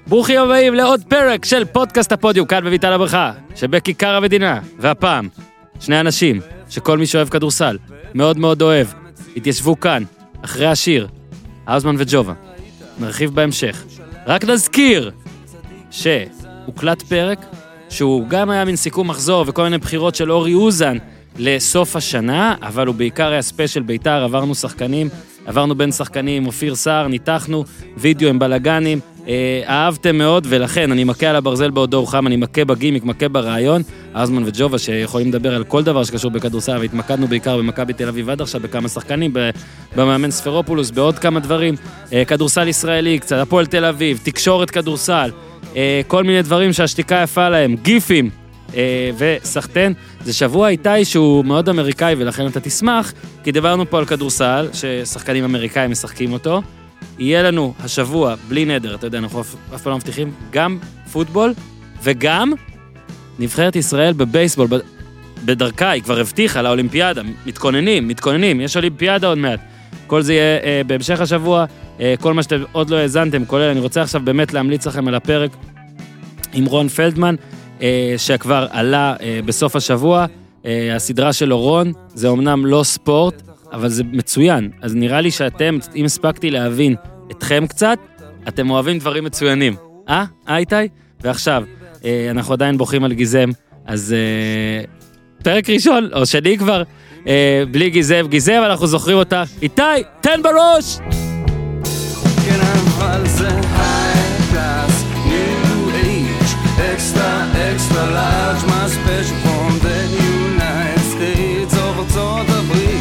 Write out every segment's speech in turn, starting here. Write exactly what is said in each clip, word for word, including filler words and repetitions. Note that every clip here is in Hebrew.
ברוכים הבאים לעוד פרק של פודקאסט הפודיום, כאן בביתן הברכה, שבכיכר המדינה, והפעם, שני אנשים שכל מי שאוהב כדורסל, מאוד מאוד אוהב, התיישבו כאן, אחרי השיר, האוזמן וג'ובה. נרחיב בהמשך. רק נזכיר שהוקלט פרק, שהוא גם היה מן סיכום מחזור וכל מיני בחירות של אורי אוזן לסוף השנה, אבל הוא בעיקר היה ספיישל ביתר, עברנו שחקנים, עברנו בין שחקנים, אופיר סער, ניתחנו וידאו עם בלגנים, אה, אהבתם מאוד, ולכן אני מכה על הברזל בעודו רוחם, אני מכה בגימיק, מכה ברעיון, האוזמן וג'ובה שיכולים לדבר על כל דבר שקשור בכדורסל, והתמקדנו בעיקר במכבי תל אביב עד עכשיו, בכמה שחקנים, במאמן ספרופולוס, בעוד כמה דברים, אה, כדורסל ישראלי, קצת הפועל תל אביב, תקשורת כדורסל, אה, כל מיני דברים שהשתיקה יפה להם, גיפים, אה, וסחטן. זה שבוע איתי שהוא מאוד אמריקאי, ולכן אתה תשמח, כי דיברנו פה על כדורסל, ששחקנים אמריקאים משחקים אותו. יהיה לנו השבוע, בלי נדר, אתה יודע, אנחנו אף, אף פעם לא מבטיחים, גם פוטבול, וגם נבחרת ישראל בבייסבול, בדרכה, היא כבר הבטיחה לאולימפיאדה, מתכוננים, מתכוננים, יש אולימפיאדה עוד מעט. כל זה יהיה אה, בהמשך השבוע, אה, כל מה שאתם עוד לא האזנתם, כולל, אני רוצה עכשיו באמת להמליץ לכם על הפרק עם רון פלדמן, אה, שכבר עלה אה, בסוף השבוע, אה, הסדרה של רון, זה אומנם לא ספורט, אבל זה מצוין, אז נראה לי שאתם, אם הספקתי להבין אתכם קצת, אתם אוהבים דברים מצוינים. אה? אה, איתי? ועכשיו, אה, אנחנו עדיין בוכים על גיזם, אז אה, פרק ראשון, או שני כבר, אה, בלי גיזם, גיזם, אנחנו זוכרים אותה. איתי, תן בראש! כן, אבל זה high class, new age, extra, extra large, my special from the United States of ארצות הברית.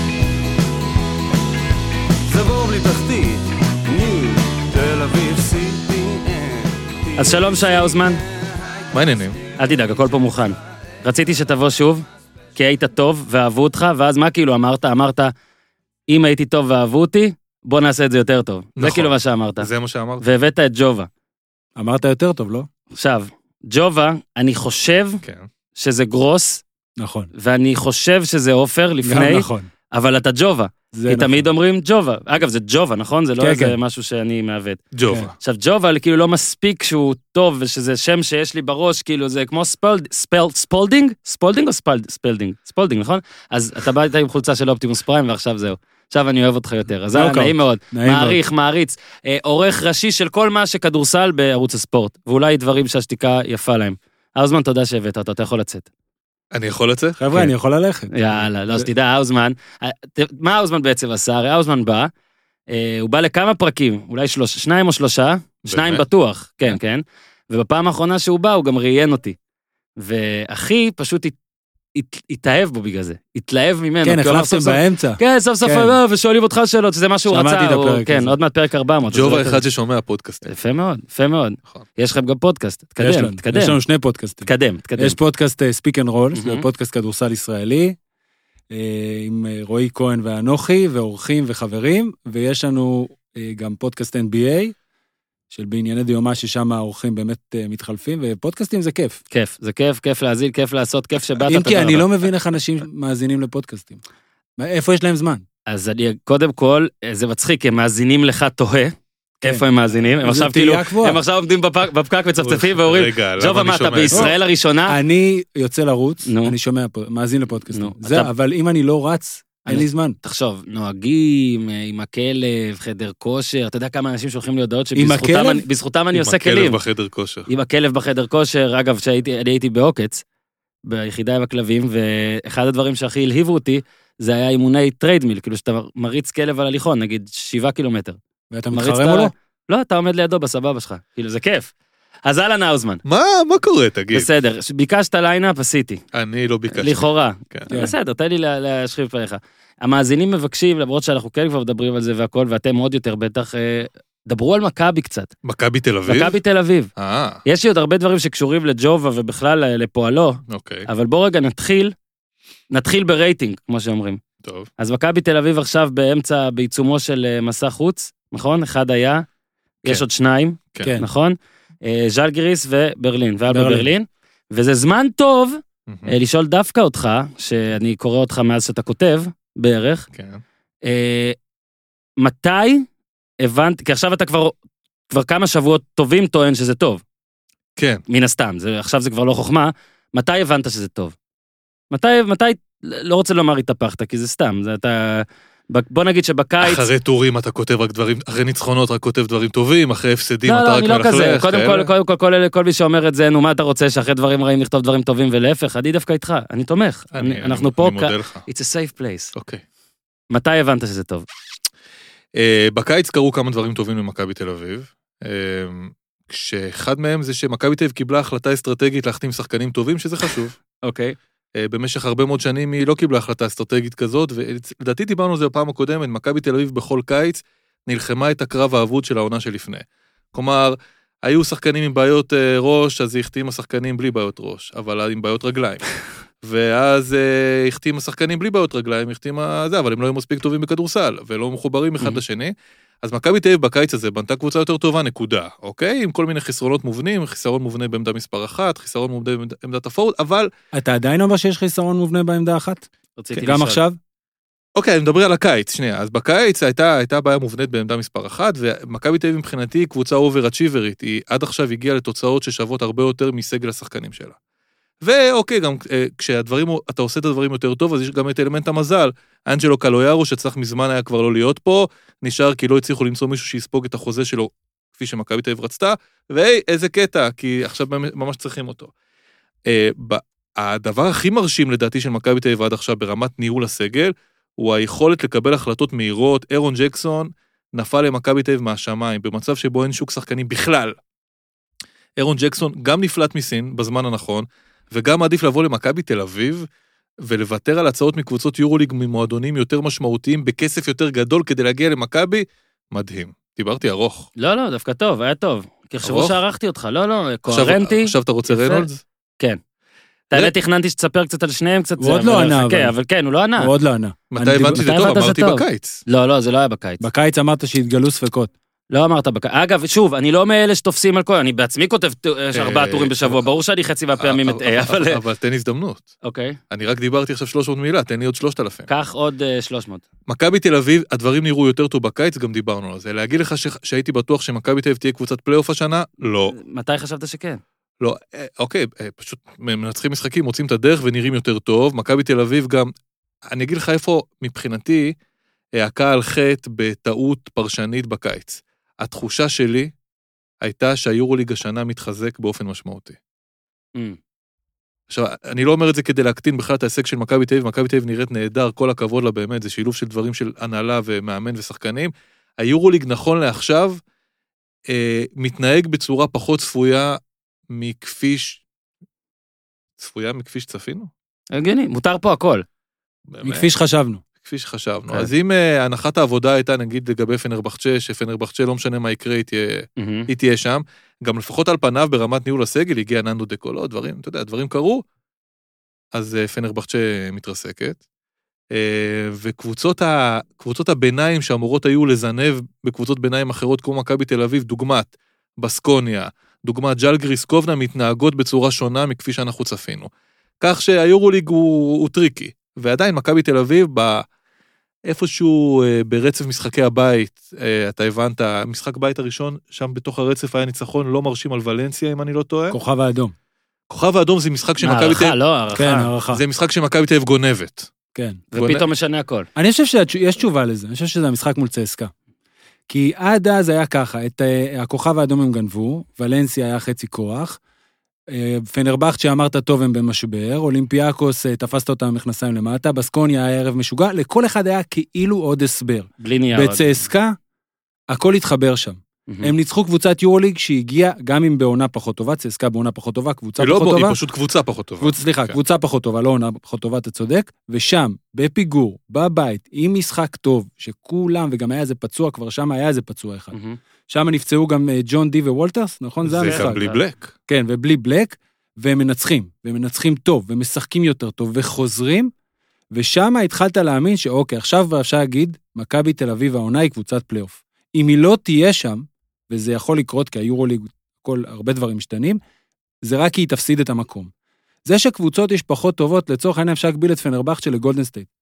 אז שלום שי האוזמן. מה העניינים? אל תדאג, הכל פה מוכן. רציתי שתבוא שוב, כי היית טוב ואהבו אותך, ואז מה כאילו אמרת? אמרת, אם הייתי טוב ואהבו אותי, בוא נעשה את זה יותר טוב. נכון. זה כאילו מה שאמרת. זה מה שאמרת. והבאת את ג'ובה. אמרת יותר טוב, לא? עכשיו, ג'ובה, אני חושב כן. שזה גרוס. נכון. ואני חושב שזה אופר לפני. גם נכון. אבל אתה ג'ובה. כי נכון. תמיד אומרים ג'ובה. אגב, זה ג'ובה, נכון? זה לא כן, איזה כן. משהו שאני מעוות. ג'ובה. כן. עכשיו, ג'ובה, כאילו לא מספיק שהוא טוב, ושזה שם שיש לי בראש, כאילו זה כמו ספולד, ספל, ספולדינג? ספולדינג או ספלד, ספלדינג? ספולדינג, נכון? אז אתה בא איתה עם חולצה של אופטימוס פריים, ועכשיו זהו. עכשיו אני אוהב אותך יותר. אז זה נעים מאוד. מעריך, מעריץ. עורך ראשי של כל מה שכדורסל בערוץ הספורט. ואולי דברים שהשתיקה יפה להם. האוזמן, תודה שהבאת אותו, אתה יכול לצאת. אני יכול לצאת? חבר'ה, אני יכול ללכת. יאללה, לא, אז תדע, האוזמן, מה האוזמן בעצם עשה? הרי האוזמן בא, הוא בא לכמה פרקים, אולי שניים או שלושה, שניים בטוח, כן, כן, ובפעם האחרונה שהוא בא, הוא גם ראיין אותי, ואחי פשוט התאהב בו בגלל זה, התלהב ממנו. כן, החלפתם באמצע. כן, סוף סוף, ושואלים אותך שאלות, שזה מה שהוא רצה, כן, עוד מעט פרק ארבע מאות. ג'ובה אחד ששומע פודקאסטים. יפה מאוד, יפה מאוד. יש לכם גם פודקאסט, תקדם, תקדם. יש לנו שני פודקאסטים. תקדם, תקדם. יש פודקאסט ספיק אנד רול, זה פודקאסט כדורסל ישראלי, עם רועי כהן ואנוכי, ואורחים וחברים, ויש לנו גם פודקאסט אן בי איי, של בענייני דיומה ששם האורחים באמת מתחלפים, ופודקאסטים זה כיף. כיף, זה כיף, כיף להזיל, כיף לעשות, כיף שבאת. אם כי אני לא מבין איך אנשים מאזינים לפודקאסטים. איפה יש להם זמן? אז אני, קודם כל, זה מצחיק, הם מאזינים לך תוהה, איפה הם מאזינים? הם עכשיו כאילו, הם עכשיו עומדים בפקק וצפצפים ואומרים, ג'ובה, מה אתה בישראל הראשונה? אני יוצא לרוץ, אני שומע, מאזין לפודקאסטים. זה, אבל אם אני לא רץ, אין לי זמן. תחשוב, נוהגים, עם הכלב, חדר כושר, אתה יודע כמה אנשים שולחים לי הודעות שבזכותם אני עושה כלים. עם הכלב בחדר כושר. עם הכלב בחדר כושר, אגב, אני הייתי בעוקץ, ביחידה עם הכלבים, ואחד הדברים שהכי הלהיבו אותי, זה היה אימוני טריידמיל, כאילו שאתה מריץ כלב על הליכון, נגיד שבעה קילומטר. ואתה מתחרם או לא? לא, אתה עומד לידו בסבבה שלך, כאילו זה כיף. אז אהלן האוזמן. מה, מה קורה, תגיד? בסדר, ביקשת ליינאפ, עשיתי. אני לא ביקשתי. לכאורה. בסדר, תן לי להשחיב פניך. המאזינים מבקשים, למרות שאנחנו כן כבר מדברים על זה והכל, ואתם עוד יותר בטח, דברו על מכבי קצת. מכבי תל אביב? מכבי תל אביב. יש לי עוד הרבה דברים שקשורים לג'ובה ובכלל לפועלו, אבל בוא רגע נתחיל, נתחיל ברייטינג, כמו שאומרים. טוב. אז מכבי תל אביב עכשיו באמצע, בעיצומו של מסע חוץ, נכון? אחד היה, יש עוד שניים, נכון? ז'לגיריס וברלין, ועל בברלין, וזה זמן טוב לשאול דווקא אותך, שאני קורא אותך מאז שאתה כותב, בערך, מתי הבנת, כי עכשיו אתה כבר כבר כמה שבועות טובים טוען שזה טוב. כן. מן הסתם, זה, עכשיו זה כבר לא חוכמה. מתי הבנת שזה טוב? מתי, מתי, לא רוצה לומר התהפכת, כי זה סתם, זה אתה... בוא נגיד שבקיץ... אחרי טורים אתה כותב רק דברים, אחרי ניצחונות רק כותב דברים טובים, אחרי הפסדים אתה רק מלכלך. לא, לא, אני לא כזה. קודם כל, קודם כל, כל, כל מי שאומר את זה, נו, מה אתה רוצה, שאחרי דברים רעים נכתוב דברים טובים ולהפך? אני דווקא איתך, אני תומך. אני, אנחנו אני, פה... אני מודה לך. It's a safe place. אוקיי. מתי הבנת שזה טוב? בקיץ קרו כמה דברים טובים למכבי תל אביב, כשאחד מהם זה שמכבי תל אביב קיבלה החלטה אסטרטגית להחתים שחקנים טובים, שזה חשוב. אוקיי. במשך הרבה מאוד שנים היא לא קיבלה החלטה אסטרטגית כזאת, ולדעתי דיברנו על זה בפעם הקודמת, מכבי תל אביב בכל קיץ נלחמה את הקרב האבוד של העונה שלפני. כלומר, היו שחקנים עם בעיות ראש, אז היא החתימה שחקנים בלי בעיות ראש, אבל עם בעיות רגליים. ואז החתימה שחקנים בלי בעיות רגליים, החתימה זה, אבל הם לא היו מספיק טובים בכדורסל, ולא מחוברים אחד לשני. אז מכבי תל אביב בקיץ הזה בנתה קבוצה יותר טובה, נקודה, אוקיי? עם כל מיני חסרונות מובנים, חיסרון מובנה בעמדה מספר אחת, חיסרון מובנה בעמדת הפורוד, אבל... אתה עדיין אומר שיש חיסרון מובנה בעמדה אחת? גם עכשיו? אוקיי, אני מדבר על הקיץ, שנייה. אז בקיץ הייתה, הייתה בעיה מובנית בעמדה מספר אחת, ומכבי תל אביב מבחינתי היא קבוצה אובר-אצ'יברית, היא עד עכשיו הגיעה לתוצאות ששוות הרבה יותר מסגל השחקנים שלה. ואוקיי, גם כשהדברים, אתה עושה את הדברים יותר טוב, אז יש גם את אלמנט המזל. אנג'לו קלויארו, שצריך מזמן היה כבר לא להיות פה, נשאר כי לא הצליחו למצוא מישהו שיספוג את החוזה שלו, כפי שמכבי תל אביב רצתה, והי, איזה קטע, כי עכשיו ממש צריכים אותו. הדבר הכי מרשים לדעתי של מכבי תל אביב עד עכשיו ברמת ניהול הסגל, הוא היכולת לקבל החלטות מהירות. אירון ג'קסון נפל למכבי תל אביב מהשמיים, במצב שבו אין שוק שחקנים בכלל. אירון ג'קסון גם נפלט מסין בזמן הנכון, וגם עדיף לבוא למכבי תל אביב, ולוותר על הצעות מקבוצות יורוליג ממועדונים יותר משמעותיים, בכסף יותר גדול כדי להגיע למכבי, מדהים. דיברתי ארוך. לא, לא, דווקא טוב, היה טוב. כי חשבו שערכתי אותך, לא, לא, קוהרנטי. עכשיו אתה רוצה ריינולדס? כן. האמת תכננתי שתספר קצת על שניהם קצת. הוא עוד לא ענה. אבל כן, הוא לא ענה. הוא עוד לא ענה. מתי הבנתי שזה טוב? אמרתי בקיץ. לא, לא, זה לא היה בקיץ. בקיץ אמרת שהתגלו ספקות. לא אמרת בקיץ. אגב, שוב, אני לא מאלה שתופסים על כל, אני בעצמי כותב ארבעה טורים בשבוע, ברור שאני חצי מהפעמים את A, אבל... אבל תן הזדמנות. אוקיי. אני רק דיברתי עכשיו שלוש מאות מילה, תן לי עוד שלושת אלפים. קח עוד שלוש מאות. מכבי תל אביב, הדברים נראו יותר טוב בקיץ, גם דיברנו על זה. להגיד לך שהייתי בטוח שמכבי תל אביב תהיה קבוצת פלייאוף השנה? לא. מתי חשבת שכן? לא, אוקיי, פשוט מנצחים משחקים, מוצאים את הדרך ונראים יותר טוב. מכבי תל אביב גם, אני אגיד לך איפה, מבחינתי, הקהל חטא בטעות פרשנית בקיץ. התחושה שלי הייתה שהיורוליג השנה מתחזק באופן משמעותי. Mm. עכשיו, אני לא אומר את זה כדי להקטין בכלל את ההישג של מכבי תל אביב, מכבי תל אביב נראית נהדר, כל הכבוד לה באמת, זה שילוב של דברים של הנהלה ומאמן ושחקנים. היורוליג נכון לעכשיו, אה, מתנהג בצורה פחות צפויה מכביש, צפויה מכביש צפינו? הגיוני, מותר פה הכל. מכפי שחשבנו. כפי שחשבנו. אז אם הנחת העבודה הייתה, נגיד, לגבי פנרבחצ'ה, שפנרבחצ'ה לא משנה מה יקרה, היא תהיה שם, גם לפחות על פניו ברמת ניהול הסגל, הגיע ננדו דקולו, דברים, אתה יודע, דברים קרו, אז פנרבחצ'ה מתרסקת, וקבוצות הביניים שאמורות היו לזנב בקבוצות ביניים אחרות, כמו מכבי תל אביב, דוגמת בסקוניה, דוגמת ג'לגריס קובנה, מתנהגות בצורה שונה מכפי שאנחנו צפינו. כך שהיורוליג הוא, הוא טריקי. ועדיין מכבי תל אביב, איפשהו ברצף משחקי הבית, אתה הבנת, משחק בית הראשון, שם בתוך הרצף היה ניצחון לא מרשים על ולנסיה, אם אני לא טועה. כוכב האדום. כוכב האדום זה משחק שמכבי תל אביב... לא, הערכה. כן, הערכה. זה משחק שמכבי תל אביב גונבת. כן. ופתאום משנה הכל. אני חושב שיש תשובה לזה, אני חושב שזה המשחק מול צסקה. כי עד אז היה ככה, את הכוכב האדום הם גנבו, ולנסיה היה חצי כוח, פנרבחצ'ה שאמרת טוב הם במשבר, אולימפיאקוס תפסת אותם במכנסיים למטה, בסקוניה היה ערב משוגע, לכל אחד היה כאילו עוד הסבר. בלי נייר. בצסקה, הכל התחבר שם. הם ניצחו קבוצת יורוליג שהגיעה, גם אם בעונה פחות טובה, צסקה בעונה פחות טובה, קבוצה פחות טובה. היא פשוט קבוצה פחות טובה. סליחה, קבוצה פחות טובה, לא עונה פחות טובה, אתה צודק, ושם, בפיגור, בבית, עם משחק טוב, שכולם, וגם היה איזה פצוע, כבר שם היה איזה פצוע אחד. שם נפצעו גם ג'ון די ווולטרס, נכון? זה גם בלי בלק. כן, ובלי בלק, והם מנצחים, והם מנצחים טוב, ומשחקים יותר טוב, וחוזרים, ושם התחלת להאמין שאוקיי, עכשיו אפשר להגיד, מכבי תל אביב העונה היא קבוצת פלייאוף. אם היא לא תהיה שם, וזה יכול לקרות, כי היורוליג, כל, הרבה דברים משתנים, זה רק כי היא תפסיד את המקום. זה שקבוצות יש פחות טובות, לצורך העניין אפשר להגביל את פנרבחצ'ה לגולדן סטייט.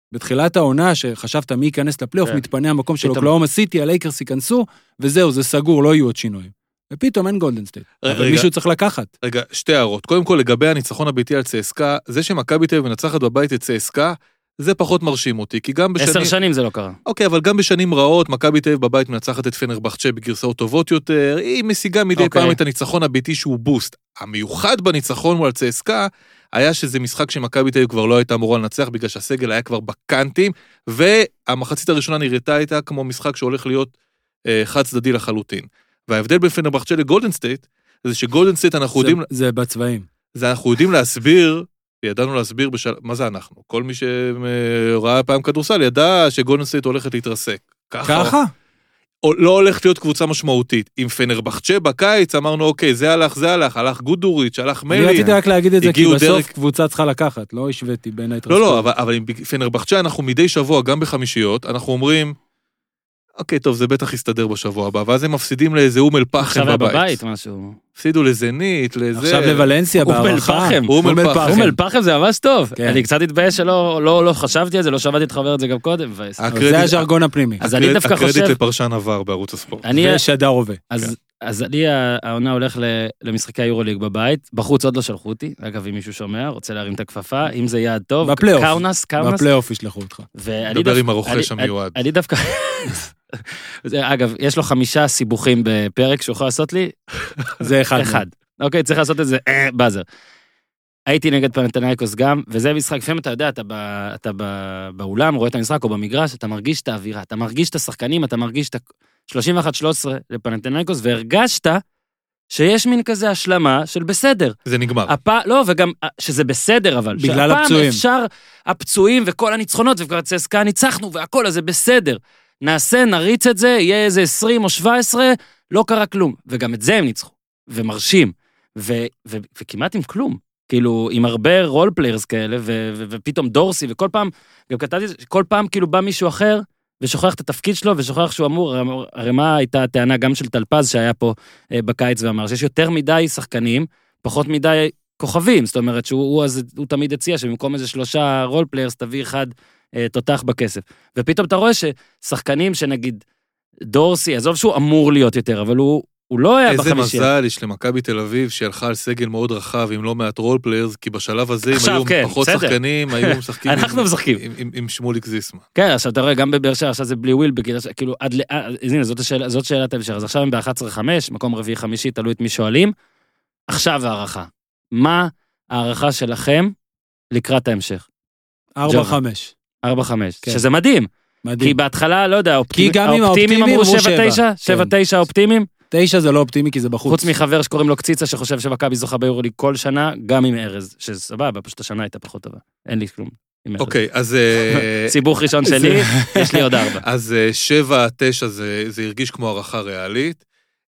בתחילת העונה, שחשבת מי ייכנס לפלייאוף, מתפנה המקום של אוקלאומה סיטי, הלייקרס ייכנסו, וזהו, זה סגור, לא יהיו עוד שינויים. ופתאום אין גולדן סטייט. אבל מישהו צריך לקחת. רגע, שתי הערות. קודם כל, לגבי הניצחון הביתי על צסקה, זה שמכבי תל אביב מנצחת בבית את צסקה, זה פחות מרשים אותי, כי גם בשנים... עשר שנים זה לא קרה. אוקיי, אבל גם בשנים רעות, מכבי תל אביב בבית מנצחת את פנרבחצ'ה בגרסאות טובות יותר, היא משיגה מדי אוקיי. פעם את הניצחון הביתי שהוא בוסט. המיוחד בניצחון מול צסקה, היה שזה משחק שמכבי תל אביב כבר לא הייתה אמורה לנצח, בגלל שהסגל היה כבר בקנטים, והמחצית הראשונה נראתה הייתה כמו משחק שהולך להיות אה, חד צדדי לחלוטין. וההבדל בין פנרבחצ'ה לגולדן סטייט, זה שגולדן סטייט אנחנו זה, יודעים... זה בצבעים. זה אנחנו יודעים להסביר, ידענו להסביר בשל... מה זה אנחנו? כל מי שראה פעם כדורסל ידע שגולדן סטייט הולכת להתרסק. ככה? ככה? או, לא הולכת להיות קבוצה משמעותית. עם פנרבחצ'ה בקיץ אמרנו, אוקיי, זה הלך, זה הלך, הלך גודוריץ', הלך מלין. אני רציתי רק להגיד את זה, כי בסוף דרך... קבוצה צריכה לקחת, לא השוויתי בין ההתרסקות. לא, לא, אבל, אבל עם פנרבחצ'ה אנחנו מדי שבוע, גם בחמישיות, אנחנו אומרים, אוקיי, טוב, זה בטח יסתדר בשבוע הבא, ואז הם מפסידים לאיזה אום אל פחם בבית. עכשיו בבית, משהו. הפסידו לזנית, לזה... עכשיו לוולנסיה בהערכה. אום אל פחם. אום אל פחם זה ממש טוב. אני קצת התבייש שלא לא, לא חשבתי על זה, לא שמעתי את חבר את זה גם קודם. זה הז'רגון הפנימי. אז אני דווקא חושב... הקרדיט לפרשן עבר בערוץ הספורט. ושדר הווה. אז אני העונה הולך למשחקי היורוליג בבית, בחוץ עוד לא שלחו אותי, אגב אם מישהו שומע, רוצה להרים את הכפפה, אם זה יעד טוב, קאונס, קאונס. בפלייאוף ישלחו אותך. דבר עם הרוכש המיועד. אני דווקא... אגב, יש לו חמישה סיבוכים בפרק שהוא יכול לעשות לי. זה אחד. אחד. אוקיי, צריך לעשות את זה, באזר. הייתי נגד פנתנייקוס גם, וזה משחק, לפעמים אתה יודע, אתה באולם, רואה את המשחק או במגרש, אתה מרגיש את האווירה, אתה מרגיש את השחקנים, אתה מרגיש את שלושים ואחת שלוש עשרה לפנתנייקוס, והרגשת שיש מין כזה השלמה של בסדר. זה נגמר. הפ... לא, וגם שזה בסדר, אבל. בגלל הפצועים. אפשר, הפצועים וכל הניצחונות, וכבר צסקה ניצחנו, והכל הזה בסדר. נעשה, נריץ את זה, יהיה איזה עשרים או שבע עשרה, לא קרה כלום. וגם את זה הם ניצחו, ומרשים, ו... ו... וכמעט עם כלום. כאילו, עם הרבה רול פליירס כאלה, ו... ו... ופתאום דורסי, וכל פעם, גם כתבתי, כל פעם כאילו בא מישהו אחר, ושוכח את התפקיד שלו, ושוכח שהוא אמור, הרי מה הייתה הטענה גם של טלפז שהיה פה אה, בקיץ ואמר, שיש יותר מדי שחקנים, פחות מדי כוכבים, זאת אומרת שהוא הוא, הוא, הוא תמיד הציע שבמקום איזה שלושה רול פליירס תביא אחד אה, תותח בכסף. ופתאום אתה רואה ששחקנים שנגיד דורסי, עזוב שהוא אמור להיות יותר, אבל הוא, הוא לא היה בחמישיה. איזה מזל יש למכבי תל אביב שהלכה על סגל מאוד רחב עם לא מעט רול פליירס, כי בשלב הזה אם היו כן, פחות בסדר. שחקנים, היו משחקים אנחנו משחקים. עם, עם, עם שמוליק זיסמה. כן, עכשיו אתה רואה גם בבאר שבע, עכשיו זה בלי וויל, כאילו עד ל... הנה, זאת, השאלה, זאת שאלת ההמשך. אז עכשיו הם ב-אחת עשרה חמש, מקום רביעי חמישי, תלוי את מי שואלים. עכשיו הערכה. מה הערכה שלכם לקראת ההמשך? ארבע חמש. ארבע חמש, שזה מדהים. מדהים. כי בהתחלה, לא יודע, כי גם אם האופטימיים אמרו שבע תשע, שבע תשע האופטימיים. תשע זה לא אופטימי כי זה בחוץ. חוץ מחבר שקוראים לו קציצה שחושב שמכבי זוכה ביורוליג כל שנה, גם עם ארז, שסבבה, פשוט השנה הייתה פחות טובה. אין לי כלום. אוקיי, אז... סיבוך ראשון שלי, יש לי עוד ארבע. אז שבע, תשע זה הרגיש כמו הערכה ריאלית.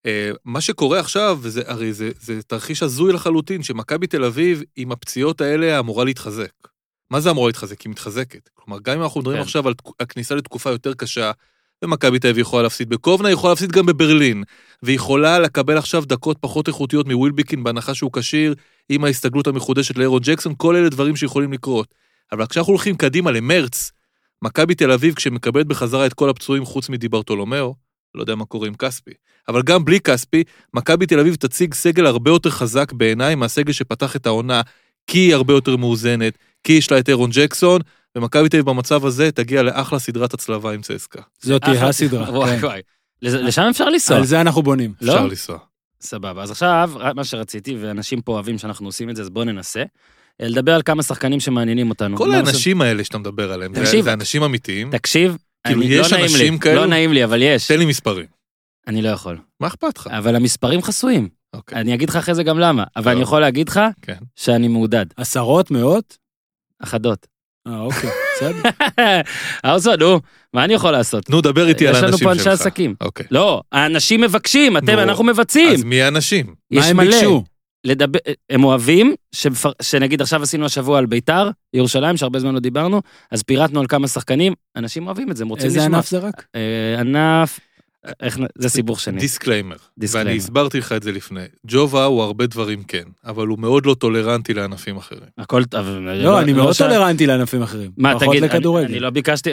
מה שקורה עכשיו, הרי זה תרחיש הזוי לחלוטין, שמכבי תל אביב עם הפציעות האלה אמורה להתחזק. מה זה אמורה להתחזק? היא מתחזקת. כלומר, גם אם אנחנו מדברים עכשיו על הכניסה לתקופה יותר קשה, ומכבי תל אביב יכולה להפסיד בקובנה, יכולה להפסיד גם בברלין, ויכולה לקבל עכשיו דקות פחות איכותיות מווילביקין, בהנחה שהוא קשיר, עם ההסתגלות המחודשת לאירון ג'קסון, כל אלה דברים שיכולים לקרות. אבל כשאנחנו הולכים קדימה למרץ, מכבי תל אביב, כשמקבלת בחזרה את כל הפצועים חוץ מדיברטולומיאו, לא יודע מה קורה עם כספי, אבל גם בלי כספי, מכבי תל אביב תציג סגל הרבה יותר חזק בעיניי, מהסגל שפתח את העונה, כי היא הרבה יותר מאוזנת, כי יש לה את אירון ג'קסון, ומכבי תל אביב במצב הזה תגיע לאחלה סדרת הצלבה עם צסקה. זאת היא הסדרה. וואי וואי. לשם אפשר לנסוע. על זה אנחנו בונים. אפשר לנסוע. סבבה. אז עכשיו, מה שרציתי, ואנשים פה אוהבים שאנחנו עושים את זה, אז בואו ננסה, לדבר על כמה שחקנים שמעניינים אותנו. כל האנשים האלה שאתה מדבר עליהם, זה אנשים אמיתיים. תקשיב, יש אנשים כאלו. לא נעים לי, אבל יש. תן לי מספרים. אני לא יכול. מה אכפת לך? אבל המספרים חסויים. אני אגיד לך אחרי זה גם למה, אבל אני יכול להגיד לך שאני מעודד. עשרות, מאות? אחדות. אה, אוקיי, בסדר. ארסון, נו, מה אני יכול לעשות? נו, דבר איתי על האנשים שלך. יש לנו פה אנשי עסקים. אוקיי. לא, האנשים מבקשים, אתם, אנחנו מבצעים. אז מי האנשים? מה הם ביקשו? לדבר, הם אוהבים, שפר, שנגיד עכשיו עשינו השבוע על ביתר, ירושלים, שהרבה זמן לא דיברנו, אז פירטנו על כמה שחקנים, אנשים אוהבים את זה, הם רוצים לשמוע. איזה ענף זה רק? אה, ענף, זה סיבוך שני. דיסקליימר. ואני הסברתי לך את זה לפני. ג'ובה הוא הרבה דברים כן, אבל הוא מאוד לא טולרנטי לענפים אחרים. הכל... לא, אני מאוד טולרנטי לענפים אחרים. מה, תגיד, אני לא ביקשתי...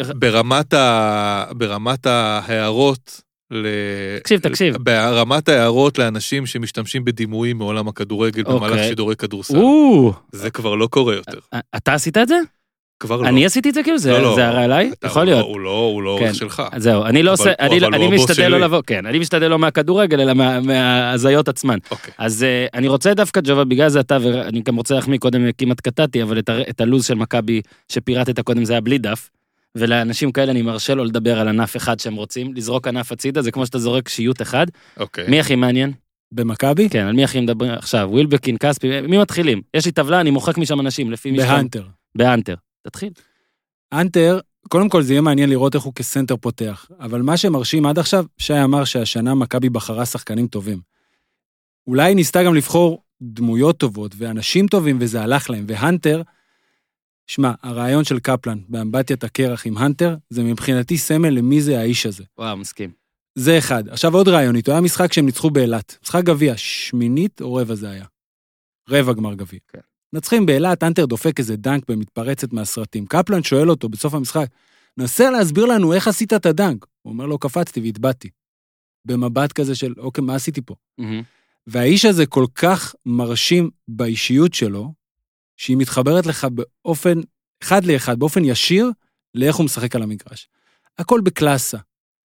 ברמת ההערות... תקשיב, תקשיב. ברמת ההערות לאנשים שמשתמשים בדימויים מעולם הכדורגל במהלך שידורי כדורסל. זה כבר לא קורה יותר. אתה עשית את זה? כבר לא. אני עשיתי את זה כאילו? זה הרע אליי? יכול להיות. הוא לא, הוא לא עורך שלך. זהו, אני לא עושה, אני משתדל לא לבוא, כן, אני משתדל לא מהכדורגל, אלא מההזיות עצמן. אז אני רוצה דווקא ג'ובה, בגלל זה אתה, ואני גם רוצה להחמיא קודם, כמעט קטעתי, אבל את הלוז של מכבי שפירטת קודם, זה היה בלי דף, ולאנשים כאלה אני מרשה לו לדבר על ענף אחד שהם רוצים, לזרוק ענף הצידה, זה כמו שאתה זורק שיוט אחד. מי הכי מעניין? במכבי? כן, על מי הכי מדברים עכשיו? ווילבקין, כספי, מי מתחילים? יש לי טבלה, אני מוחק משם אנשים, לפי מי בהנטר. בהנטר. תתחיל. הנטר, קודם כל זה יהיה מעניין לראות איך הוא כסנטר פותח, אבל מה שמרשים עד עכשיו, שי אמר שהשנה מכבי בחרה שחקנים טובים. אולי ניסתה גם לבחור דמויות טובות ואנשים טובים וזה הלך להם, והנטר, שמע, הרעיון של קפלן באמבטיית הקרח עם הנטר, זה מבחינתי סמל למי זה האיש הזה. וואו, מסכים. זה אחד. עכשיו עוד רעיון, איתו היה משחק שהם ניצחו באילת. משחק גביע, שמינית או רבע זה היה? רבע גמר גביע. כן. נצחים באילת, הנטר דופק איזה דנק במתפרצת מהסרטים. קפלן שואל אותו בסוף המשחק, נסה להסביר לנו איך עשית את הדנק. הוא אומר לו, קפצתי והתבאתי. במבט כזה של, אוקיי, מה עשיתי פה? Mm-hmm. והאיש הזה כל כך מרשים באישיות שלו, שהיא מתחברת לך באופן, אחד לאחד, באופן ישיר, לאיך הוא משחק על המגרש. הכל בקלאסה.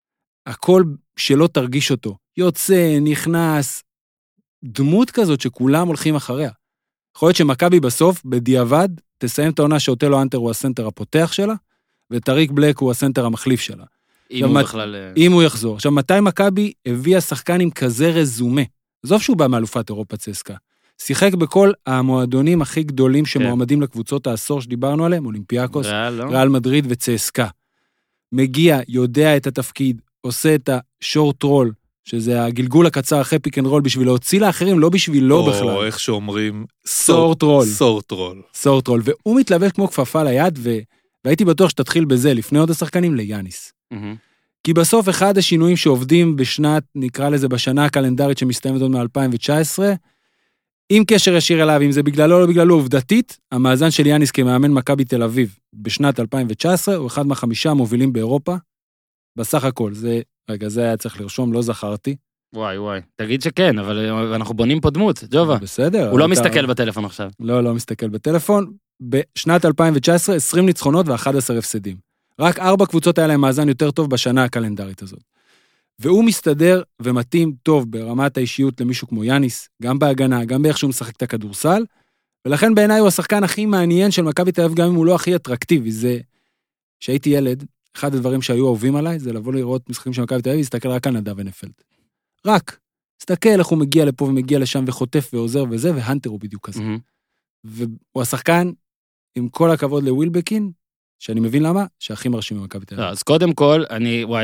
הכל שלא תרגיש אותו. יוצא, נכנס, דמות כזאת שכולם הולכים אחריה. יכול להיות שמכבי בסוף, בדיעבד, תסיים את העונה שאוטלו אנטר הוא הסנטר הפותח שלה, וטריק בלק הוא הסנטר המחליף שלה. אם הוא בכלל... אם הוא יחזור. עכשיו, מתי מכבי הביאה שחקן עם כזה רזומה? עזוב שהוא בא מאלופת אירופה צסקה. שיחק בכל המועדונים הכי גדולים שמועמדים לקבוצות העשור שדיברנו עליהם, אולימפיאקוס, ריאל מדריד וצסקה. מגיע, יודע את התפקיד, עושה את השורט רול, שזה הגלגול הקצר אחרי פיק אנד רול, בשביל להוציא לאחרים, לא בשבילו בכלל. או איך שאומרים, סורט רול. סורט רול. סורט רול, והוא מתלבש כמו כפפה ליד, ו... והייתי בטוח שתתחיל בזה, לפני עוד השחקנים, ליאניס. Mm-hmm. כי בסוף אחד השינויים שעובדים בשנת, נקרא לזה בשנה הקלנדרית שמסתיימת עוד מ-אלפיים תשע עשרה, עם קשר ישיר אליו, אם זה בגללו או לא בגללו עובדתית, המאזן של יאניס כמאמן מכבי תל אביב בשנת אלפיים תשע עשרה, הוא אחד מהחמישה המובילים באירופה, בסך הכל, זה, רגע, זה היה צריך לרשום, לא זכרתי. וואי וואי, תגיד שכן, אבל אנחנו בונים פה דמות, ג'ובה. בסדר. הוא לא מסתכל בטלפון עכשיו. לא, לא מסתכל בטלפון. בשנת אלפיים תשע עשרה, עשרים ניצחונות ו-אחד עשר הפסדים. רק ארבע קבוצות היה להם מאזן יותר טוב בשנה הקלנדרית הזאת. והוא מסתדר ומתאים טוב ברמת האישיות למישהו כמו יאניס, גם בהגנה, גם באיך שהוא משחק את הכדורסל, ולכן בעיניי הוא השחקן הכי מעניין של מכבי תל אביב, גם אם הוא לא הכי אטרקטיבי. זה, שהייתי ילד, אחד הדברים שהיו אהובים עליי, זה לבוא לראות משחקים של מכבי תל אביב, להסתכל רק על נדב ונפלד. רק. תסתכל איך הוא מגיע לפה ומגיע לשם וחוטף ועוזר וזה, והנטר הוא בדיוק כזה. והוא השחקן, עם כל הכבוד לווילבקין, שאני מבין למה, שהכי מרשים במכבי תל אביב. אז קודם כל, אני, וואי,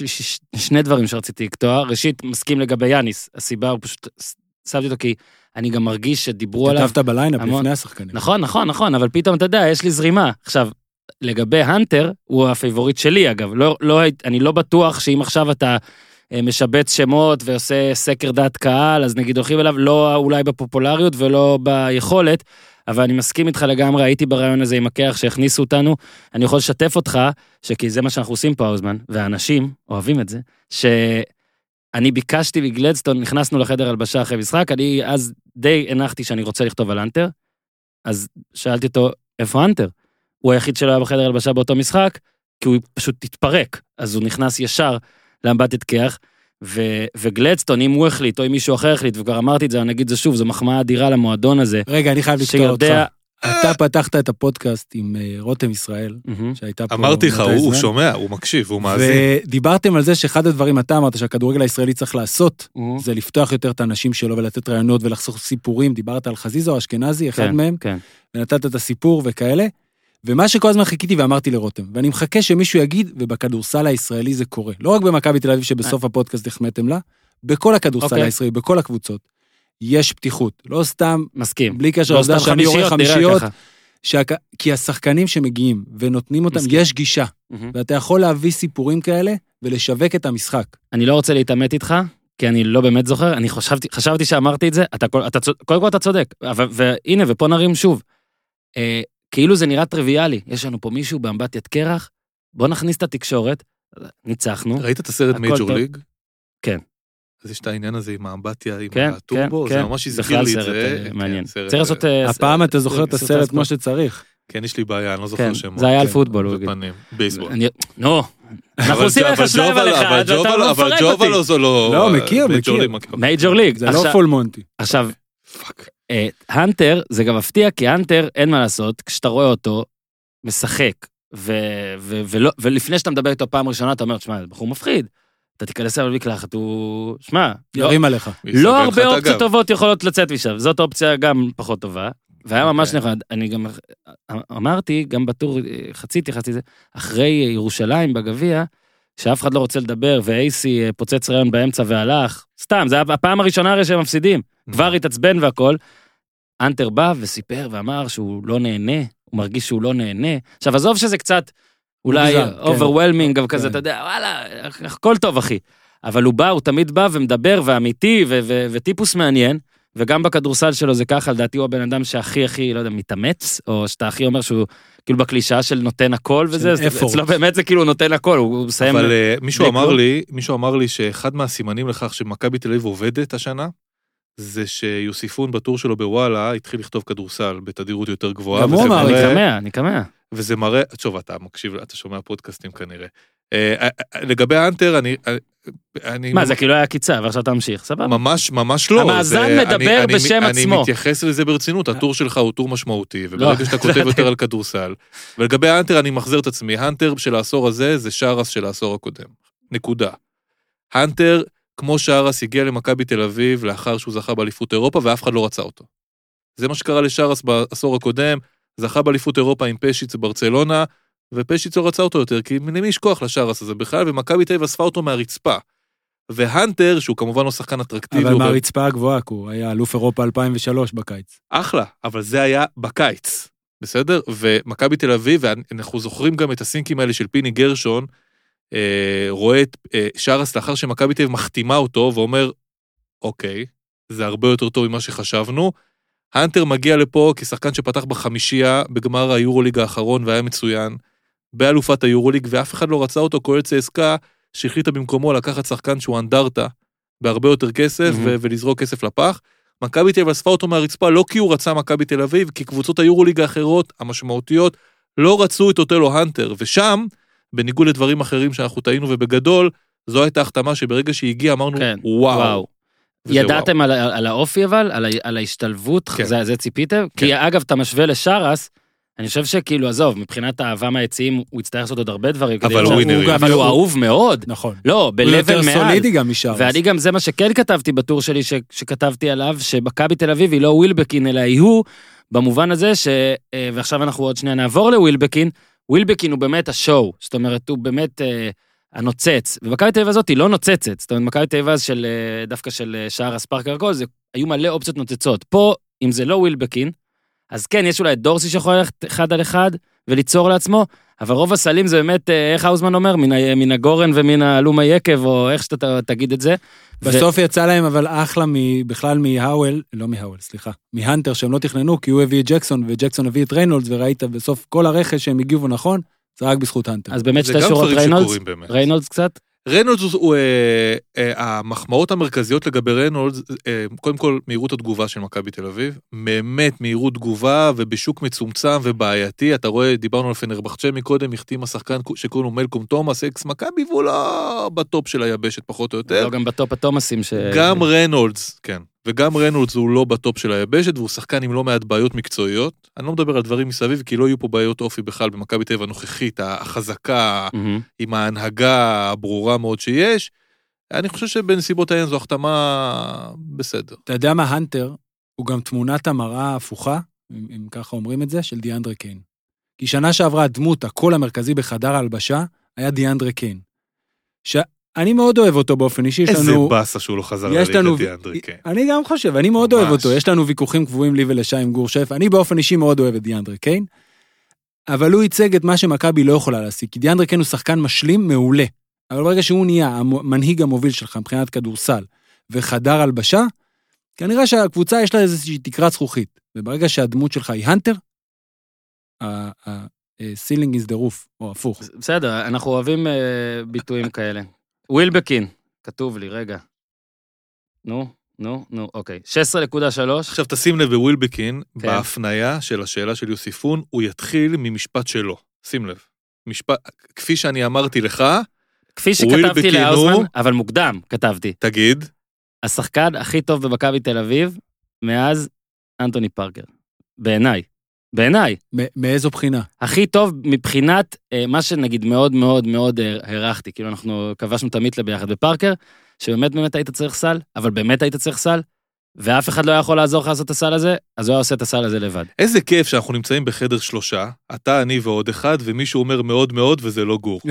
שני דברים שרציתי לקטוע. ראשית, מסכים לגבי יאניס. הסיבה הוא פשוט, שמתי אותו כי אני גם מרגיש שדיברו עליו. כתבת בליינאפ לפני השחקנים. נכון, נכון, נכון, אבל פתאום אתה יודע, יש לי זרימה. עכשיו, לגבי הנטר, הוא הפייבוריט שלי, אגב. לא, לא, אני לא בטוח שאם עכשיו אתה משבץ שמות ועושה סקר דעת קהל, אז נגיד הולכים אליו, לא אולי בפופולריות ולא ביכולת, אבל אני מסכים איתך לגמרי, הייתי ברעיון הזה עם הכח שהכניסו אותנו, אני יכול לשתף אותך, שכי זה מה שאנחנו עושים פה הזמן, והאנשים אוהבים את זה, שאני ביקשתי בגלדסטון, נכנסנו לחדר הלבשה אחרי משחק, אני אז די הנחתי שאני רוצה לכתוב על אנטר, אז שאלתי אותו, איפה אנטר? הוא היחיד שלו היה בחדר הלבשה באותו משחק, כי הוא פשוט תתפרק, אז הוא נכנס ישר לאמבטיית כח, ו- וגלדסטון, אם הוא החליט, או אם מישהו אחר החליט, וכבר אמרתי את זה, אני אגיד זה שוב, זו מחמאה אדירה למועדון הזה. רגע, אני חייב לקטוע אותך. אתה פתחת את הפודקאסט עם רותם ישראל, שהייתה פה... אמרתי לך, הוא שומע, הוא מקשיב, הוא מאזין. ודיברתם על זה שאחד הדברים, אתה אמרת שהכדורגל הישראלי צריך לעשות, זה לפתוח יותר את האנשים שלו ולתת רעיונות ולחסוך סיפורים, דיברת על חזיזה או אשכנזי, אחד מהם, ונתת את הסיפור וכאלה, ומה שכל הזמן חיכיתי ואמרתי לרותם, ואני מחכה שמישהו יגיד, ובכדורסל הישראלי זה קורה. לא רק במכבי תל אביב שבסוף הפודקאסט החמאתם לה, בכל הכדורסל הישראלי, בכל הקבוצות, יש פתיחות. לא סתם, מסכים. בלי קשר לעובדה שאני רואה חמישיות, שהק... כי השחקנים שמגיעים ונותנים אותם, מסכים. יש גישה, ואתה יכול להביא סיפורים כאלה ולשווק את המשחק. אני לא רוצה להתעמת איתך, כי אני לא באמת זוכר, אני חשבתי, חשבתי שאמרתי את זה, אתה, אתה, קודם כל אתה צודק, ו, והנה, ופה נרים שוב, אה, כאילו זה נראה טריוויאלי, יש לנו פה מישהו באמבטיית קרח, בוא נכניס את התקשורת, ניצחנו. ראית את הסרט מייג'ור ליג? כן. אז יש את העניין הזה עם האמבטיה, עם כן, הטורבו, כן, זה כן. ממש הזכיר לי את זה. בכלל סרט מעניין. כן, צריך לעשות... הפעם אתה זוכר את הסרט כמו שצריך. כן, יש לי בעיה, אני לא זוכר כן, שמות. זה היה על פוטבול, הוא יגיד. בפנים, בייסבול. נו, אנחנו עושים לך שניים על אחד, ואתה לא אבל מפרק ג'ובה אותי. לא, לא... לא, מכיר, מכיר. מייג'ור ליג. זה לא פול מונטי. עכשיו, הנטר, זה גם מפתיע, כי הנטר, אין מה לעשות, כשאתה רואה אותו, משחק, ולפני שאתה מדבר איתו פעם ראשונה, אתה אומר, שמע, בחור מפחיד. אתה תיכנס אליו מקלחת, הוא... שמע, ירים עליך. לא הרבה אופציות טובות יכולות לצאת משם, זאת אופציה גם פחות טובה, והיה ממש נחמד. אני גם אמרתי, גם בטור, חציתי, חציתי זה, אחרי ירושלים בגביע, שאף אחד לא רוצה לדבר, ואייסי פוצץ רעיון באמצע והלך, סתם, זה הפעם הראשונה הרי שהם מפסידים, כבר התעצבן והכל, אנטר בא וסיפר ואמר שהוא לא נהנה, הוא מרגיש שהוא לא נהנה. עכשיו, עזוב שזה קצת, אולי overwhelming, גם כזה, אתה יודע, וואלה, הכל טוב, אחי. אבל הוא בא, הוא תמיד בא ומדבר, ואמיתי, וטיפוס מעניין, וגם בכדורסל שלו זה ככה, לדעתי הוא הבן אדם שהכי הכי, לא יודע, מתאמץ, או שאתה הכי אומר שהוא, כאילו בקלישה של נותן הכל וזה, אצלו באמת זה כאילו נותן הכל, הוא מסיים... אבל מישהו אמר לי, מישהו אמר לי שאחד מהסימנים לכך שמכבי תל אביב עובדת השנה, זה שיוסיפון בטור שלו בוואלה, התחיל לכתוב כדורסל בתדירות יותר גבוהה. גם הוא אמר, אני קמע, אני קמע. וזה מראה, טוב, אתה מקשיב, אתה שומע פודקאסטים כנראה. לגבי האנטר, אני... מה, זה כאילו היה קיצה, ועכשיו אתה ממשיך, סבבה? ממש, ממש לא. המאזן מדבר בשם עצמו. אני מתייחס לזה ברצינות, הטור שלך הוא טור משמעותי, וברגע שאתה כותב יותר על כדורסל, ולגבי האנטר אני מחזיר את עצמי, האנטר של העשור הזה זה שרס של העשור הקודם. נקודה. האנטר, כמו שרס, הגיע למכבי תל אביב לאחר שהוא זכה באליפות אירופה, ואף אחד לא רצה אותו. זה מה שקרה לשרס בעשור הקודם, זכה באליפות אירופה עם פשיץ בברצלונה, ופשיץ לא רצה אותו יותר, כי למי יש כוח לשרס הזה בכלל, ומכבי תל אביב אספה אותו מהרצפה. והנטר, שהוא כמובן לא שחקן אטרקטיבי... אבל מהרצפה הגבוהה, הוא היה אלוף אירופה אלפיים ושלוש בקיץ. אחלה, אבל זה היה בקיץ, בסדר? ומכבי תל אביב, ואנחנו זוכרים גם את הסינקים האלה של פיני גרשון, רואה את שרס לאחר שמכבי תל אביב מחתימה אותו, ואומר, אוקיי, זה הרבה יותר טוב ממה שחשבנו, האנטר מגיע לפה כשחקן שפתח בחמישייה בגמר היורוליג האחרון והיה מצוין, באלופת היורוליג, ואף אחד לא רצה אותו, כולל צסקה, שהחליטה במקומו לקחת שחקן שהוא אנדרטה, בהרבה יותר כסף, mm-hmm. ו- ולזרוק כסף לפח. מכבי תל אביב אספה אותו מהרצפה, לא כי הוא רצה מכבי תל אביב, כי קבוצות היורוליג האחרות, המשמעותיות, לא רצו את אותו האנטר, ושם, בניגוד לדברים אחרים שאנחנו טעינו ובגדול, זו הייתה החתמה שברגע שהיא הגיעה, אמרנו, כן. וואו. וואו. ידעתם וואו. על, על האופי אבל, על, על ההשתלבות, כן. זה, זה ציפיתם? כן. כי אגב, אתה משווה לשרס, אני חושב שכאילו, עזוב, מבחינת האהבה מהיציעים, הוא יצטרך לעשות עוד הרבה דברים. אבל הוא ווינרי. אבל הוא אהוב מאוד. נכון. לא, בלבל מעל. הוא יותר סולידי גם משרס. ואני גם, זה מה שכן כתבתי בטור שלי, ש, שכתבתי עליו, שמכבי תל אביב היא לא ווילבקין, אלא היא הוא, במובן הזה ש... ועכשיו אנחנו עוד שנייה נעבור לווילבקין, ווילבקין הוא באמת השואו, זאת אומרת, הוא באמת הנוצץ, ומכבי תל אביב הזאת היא לא נוצצת, זאת אומרת, מכבי תל אביב של, דווקא של שער הספרקר גול, זה היו מלא אופציות נוצצות. פה, אם זה לא ווילבקין, אז כן, יש אולי דורסי שיכול ללכת אחד על אחד, וליצור לעצמו, אבל רוב הסלים זה באמת, איך האוזמן אומר, מן, מן הגורן ומן הלום היקב, או איך שאתה תגיד את זה. בסוף ו... יצא להם אבל אחלה בכלל מהאוול, לא מהאוול, סליחה, מהנטר שהם לא תכננו, כי הוא הביא את ג'קסון, וג'קסון הביא את ריינולדס, וראית בסוף כל הרכש שהם הגיבו נכון, זה רק בזכות הנטר. אז באמת שתי שורות ריינולדס, ריינולדס קצת? ריינולדס הוא, אה, אה, המחמאות המרכזיות לגבי ריינולדס, אה, קודם כל מהירות התגובה של מכבי תל אביב, באמת מהירות תגובה ובשוק מצומצם ובעייתי, אתה רואה, דיברנו על פנרבחצ'ה מקודם, החתים השחקן שקוראים לו מלקום תומאס, אקס מכבי, והוא לא בטופ של היבשת פחות או יותר. לא גם בטופ התומאסים ש... גם ריינולדס, כן. וגם ריינולדס הוא לא בטופ של היבשת, והוא שחקן עם לא מעט בעיות מקצועיות. אני לא מדבר על דברים מסביב, כי לא יהיו פה בעיות אופי בכלל במכבי תל אביב הנוכחית, החזקה, mm-hmm. עם ההנהגה הברורה מאוד שיש. אני חושב שבנסיבות העניין זו החתמה בסדר. אתה יודע מה, הנטר הוא גם תמונת המראה ההפוכה, אם, אם ככה אומרים את זה, של דיאנדרה קיין. כי שנה שעברה הדמות, הקול המרכזי בחדר ההלבשה, היה דיאנדרה קיין. ש... אני מאוד אוהב אותו באופן אישי, יש איזה לנו... באסה שהוא לא חזר יש לנו... לליגה דיאנדרי קיין. אני גם חושב, אני מאוד ממש. אוהב אותו, יש לנו ויכוחים קבועים לי ולשי עם גור שף, אני באופן אישי מאוד אוהב את דיאנדרי קיין, אבל הוא ייצג את מה שמכבי לא יכולה להשיג, כי דיאנדרי קיין הוא שחקן משלים מעולה, אבל ברגע שהוא נהיה המנהיג המוביל שלך מבחינת כדורסל וחדר הלבשה, כנראה שהקבוצה יש לה איזושהי תקרת זכוכית, וברגע שהדמות שלך היא הנטר, ה-ceiling is the roof, או הפוך. בסדר, אנחנו אוהבים ביטויים כאלה. ווילבקין, כתוב לי, רגע. נו, נו, נו, אוקיי. שש עשרה נקודה שלוש. עכשיו תשים לב בווילבקין, כן. בהפניה של השאלה של יוסיפון, הוא יתחיל ממשפט שלו. שים לב. משפט, כפי שאני אמרתי לך, כפי שכתבתי ווילבקין לאוזמן, הוא- אבל מוקדם כתבתי. תגיד, השחקן הכי טוב במכבי תל אביב, מאז אנטוני פארקר. בעיניי. בעיניי. מ- מאיזו בחינה? הכי טוב מבחינת אה, מה שנגיד מאוד מאוד מאוד אה, הרחתי, כאילו אנחנו כבשנו את המיתלה ביחד בפארקר, שבאמת באמת היית צריך סל, אבל באמת היית צריך סל, ואף אחד לא יכול לעזור לך לעשות את הסל הזה, אז הוא היה עושה את הסל הזה לבד. איזה כיף שאנחנו נמצאים בחדר שלושה, אתה, אני ועוד אחד, ומישהו אומר מאוד מאוד, וזה לא גור.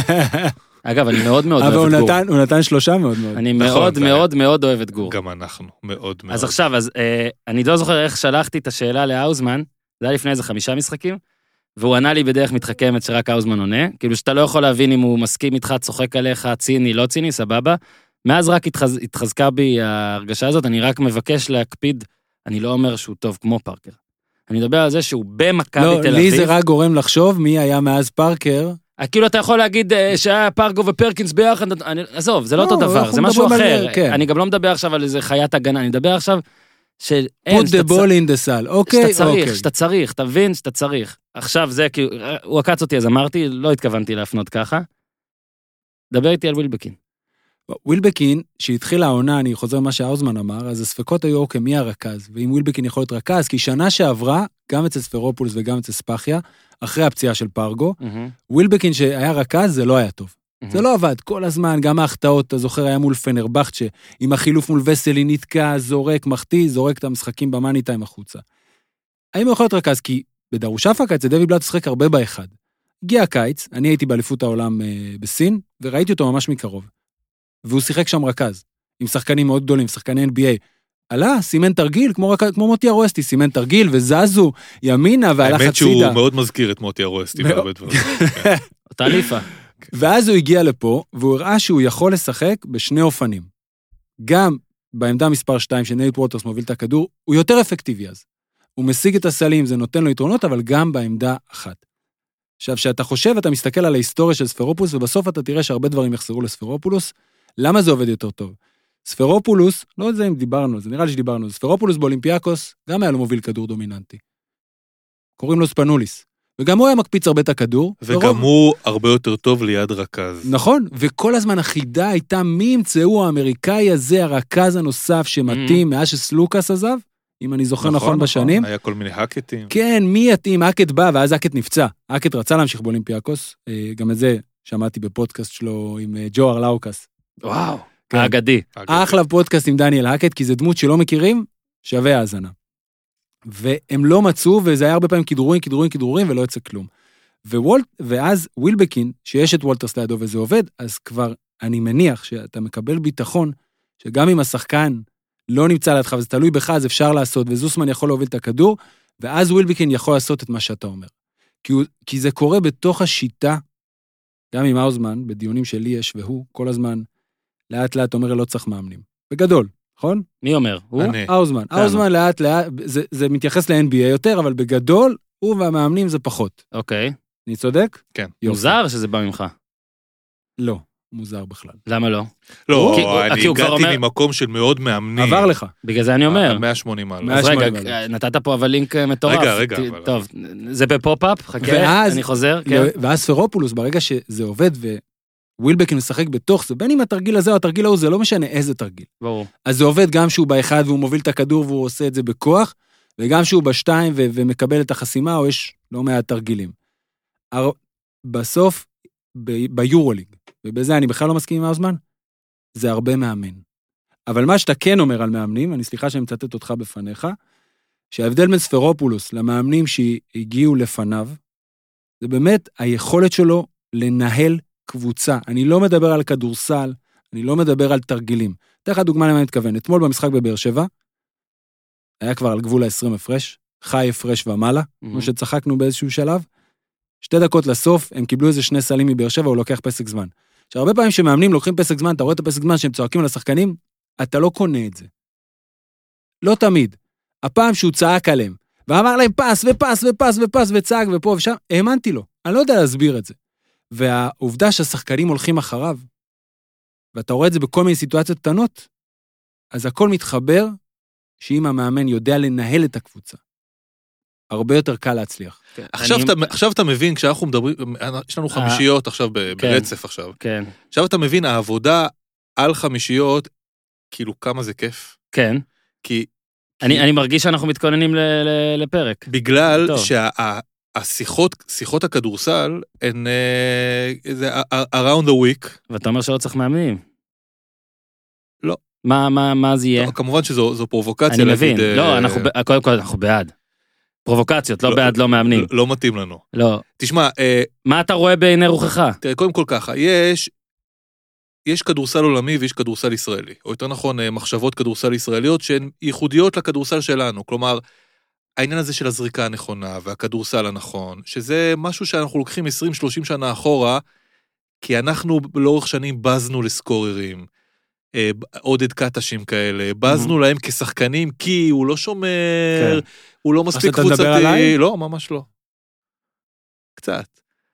אגב, אני מאוד מאוד אבל הוא אוהב את גור. נתן, הוא נתן שלושה מאוד מאוד. אני נכון, מאוד זה- מאוד מאוד אוהב את גור. גם אנחנו, מאוד מאוד. אז עכשיו, אז אה, אני לא זוכר איך שלחתי את השאלה לאוזמן, זה היה לפני איזה חמישה משחקים, והוא ענה לי בדרך מתחכמת שרק האוזמן עונה, כאילו שאתה לא יכול להבין אם הוא מסכים איתך, צוחק עליך, ציני, לא ציני, סבבה. מאז רק התחז... התחזקה בי ההרגשה הזאת, אני רק מבקש להקפיד, אני לא אומר שהוא טוב כמו פארקר. אני מדבר על זה שהוא במכבי לא, תל לי אביב. זה רק גורם לחשוב מי היה מאז פארקר. כאילו אתה יכול להגיד אה, שהיה פרגו ופרקינס ביחד, אני, עזוב, זה לא לא, אותו דבר, אנחנו זה משהו מדברים על אחר. זה, כן. אני גם לא מדבר עכשיו על איזה חיית הגנה, אני מדבר עכשיו שאין, put שאתה the ball in the סל, אוקיי, שאתה צריך, אוקיי. שאתה צריך, תבין שאתה צריך. עכשיו זה כאילו, הוא עקץ אותי, אז אמרתי, לא התכוונתי להפנות ככה. דבר איתי על ווילבקין. ווילבקין, שהתחילה העונה, אני חוזר מה שהאוזמן אמר, אז הספקות היו אוקיי, מי הרכז, ואם ווילבקין יכול להיות רכז, כי שנה שעברה, גם אצל ספרופולוס וגם אצל ספחיה, אחרי הפציעה של פרגו, ווילבקין שהיה רכז, זה לא היה טוב. זה לא עבד, כל הזמן, גם ההחטאות, אתה זוכר, היה מול פנרבכצ'ה, עם החילוף מול וסלי נתקע, זורק, מחטיא, זורק את המשחקים במאני טיים החוצה. האם הוא יכול להיות רכז? כי בדרושפה קיץ, דויד בלאט שחק הרבה באחד. הגיע הקיץ, אני הייתי באליפות העולם אה, בסין, וראיתי אותו ממש מקרוב. והוא שיחק שם רכז, עם שחקנים מאוד גדולים, שחקני אן בי איי. עלה, סימן תרגיל, כמו, רכז, כמו מוטי ארואסטי, סימן תרגיל, וזזו ימינה, והלך האמת שהוא הצידה. מאוד מזכיר את מוטי ארואסטי מאוד. בהרבה דברים. אותה ליפה. ואז הוא הגיע לפה, והוא הראה שהוא יכול לשחק בשני אופנים. גם בעמדה מספר שתיים, שנייט ווטרס מוביל את הכדור, הוא יותר אפקטיבי אז. הוא משיג את הסלים, זה נותן לו יתרונות, אבל גם בעמדה אחת. עכשיו, שאתה חושב, אתה מסתכל על ההיסטוריה של ספרופולוס, ובסוף אתה תראה שהרבה דברים יחזרו לספרופולוס. למה זה עובד יותר טוב? ספרופולוס, לא יודע אם דיברנו, זה נראה לי שדיברנו, ספרופולוס באולימפיאקוס, גם היה לו מוביל כדור דומיננטי. קוראים לו ספנוליס. וגם הוא היה מקפיץ הרבה את הכדור. וגם ורוב... הוא הרבה יותר טוב ליד רכז. נכון, וכל הזמן החידה הייתה מי ימצאו האמריקאי הזה, הרכז הנוסף שמתאים, מאז שסלוקס עזב, אם אני זוכר נכון, נכון בשנים. היה כל מיני הקטים. כן, מי יתאים, הקט בא, ואז הקט נפצע. הקט רצה להמשיך באולימפיאקוס, גם את זה שמעתי בפודקאסט שלו עם ג'ו ארלאוקס. וואו, כן. האגדי. אחלה פודקאסט עם דניאל הקט, כי זה דמות שלא מכירים, שווה האזנה. והם לא מצאו, וזה היה הרבה פעמים כדרורים, כדרורים, כדרורים, ולא יוצא כלום. ווולט, ואז ווילבקין, שיש את וולטרס לידו וזה עובד, אז כבר אני מניח שאתה מקבל ביטחון, שגם אם השחקן לא נמצא לידך, וזה תלוי בך, אז אפשר לעשות, וזוסמן יכול להוביל את הכדור, ואז ווילבקין יכול לעשות את מה שאתה אומר. כי, הוא, כי זה קורה בתוך השיטה, גם עם האוזמן, בדיונים שלי יש, והוא כל הזמן, לאט לאט אומר, לא צריך מאמנים. בגדול, נכון? מי אומר? הוא? אני. האוזמן. האוזמן לאט לאט, זה, זה מתייחס ל-אן בי איי יותר, אבל בגדול, הוא והמאמנים זה פחות. אוקיי. אני צודק? כן. יופי. מוזר שזה בא ממך. לא, מוזר בכלל. למה לא? לא, כי- כי אני הוא כבר אומר- הגעתי ממקום של מאוד מאמנים. עבר לך. בגלל זה אני אומר. מאה ושמונים מעלות. מאה- אז רגע, שמונים מעלות. נתת פה אבל לינק מטורף. רגע, רגע, ת- אבל- טוב, זה בפופ-אפ, חכה, ואז- אני חוזר, כן. ואז ספרופולוס, ברגע שזה עובד ווילבקין משחק בתוך זה, בין אם התרגיל הזה או התרגיל ההוא, זה לא משנה איזה תרגיל. ברור. אז זה עובד גם שהוא באחד והוא מוביל את הכדור והוא עושה את זה בכוח, וגם שהוא בשתיים ו- ומקבל את החסימה, או יש לא מעט תרגילים. הר- בסוף, ב- ביורוליג, ובזה אני בכלל לא מסכים עם האוזמן, זה הרבה מאמן. אבל מה שאתה כן אומר על מאמנים, אני סליחה שאני מצטט אותך בפניך, שההבדל בין ספרופולוס למאמנים שהגיעו לפניו, זה באמת היכולת שלו לנהל קבוצה. אני לא מדבר על כדורסל, אני לא מדבר על תרגילים. אתן לך דוגמה למה אני מתכוון. אתמול במשחק בבאר שבע, היה כבר על גבול ה-עשרים הפרש, חי הפרש ומעלה, mm-hmm. כמו שצחקנו באיזשהו שלב. שתי דקות לסוף, הם קיבלו איזה שני סלים מבאר שבע, הוא לוקח פסק זמן. שהרבה פעמים שמאמנים לוקחים פסק זמן, אתה רואה את הפסק זמן שהם צועקים על השחקנים, אתה לא קונה את זה. לא תמיד. הפעם שהוא צעק עליהם, ואמר להם פס ופס ופס ופס וצעק ופה ושם, האמנתי לו. אני לא יודע להסביר את זה. והעובדה שהשחקנים הולכים אחריו, ואתה רואה את זה בכל מיני סיטואציות קטנות, אז הכל מתחבר שאם המאמן יודע לנהל את הקבוצה, הרבה יותר קל להצליח. עכשיו אתה, עכשיו אתה מבין, כשאנחנו מדברים, יש לנו חמישיות עכשיו ברצף עכשיו. כן. עכשיו אתה מבין, העבודה על חמישיות, כאילו כמה זה כיף. כן. כי... אני, אני מרגיש שאנחנו מתכוננים לפרק. בגלל שהשיחות, שיחות הכדורסל, הן, זה around the week. ואתה אומר שלא צריך מאמנים. לא. מה, מה, מה זה יהיה? כמובן שזו פרובוקציה. אני מבין. לא, אנחנו, קודם כל אנחנו בעד. פרובוקציות, לא בעד, לא מאמנים. לא מתאים לנו. לא. תשמע, מה אתה רואה בעיני רוחך? תראה, קודם כל ככה, יש, יש כדורסל עולמי ויש כדורסל ישראלי, או יותר נכון, מחשבות כדורסל ישראליות שהן ייחודיות לכדורסל שלנו, כלומר, העניין הזה של הזריקה הנכונה והכדורסל הנכון, שזה משהו שאנחנו לוקחים עשרים שלושים שנה אחורה, כי אנחנו לאורך שנים בזנו לסקוררים, עודד קטשים כאלה, בזנו להם כשחקנים, כי הוא לא שומר, הוא לא מספיק קבוצתי, לא, ממש לא. קצת.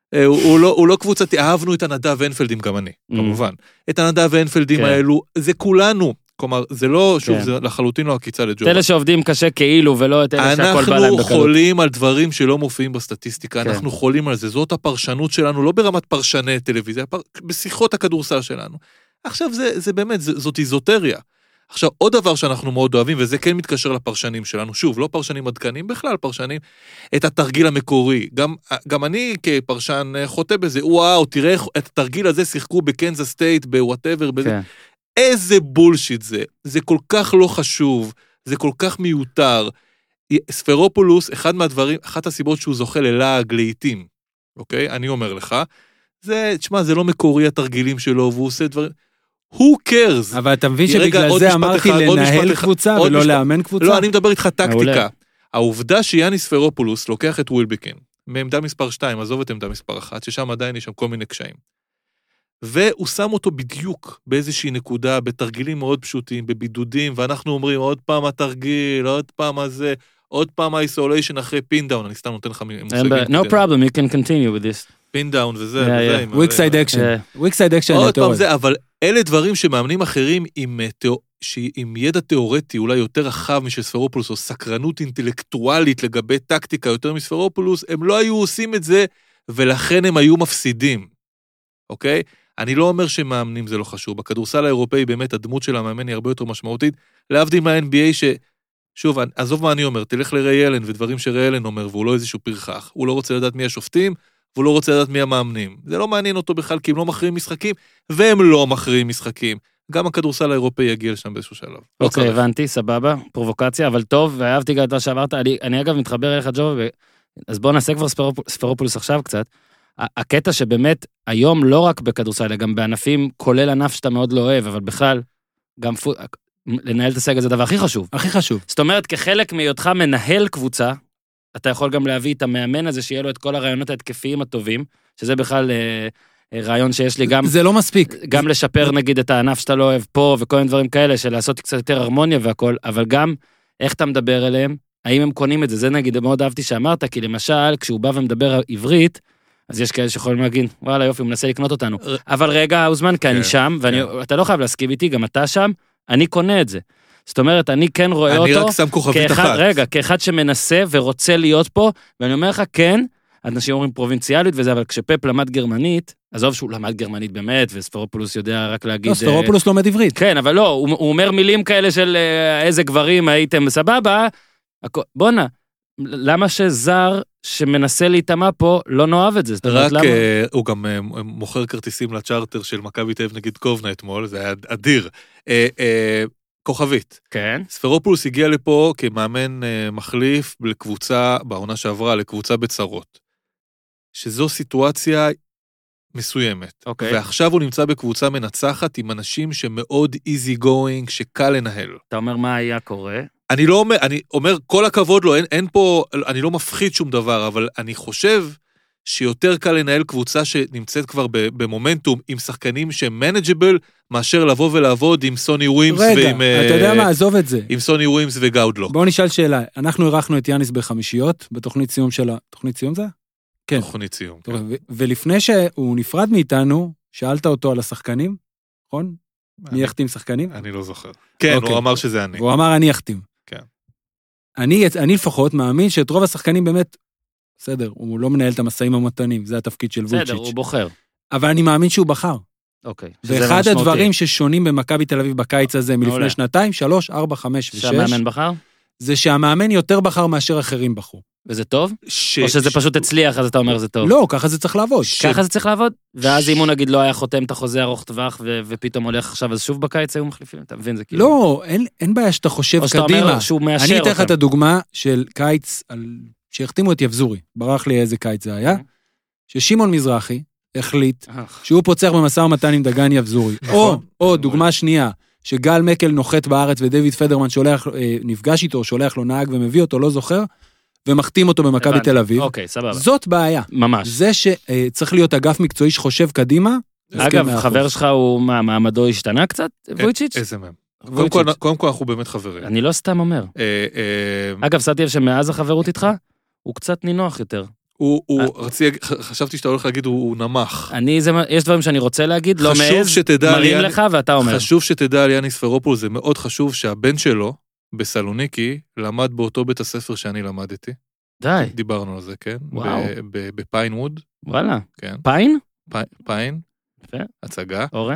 הוא לא קבוצתי, אהבנו את הנדב ואנפלדים גם אני, כמובן. את הנדב ואנפלדים האלו, זה כולנו, כלומר, זה לא, שוב, זה לחלוטין לא הקיצה לג'ובה. את אלה שעובדים קשה כאילו, ולא את אלה שהכל בא להם בקלות. אנחנו חולים על דברים שלא מופיעים בסטטיסטיקה, אנחנו חולים על זה, זאת הפרשנות שלנו, לא ברמת פרשני טלוויזיה, בשיחות הכדורסל שלנו. עכשיו זה, זה באמת, זאת איזוטריה. עכשיו, עוד דבר שאנחנו מאוד אוהבים, וזה כן מתקשר לפרשנים שלנו, שוב, לא פרשנים עדכנים, בכלל פרשנים, את התרגיל המקורי. גם, גם אני כפרשן חוטא בזה, וואו, תראה את התרגיל הזה שיחקו בקנזס סטייט, בוואטאבר, בזה. כן. איזה בולשיט זה. זה כל כך לא חשוב, זה כל כך מיותר. ספרופולוס, אחד מהדברים, אחת הסיבות שהוא זוכה ללעג לעיתים, אוקיי? אני אומר לך, זה, תשמע, זה לא מקורי התרגילים שלו, והוא עושה דברים... Who cares? אבל אתה מבין שבגלל זה אמרתי לנהל קבוצה ולא לאמן קבוצה? לא, אני מדבר איתך טקטיקה. העובדה שיאניס ספרופולוס לוקח את ווילבקין, מעמדה מספר שתיים, עזוב את עמדה מספר אחת, ששם עדיין יש שם כל מיני קשיים. והוא שם אותו בדיוק באיזושהי נקודה, בתרגילים מאוד פשוטים, בבידודים, ואנחנו אומרים, עוד פעם התרגיל, עוד פעם הזה, עוד פעם האיסוליישן אחרי פינדאון, אני סתם נותן לך מושגים. No problem, you can continue with this. פינדאון וזה, וזה. וויק סייד אקשן. וויק סייד אקשן. עוד פעם זה, אבל אלה דברים שמאמנים אחרים עם, עם ידע תיאורטי, אולי יותר רחב משל ספרופולוס, או סקרנות אינטלקטואלית לגבי טקטיקה יותר מספרופולוס, הם לא היו עושים את זה, ולכן הם היו מפסידים. אוקיי? אני לא אומר שמאמנים זה לא חשוב. בכדורסל האירופאי באמת הדמות של המאמן היא הרבה יותר משמעותית, להבדיל מה-אן בי איי ש... שוב, עזוב מה אני אומר, תלך לריי אלן ודברים שריי אלן אומר, והוא לא איזשהו פרחח. הוא לא רוצה לדעת מי השופטים, והוא לא רוצה לדעת מי המאמנים. זה לא מעניין אותו בכלל, כי הם לא מכריעים משחקים, והם לא מכריעים משחקים. גם הכדורסל האירופאי יגיע לשם באיזשהו שלב. אוקיי, הבנתי, סבבה, פרובוקציה, אבל טוב, ואהבתי גם את מה שאמרת, אני, אני אגב מתחבר אליך ג'ובה, אז בואו נעשה כבר ספרופולוס עכשיו קצת. הקטע שבאמת היום לא רק בכדורסל, אלא גם בענפים, כולל ענף שאתה מאוד לא אוהב, אבל בכלל, גם פו... לנהל את הסגל זה הדבר הכי חשוב. הכי חשוב. זאת אומרת, כחלק מהיותך מנהל קבוצה, אתה יכול גם להביא את המאמן הזה, שיהיה לו את כל הרעיונות ההתקפיים הטובים, שזה בכלל אה, רעיון שיש לי גם... זה לא מספיק. גם לשפר נגיד את הענף שאתה לא אוהב פה, וכל מיני דברים כאלה, של לעשות קצת יותר הרמוניה והכל, אבל גם איך אתה מדבר אליהם, האם הם קונים את זה, זה נגיד מאוד אהבתי שאמרת, כי למשל, כשהוא בא ומדבר עברית, אז יש כאלה שיכולים להגיד, וואלה יופי, הוא מנסה לקנות אותנו. אבל רגע, הוזמן, כי אני שם, ואתה לא חייב להסכים איתי, גם אתה שם, אני קונה את זה. זאת אומרת, אני כן רואה אותו... אני רק שם כוכבית אחת. רגע, כאחד שמנסה ורוצה להיות פה, ואני אומר לך, כן, אנשים אומרים פרובינציאלית וזה, אבל כשפפ למד גרמנית, עזוב שהוא למד גרמנית באמת, וספרופולוס יודע רק להגיד... לא, ספרופולוס לומד עברית. כן, אבל לא, הוא, הוא אומר מילים כאלה של איזה גברים הייתם סבבה, בונה, למה שזר שמנסה להתאמה פה לא נאהב את זה? רק הוא גם מוכר כרטיסים לצ'ארטר של מכבי תל אביב נגד קובנה אתמול, זה היה אדיר. כוכבית. כן. ספרופולוס הגיע לפה כמאמן מחליף לקבוצה, בעונה שעברה, לקבוצה בצרות. שזו סיטואציה מסוימת. אוקיי. ועכשיו הוא נמצא בקבוצה מנצחת עם אנשים שמאוד easy going, שקל לנהל. אתה אומר מה היה קורה? אני לא אומר, אני אומר, כל הכבוד לו, אין, אין פה, אני לא מפחיד שום דבר, אבל אני חושב שיותר קל לנהל קבוצה שנמצאת כבר במומנטום, עם שחקנים שהם מנג'יבל, מאשר לבוא ולעבוד עם סוני ווימס רגע, ועם... אתה יודע מה, עזוב את זה. עם סוני ווימס וגאודלו. בואו נשאל שאלה, אנחנו ערכנו את יאניס בחמישיות, בתוכנית סיום שלה, תוכנית סיום זה? כן. תוכנית סיום. טוב, ו- ולפני שהוא נפרד מאיתנו, שאלת אותו על השחקנים, נכון? מי יחתים שחקנים? אני לא זוכר. כן, אוקיי. הוא אמר שזה אני. הוא אמר אני אחתים. כן. אני, אני לפחות מאמין שאת רוב השחקנים באמת, בסדר, הוא לא מנהל את המסעים המתנים, זה התפקיד של וולצ'יץ'. בסדר, הוא בוחר. אבל אני מאמין שהוא בחר. אוקיי. ואחד הדברים ששונים במכבי תל אביב בקיץ הזה מלפני שנתיים, שלוש, ארבע, חמש ושש, שהמאמן בחר? זה שהמאמן יותר בחר מאשר אחרים בחרו. וזה טוב? ש... או שזה פשוט הצליח, אז אתה אומר זה טוב? לא, ככה זה צריך לעבוד. ככה זה צריך לעבוד? ואז אם הוא נגיד לא היה חותם את החוזה ארוך טווח, ופתאום הולך עכשיו, אז שוב בקיץ היו מחליפים, אתה מבין? זה כאילו... לא, אין בעיה שאתה חושב קדימה. או שאתה אומר שהוא מאשר אותם. אני אתן לך את הדוגמה של קיץ, שהחתימו את יבזורי, ברח לי איזה קיץ זה היה, ששימון מזרחי החליט שהוא פוצח במשא ומתן עם דגן יבזורי. או, או דוגמה שנייה, שגל מקל נוחת בארץ ודויד פדרמן שולח, נפגש איתו, שולח לו נהג ומביא אותו, לא זוכר, ומחתים אותו במכבי תל אביב. אוקיי, סבבה. זאת בעיה. ממש. זה שצריך להיות אגף מקצועי שחושב קדימה. אגב, חבר שלך הוא, מה, מעמדו השתנה קצת, וויצ'יץ'? איזה מהם. קודם כל אנחנו באמת חברים. אני לא סתם אומר. אגב, שמתי לב שמאז החברות איתך, הוא קצת נינוח יותר. הוא, הוא, רצי, חשבתי שאתה הולך להגיד, הוא נמך. אני, זה, יש דברים שאני רוצה להגיד, לא מעז, מרים לך ואתה אומר. חשוב שתדע על יאניס פרופולוס, זה מאוד חשוב שהבן שלו, בסלוניקי, למד באותו בית הספר שאני למדתי. די. דיברנו על זה, כן? וואו. בפיינווד. וואלה. כן. פיין? פיין. יפה. הצגה. אורן.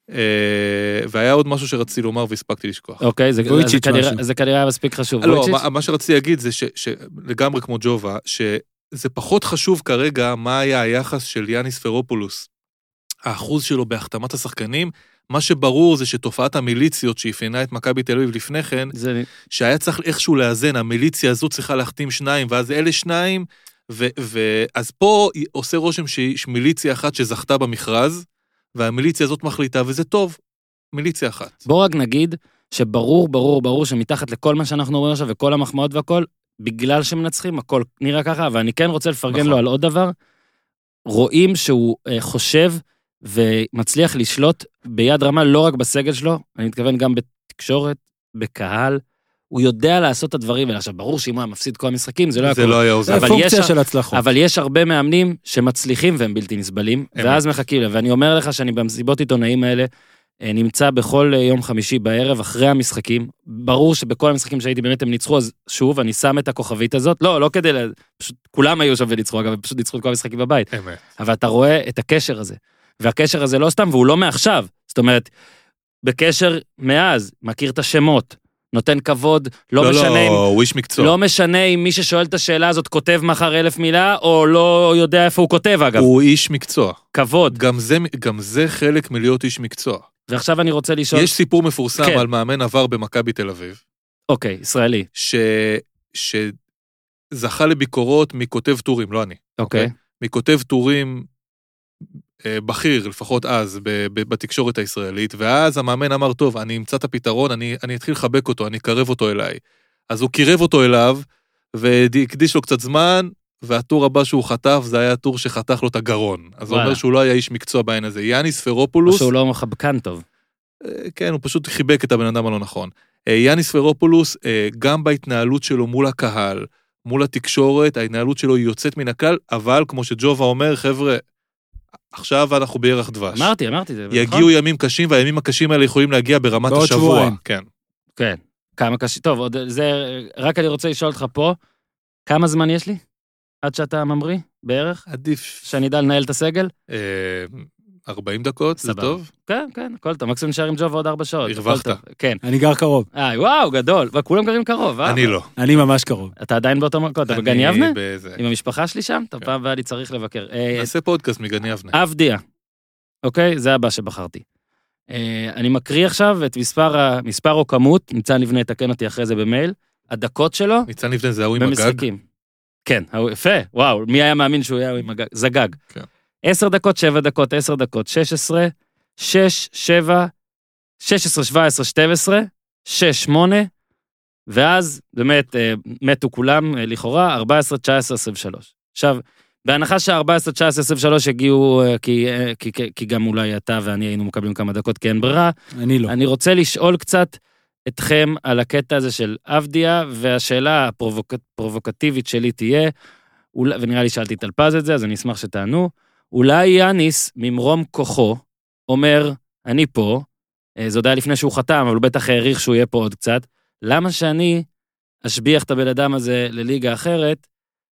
והיה עוד משהו שרציתי לומר והספקתי לשכוח. אוקיי, זה כנראה היה מספיק חשוב. לא, מה שרציתי להגיד זה שלגמרי כמו ג'ובה, שזה פחות חשוב כרגע מה היה היחס של יאניס פרופולוס. האחוז שלו בהחתמת השחקנים, מה שברור זה שתופעת המיליציות שאפיינה את מכבי תל אביב לפני כן, זה... שהיה צריך איכשהו לאזן, המיליציה הזו צריכה להחתים שניים, ואז אלה שניים, ו... ו... אז פה עושה רושם שיש מיליציה אחת שזכתה במכרז, והמיליציה הזאת מחליטה, וזה טוב, מיליציה אחת. בוא רק נגיד שברור, ברור, ברור שמתחת לכל מה שאנחנו אומרים עכשיו, וכל המחמאות והכל, בגלל שמנצחים, הכל נראה ככה, ואני כן רוצה לפרגן נכון. לו על עוד דבר, רואים שהוא uh, חושב ומצליח לשלוט ביד רמה, לא רק בסגל שלו, אני מתכוון גם בתקשורת, בקהל, הוא יודע לעשות את הדברים האלה. עכשיו, ברור שאם הוא היה מפסיד כל המשחקים, זה לא זה לא היה עוזר. זה פונקציה של הצלחות. אבל יש הרבה מאמנים שמצליחים והם בלתי נסבלים, ואז מחכים לה, ואני אומר לך שאני במסיבות עיתונאים האלה, נמצא בכל יום חמישי בערב, אחרי המשחקים, ברור שבכל המשחקים שהייתי באמת הם ניצחו, אז שוב, אני שם את הכוכבית הזאת, לא, לא כדי, פשוט כולם היו שם וניצחו, אגב, פשוט ניצחו את כל המשחקים בבית. אמת. אבל אתה רואה את הקשר הזה, והקשר הזה לא סתם, והוא לא מעכשיו, זאת אומרת, בקשר מאז, מכיר את השמות, נותן כבוד, לא, לא משנה, לא, אם, הוא איש מקצוע. לא משנה אם מי ששואל את השאלה הזאת כותב מחר אלף מילה, או לא יודע איפה הוא כותב, אגב. הוא איש מקצוע. כבוד. גם זה, גם זה חלק מלהיות איש מקצוע. ועכשיו אני רוצה לשאול... יש סיפור מפורסם כן. על מאמן עבר במכבי תל אביב. אוקיי, ישראלי. ש... שזכה לביקורות מכותב טורים, לא אני. אוקיי. מכותב טורים בכיר, לפחות אז, בתקשורת הישראלית, ואז המאמן אמר, טוב, אני אמצא את הפתרון, אני, אני אתחיל לחבק אותו, אני אקרב אותו אליי. אז הוא קירב אותו אליו, והקדיש לו קצת זמן, והטור הבא שהוא חטף, זה היה הטור שחתך לו את הגרון. אז הוא אומר שהוא לא היה איש מקצוע בעין הזה. יאניס פרופולוס... או שהוא לא מחבקן טוב. כן, הוא פשוט חיבק את הבן אדם הלא נכון. יאניס פרופולוס, גם בהתנהלות שלו מול הקהל, מול התקשורת, ההתנהלות שלו היא יוצאת מן הכלל, אבל כמו שג'ובה אומר, חבר'ה, עכשיו אנחנו בירח דבש. אמרתי, אמרתי. זה יגיעו ימים קשים, והימים הקשים האלה יכולים להגיע ברמת השבוע. כן. כן. כמה קשים. טוב, עוד זה, רק אני רוצה לשאול אותך פה, כמה זמן יש לי? עד שאתה ממריא, בערך? עדיף. שאני אדע לנהל את הסגל? ארבעים דקות, זה טוב? כן, כן, הכל טוב. מקסימום נשאר עם ג'ובה עוד ארבע שעות. הרווחת. כן. אני גר קרוב. אה, וואו, גדול. וכולם גרים קרוב, אה? אני לא. אני ממש קרוב. אתה עדיין באותו מקום? אתה בגן יבנה? באיזה... עם המשפחה שלי שם? אתה פעם ואני צריך לבקר. נעשה פודקאסט מגן יבנה. אבדיה. אוקיי? זה הבא שבחרתי. אני מקריא עכשיו את מספר, מספר או כמות, ניצן לבנה יתקן אותי אחרי זה במייל, הדקות שלו. ניצן לבנה זה ההוא עם הגג? כן, יפה, וואו, מי היה מאמין שהוא היה עם הגג? זגג. כן. עשר דקות, שבע דקות, עשר דקות, שש עשרה, שש, שבע, שש עשרה, שבע עשרה, שתים עשרה, שש, שמונה, ואז באמת מתו כולם לכאורה, ארבע עשרה, תשע עשרה, עשרים ושלוש. עכשיו, בהנחה ש-ארבע עשרה, תשע עשרה, עשרים ושלוש הגיעו, כי, כי, כי גם אולי אתה ואני היינו מקבלים כמה דקות, כי אין ברירה. אני לא. אני רוצה לשאול קצת אתכם על הקטע הזה של אבדיה, והשאלה הפרובוקטיבית שלי תהיה, ונראה לי שאלתי תלפז את זה, אז אני אשמח שתענו, אולי יאניס ממרום כוחו אומר, אני פה, זה עוד היה לפני שהוא חתם, אבל הוא בטח העריך שהוא יהיה פה עוד קצת, למה שאני אשביח את הבן אדם הזה לליגה אחרת,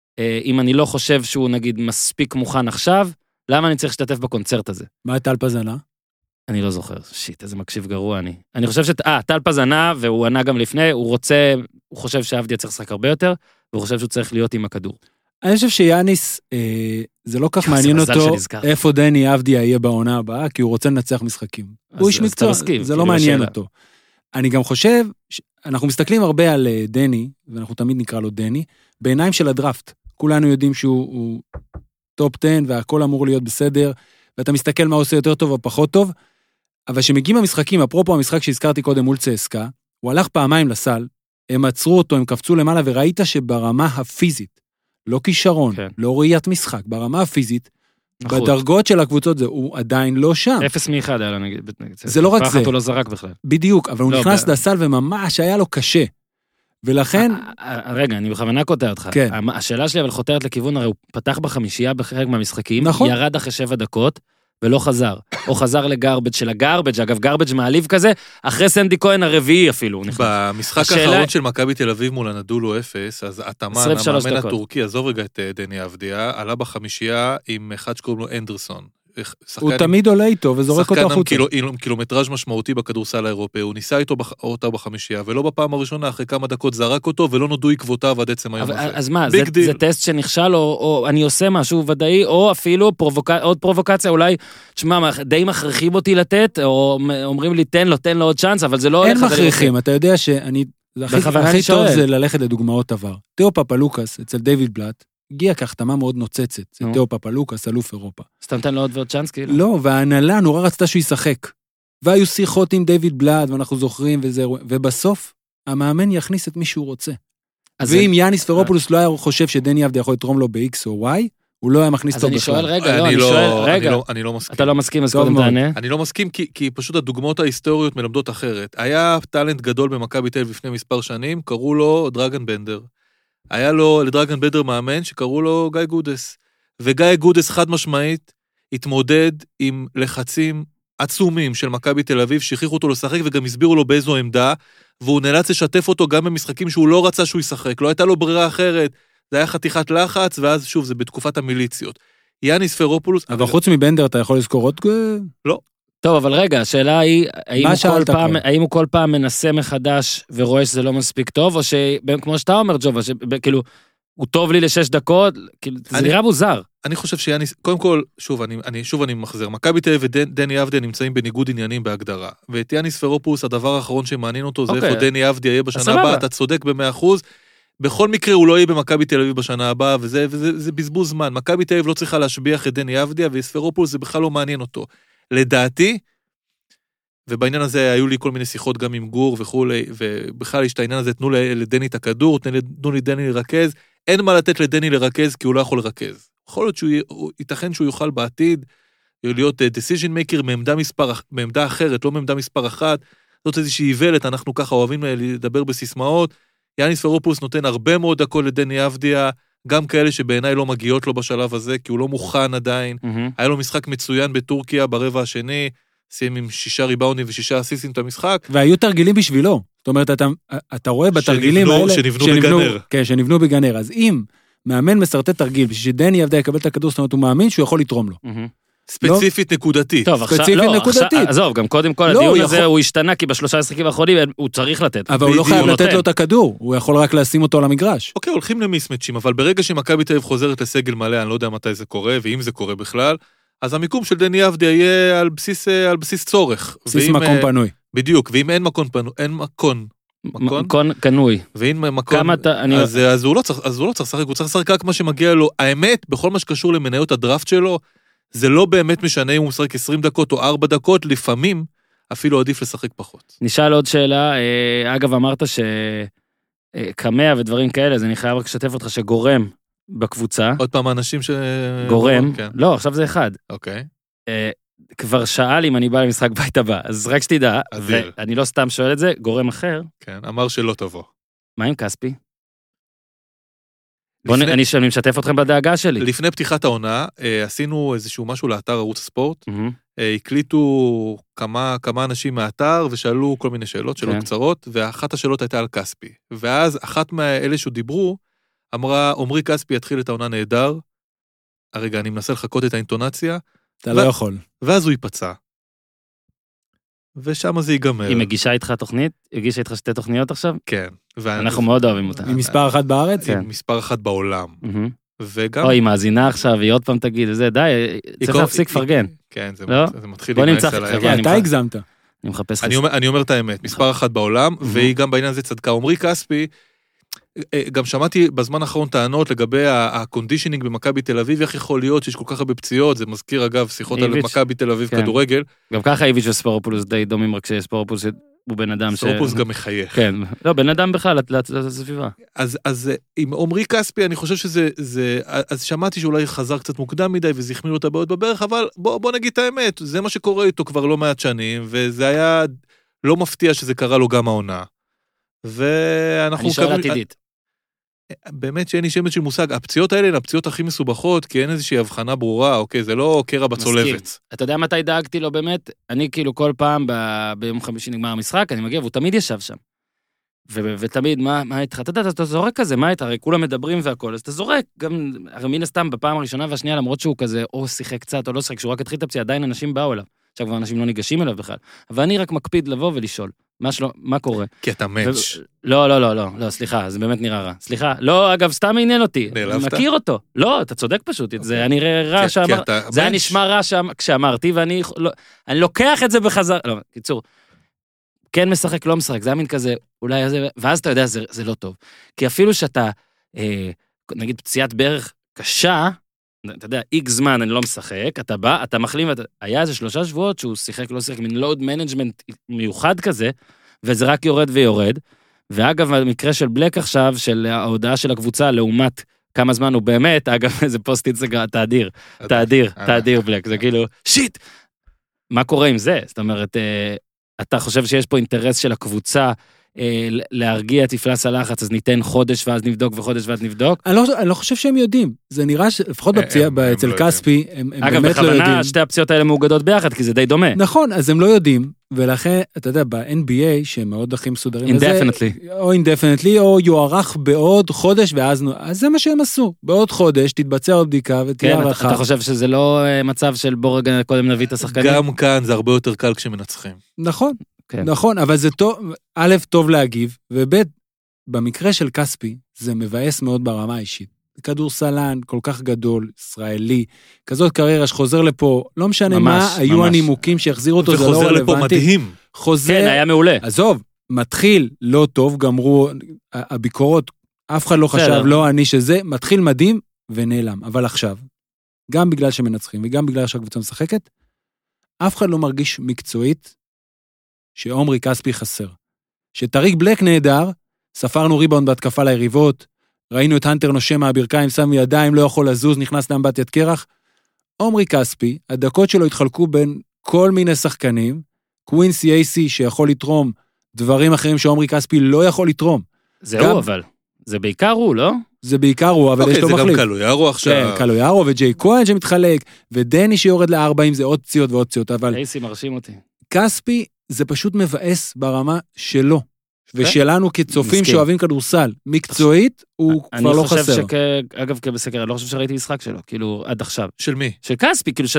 אם אני לא חושב שהוא נגיד מספיק מוכן עכשיו, למה אני צריך להשתתף בקונצרט הזה? מה טלפז ענה? אני לא זוכר, שיט, איזה מקשיב גרוע אני. אני חושב שת... אה, טלפז ענה, והוא ענה גם לפני, הוא רוצה, הוא חושב שאבדיה צריך לשחק הרבה יותר, והוא חושב שהוא צריך להיות עם הכדור. אני חושב שיאניס, אה, זה לא כך מעניין אותו איפה דני אבדיה יהיה בעונה הבאה, כי הוא רוצה לנצח משחקים. הוא איש מקצוע, זה לא מעניין אותו. אני גם חושב, אנחנו מסתכלים הרבה על דני, ואנחנו תמיד נקרא לו דני, בעיניים של הדראפט. כולנו יודעים שהוא טופ עשר, והכל אמור להיות בסדר, ואתה מסתכל מה עושה יותר טוב או פחות טוב, אבל שמגיעים המשחקים, אפרופו המשחק שהזכרתי קודם מול צסקה, הוא הלך פעמיים לסל, הם עצרו אותו, הם קפצו למעלה, וראית שברמה הפיזית, לא כישרון, כן. לא ראיית משחק, ברמה הפיזית, נכון. בדרגות של הקבוצות זה, הוא עדיין לא שם. אפס מאחד היה לו נגד. זה לא רק זה. הוא לא זרק בכלל. בדיוק, אבל הוא לא נכנס ב... לסל וממש היה לו קשה. ולכן... רגע, אני בכוונה קוטע אותך. כן. השאלה שלי אבל חותרת לכיוון, הרי הוא פתח בחמישייה בחלק מהמשחקים, נכון. ירד אחרי שבע דקות, ולא חזר. או חזר לגרבג' של הגרבג', אגב גרבג' מעליב כזה, אחרי סנדי כהן הרביעי אפילו. במשחק האחרון של מכבי תל אביב מול הנדולו אפס, אז התאמן, המאמן הטורקי, עזוב רגע את דני אבדיה, עלה בחמישייה עם אחד שקוראים לו אנדרסון. הוא תמיד עולה איתו וזורק אותו החוצה. שחקן עם קילומטראז' משמעותי בכדורסל האירופאי, הוא ניסה איתו אותה בחמישייה, ולא בפעם הראשונה, אחרי כמה דקות זרק אותו, ולא נודעו עקבותיו עד עצם היום הזה. אז מה, זה טסט שנכשל, או אני עושה משהו ודאי, או אפילו עוד פרובוקציה, אולי, תשמע, די מכריחים אותי לתת, או אומרים לי, תן לו, תן לו עוד צ'אנס, אבל זה לא... אין מכריחים, אתה יודע שאני... הכי טוב זה ללכת לדוגמאות עבר. תיאו פפלוקס, אצל דיוויד בלאט, הגיע כהחתמה מאוד נוצצת, זה תיאו פפלוקס, אלוף אירופה. אז נתן לו עוד ועוד צ'אנס כאילו? לא, וההנהלה נורא רצתה שהוא ישחק. והיו שיחות עם דיוויד בלאט, ואנחנו זוכרים, ובסוף, המאמן יכניס את מי שהוא רוצה. ואם יאניס פרופולוס לא היה חושב שדני אבדיה יכול לתרום לו ב-X או Y, הוא לא היה מכניס אותו בכלל. אז אני שואל, רגע, לא, אני שואל, רגע. אני לא מסכים. אתה לא מסכים, אז קודם תענה. אני לא מסכים, כי פשוט הדוגמאות ההיסטוריות מלמדות אחרת. היה טלנט גדול במכבי תל אביב לפני מספר שנים, קראו לו דרגן בנדר. היה לו לדרגן בנדר מאמן שקראו לו גיא גודס. וגיא גודס חד משמעית התמודד עם לחצים עצומים של מכבי תל אביב, שהכריחו אותו לשחק וגם הסבירו לו באיזו עמדה, והוא נאלץ לשתף אותו גם במשחקים שהוא לא רצה שהוא ישחק. לא הייתה לו ברירה אחרת. זה היה חתיכת לחץ, ואז שוב, זה בתקופת המיליציות. יאניס פרופולוס... אבל חוץ מבנדר, אתה יכול לזכור עוד... לא. טוב, אבל רגע, השאלה היא, האם הוא, כל פעם, האם הוא כל פעם מנסה מחדש, ורואה שזה לא מספיק טוב, או שכמו שאתה אומר, ג'ובה, כאילו, הוא טוב לי לשש דקות, כאילו, זה נראה מוזר. אני חושב שיאניס, קודם כל, שוב, אני, אני, שוב אני מחזר, מכבי תל אביב ודני אבדיה נמצאים בניגוד עניינים בהגדרה, ואת יאניס פרופולוס, הדבר האחרון שמעניין אותו, זה איפה דני אבדיה יהיה בשנה הבאה, אתה צודק ב-מאה אחוז, בכל מקרה הוא לא יהיה במכבי תל אביב בשנה הבאה, וזה, וזה, זה בזבוז זמן. מכבי תל אביב לא צריכה להשביח את דני אבדיה, וספרופולוס זה בכלל לא מעניין אותו. לדעתי, ובעניין הזה היו לי כל מיני שיחות גם עם גור וכולי, ובכלל יש את העניין הזה, תנו לדני את הכדור, תנו לדני לרכז, אין מה לתת לדני לרכז, כי הוא לא יכול לרכז. יכול להיות שהוא, ייתכן שהוא יוכל בעתיד, להיות decision maker מעמדה מספר, מעמדה אחרת, לא מעמדה מספר אחת, זאת איזושהי איוולת, אנחנו ככה אוהבים לדבר בסיסמאות, יאניס פרופולוס נותן הרבה מאוד דקות לדני אבדיה, גם כאלה שבעיניי לא מגיעות לו בשלב הזה, כי הוא לא מוכן עדיין. Mm-hmm. היה לו משחק מצוין בטורקיה ברבע השני, סיים עם שישה ריבאונדים ושישה אסיסטים את המשחק. והיו תרגילים בשבילו. זאת אומרת, אתה, אתה רואה בתרגילים שנבנו, האלה... שנבנו שנבנו בגנר. כן, שנבנו בגנר. אז אם מאמן מסרטט תרגיל, בשביל שדני אבדיה יקבל את הכדור, זאת אומרת, הוא מאמין שהוא יכול לתרום לו. Mm-hmm. ספציפית נקודתית. טוב, ספציפית נקודתית. עזוב, גם קודם כל הדיון הזה הוא השתנה, כי בשלושה משחקים האחרונים הוא צריך לתת. אבל הוא לא חייב לתת לו את הכדור, הוא יכול רק לשים אותו על המגרש. אוקיי, הולכים למיסמצ'ים, אבל ברגע שמכבי תל אביב חוזרת לסגל מלא, אני לא יודע מתי זה קורה, ואם זה קורה בכלל, אז המיקום של דני אבדיה יהיה על בסיס, על בסיס צורך. בסיס מקום פנוי. בדיוק, ואם אין מקום פנוי, אין מקום. מקום קנוי. ואם מקום, אז הוא לא צריך לשחק, הוא צריך לשחק רק מה שמגיע לו. האמת, בכל מה שקשור למניות הדראפט שלו, זה לא באמת משנה אם הוא משחק עשרים דקות או ארבע דקות, לפעמים אפילו עדיף לשחק פחות. נשאל עוד שאלה, אגב אמרת שקמע ודברים כאלה, אז אני חייב רק לשתף אותך שגורם בקבוצה. עוד פעם האנשים ש... גורם, לא, עכשיו זה אחד. אוקיי. כבר שאל אם אני בא למשחק בית הבא, אז רק שתדע, ואני לא סתם שואל את זה, גורם אחר. כן, אמר שלא תבוא. מה עם כספי? אני משתף אתכם בדאגה שלי. לפני פתיחת העונה, עשינו איזשהו משהו לאתר ערוץ הספורט, הקליטו כמה, כמה אנשים מהאתר, ושאלו כל מיני שאלות, שאלות קצרות, ואחת השאלות הייתה על כספי. ואז אחת מאלה שדיברו, אמרה, עומרי כספי יתחיל את העונה נהדר, הרגע, אני מנסה לחכות את האינטונציה, אתה לא יכול. ואז הוא ייפצע. ושם זה ייגמר. היא מגישה איתך תוכנית? הגישה איתך שתי תוכניות עכשיו? כן. אנחנו מאוד אוהבים אותה. היא מספר אחת בארץ? היא מספר אחת בעולם. וגם... או, היא מאזינה עכשיו, היא עוד פעם תגיד, זה די, צריך להפסיק פרגן. כן, זה מתחיל להימאס עליי. אתה הגזמת. אני מחפש... אני אומר את האמת, מספר אחת בעולם, והיא גם בעניין הזה צדקה. עומרי כספי, גם שמעתי בזמן האחרון טענות לגבי הקונדישנינג במכבי תל אביב, איך יכול להיות שיש כל כך הרבה פציעות, זה מזכיר אגב שיחות על מכבי תל אביב כדורגל. גם ככה איביץ' וספורופולוס די דומים, רק שספורופולוס הוא בן אדם ש... ספורופולוס גם מחייך. כן, לא, בן אדם בכלל, לסביבה. אז עם עומרי כספי, אני חושב שזה, אז שמעתי שאולי חזר קצת מוקדם מדי, וזה החמיר אותה בעוד בברך, אבל בוא נגיד את האמת, זה מה שקורה איתו כבר לא מעט שנים, וזה היה לא מפתיע שזה קרה לו גם העונה. ואנחנו... אני שואל עתידית. באמת שאין לי שמץ של מושג, הפציעות האלה הן הפציעות הכי מסובכות, כי אין איזושהי הבחנה ברורה, אוקיי, זה לא קרע בצולבת. אתה יודע מתי דאגתי לו באמת? אני כאילו כל פעם ביום חמישי נגמר המשחק, אני מגיע, והוא תמיד ישב שם. ותמיד, מה איתך? אתה יודע, אתה זורק כזה, מה איתך? הרי כולם מדברים והכל, אז אתה זורק, גם, הרי מן הסתם בפעם הראשונה והשנייה, למרות שהוא כזה, או שיחק קצת, או לא שיחק, שהוא רק התחיל את הפציעה, עדיין אנשים באו אליו. עכשיו כבר אנשים לא ניגשים אליו בכלל. אבל אני רק מקפיד לבוא ולשאול. מה שלא, מה קורה? כי אתה מאץ'. לא, לא, לא, לא, לא, סליחה, זה באמת נראה רע. סליחה, לא, אגב, סתם עניין אותי. נעלבת? אני מכיר אותו. לא, אתה צודק פשוט, זה היה נראה רע שאמר, זה היה נשמע רע כשאמרתי, ואני לוקח את זה בחזר, לא, קיצור, כן משחק, לא משחק, זה היה מין כזה, אולי, ואז אתה יודע, זה לא טוב. כי אפילו שאתה, נגיד, פציעת ברך קשה, אתה יודע, איקס זמן אני לא משחק, אתה בא, אתה מחלים, היה איזה שלושה שבועות שהוא שיחק, לא שיחק, מין לואוד מנג'מנט מיוחד כזה, וזה רק יורד ויורד, ואגב, המקרה של בלק עכשיו, של ההודעה של הקבוצה, לעומת כמה זמן הוא באמת, אגב, איזה פוסט אינסטגרם, תאדיר, תאדיר, תאדיר בלק, זה כאילו, שיט! מה קורה עם זה? זאת אומרת, אתה חושב שיש פה אינטרס של הקבוצה, להרגיע את מפלס הלחץ, אז ניתן חודש ואז נבדוק וחודש ואז נבדוק? אני לא, אני לא חושב שהם יודעים. זה נראה שלפחות בפציעה, אצל כספי, הם, הם אגב, באמת לא יודעים. אגב, בכוונה שתי הפציעות האלה מאוגדות ביחד, כי זה די דומה. נכון, אז הם לא יודעים, ולכן, אתה יודע, ב-אן בי איי, שהם מאוד הכי מסודרים לזה, או indefinitely, או יוארך בעוד חודש, ואז, אז זה מה שהם עשו. בעוד חודש, תתבצע עוד בדיקה, ותהיה כן, הערכה. אתה חושב שזה לא מצב של בוא רגע קודם נביא את השחקנים? גם כאן זה הרבה יותר קל כשמנצחים. נכון. כן. נכון, אבל זה טוב, א', טוב להגיב, וב', במקרה של כספי, זה מבאס מאוד ברמה האישית. כדורסלן כל כך גדול, ישראלי, כזאת קריירה שחוזר לפה, לא משנה ממש, מה, היו ממש. הנימוקים שיחזירו אותו, זה לא רלוונטי. וחוזר לפה מדהים. חוזר, כן, היה מעולה. עזוב, מתחיל לא טוב, גמרו, הביקורות, אף אחד לא חשב, לא אני שזה, מתחיל מדהים ונעלם. אבל עכשיו, גם בגלל שמנצחים, וגם בגלל שהקבוצה משחקת, אף אחד לא מרגיש מקצועית, שעומרי כספי חסר. שטריק בלק נהדר, ספרנו ריבאונד בהתקפה ליריבות, ראינו את הנטר נושם מהברכיים, שם ידיים, לא יכול לזוז, נכנס לאמבטיית קרח. עומרי כספי, הדקות שלו התחלקו בין כל מיני שחקנים, קווינסי אייסי שיכול לתרום דברים אחרים שעומרי כספי לא יכול לתרום. זה גם... הוא אבל, זה בעיקר הוא, לא? זה בעיקר הוא, אבל okay, יש לו מחליף. זה גם קלויארו עכשיו. כן, קלויארו וג'יי כהן שמתחלק, ודני שיורד ל-ארבעים, זה עוד פציעות ועוד פציעות, אבל... אייסי מרשים אותי. כספי זה פשוט מבאס ברמה שלו, ושלנו כצופים שאוהבים כדורסל, מקצועית, הוא כבר לא חסר. אני חושב שאגב, כבסקר, אני לא חושב שראיתי משחק שלו, כאילו, עד עכשיו. של מי? של כספי, כאילו,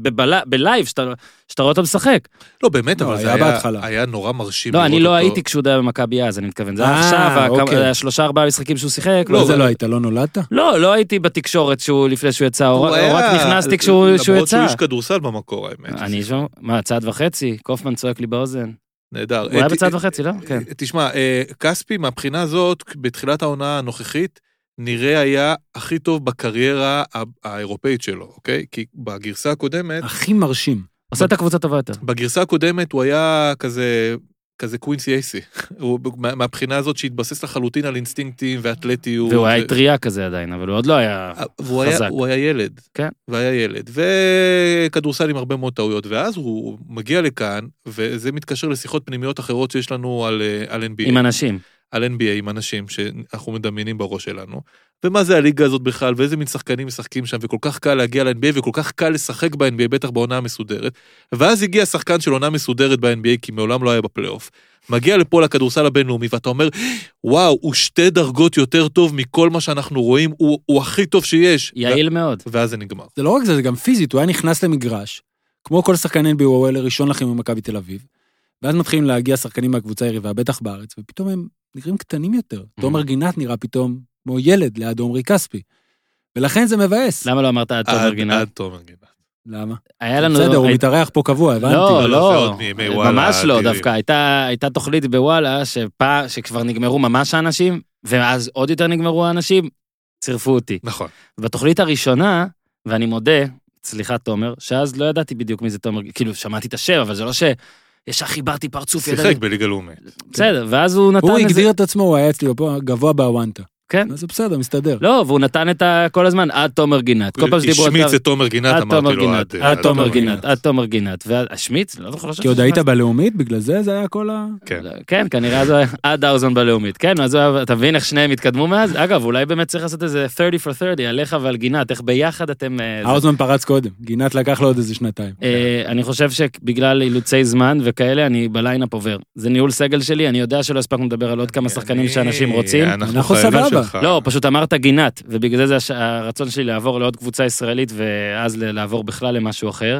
בלייב, שאתה רואה אותו משחק. לא, באמת, אבל זה היה נורא מרשים. לא, אני לא הייתי כשהוא היה במכבי אז, אני מתכוון. זה היה עכשיו, שלושה ארבעה משחקים שהוא שיחק. לא, זה לא היית, לא נולדת? לא, לא הייתי בתקשורת לפני שהוא יצא, או רק נכנסתי כשהוא יצא. למרות שהוא איש כדורסל במקור, האמת. אני שומע, מה, צעד וחצי? קופמן צועק לי באוזן. נהדר. הוא היה בצד וחצי, לא? כן. תשמע, כספי, מהבחינה הזאת, בתחילת העונה הנוכחית, נראה היה הכי טוב בקריירה האירופאית שלו, אוקיי? כי בגרסה הקודמת... הכי מרשים. עושה את הקבוצה טובה יותר. בגרסה הקודמת הוא היה כזה... כזה קווינסי אייסי. הוא מהבחינה הזאת שהתבסס לחלוטין על אינסטינקטים ואתלטיות. והוא היה טריה כזה עדיין, אבל הוא עוד לא היה חזק. הוא היה ילד. כן. והיה ילד. וכדורסל עם הרבה מאוד טעויות. ואז הוא מגיע לכאן, וזה מתקשר לשיחות פנימיות אחרות שיש לנו על אן בי איי. עם אנשים. על אן בי איי, עם אנשים שאנחנו מדמיינים בראש שלנו. ומה זה הליגה הזאת בכלל, ואיזה מין שחקנים משחקים שם, וכל כך קל להגיע ל-אן בי איי, וכל כך קל לשחק ב-אן בי איי, בטח בעונה המסודרת. ואז הגיע שחקן של עונה מסודרת ב-אן בי איי, כי מעולם לא היה בפלייאוף. מגיע לפה לכדורסל הבינלאומי, ואתה אומר, וואו, הוא שתי דרגות יותר טוב מכל מה שאנחנו רואים, הוא, הוא הכי טוב שיש. יעיל ו... מאוד. ואז זה נגמר. זה לא רק זה, זה גם פיזית, הוא היה נכנס למגרש, כמו כל שחקן אן בי איי, הוא עולה ראשון לכם במכבי תל אביב, ואז מתחילים להגיע שחקנים מהקבוצה היריבה, בטח בארץ, ופתאום הם נראים קטנים יותר. תומר גינת נראה פתאום כמו ילד ליד עומרי כספי. ולכן זה מבאס. למה לא אמרת עד תומר גינת? עד תומר גינת. למה? היה לנו... בסדר, הוא מתארח פה קבוע, הבנתי. לא, לא, ממש לא, דווקא. הייתה תוכנית בוואלה, שכבר נגמרו ממש האנשים, ואז עוד יותר נגמרו האנשים, צירפו אותי. נכון. בתוכנית הראשונה, ואני מודה, סליחה תומר, שאז לא ידעתי בדיוק מי זה תומר, כאילו שמעתי את השם, אבל זה לא ש... ישר חיברתי פרצוף. שיחק בליגה לאומית. בסדר, ואז הוא נתן... הוא הגדיר את עצמו, הוא היה אצלי גבוה בהוואנטה. כן. אז זה בסדר, מסתדר. לא, והוא נתן את כל הזמן, עד תומר גינת. כל פעם שדיברו... השמיץ את תומר גינת, אמרתי לו עד... עד תומר גינת, עד תומר גינת. והשמיץ, לא זוכר... כי עוד היית בלאומית, בגלל זה זה היה כל ה... כן, כנראה זה היה עד האוזן בלאומית. כן, אז אתה מבין איך שניהם התקדמו מאז? אגב, אולי באמת צריך לעשות איזה שלושים for שלושים, עליך ועל גינת, איך ביחד אתם... האוזמן פרץ קודם, גינת לקח לו עוד איזה שנתיים. אני חושב שבגלל אילוצי זמן וכאלה, אני בליינאפ עובר. זה ניהול סגל שלי, אני יודע שלא הספקנו לדבר על עוד כמה שחקנים שאנשים רוצים. אנחנו סבבה. לא, פשוט אמרת גינת, ובגלל זה זה הרצון שלי לעבור לעוד קבוצה ישראלית, ואז לעבור בכלל למשהו אחר.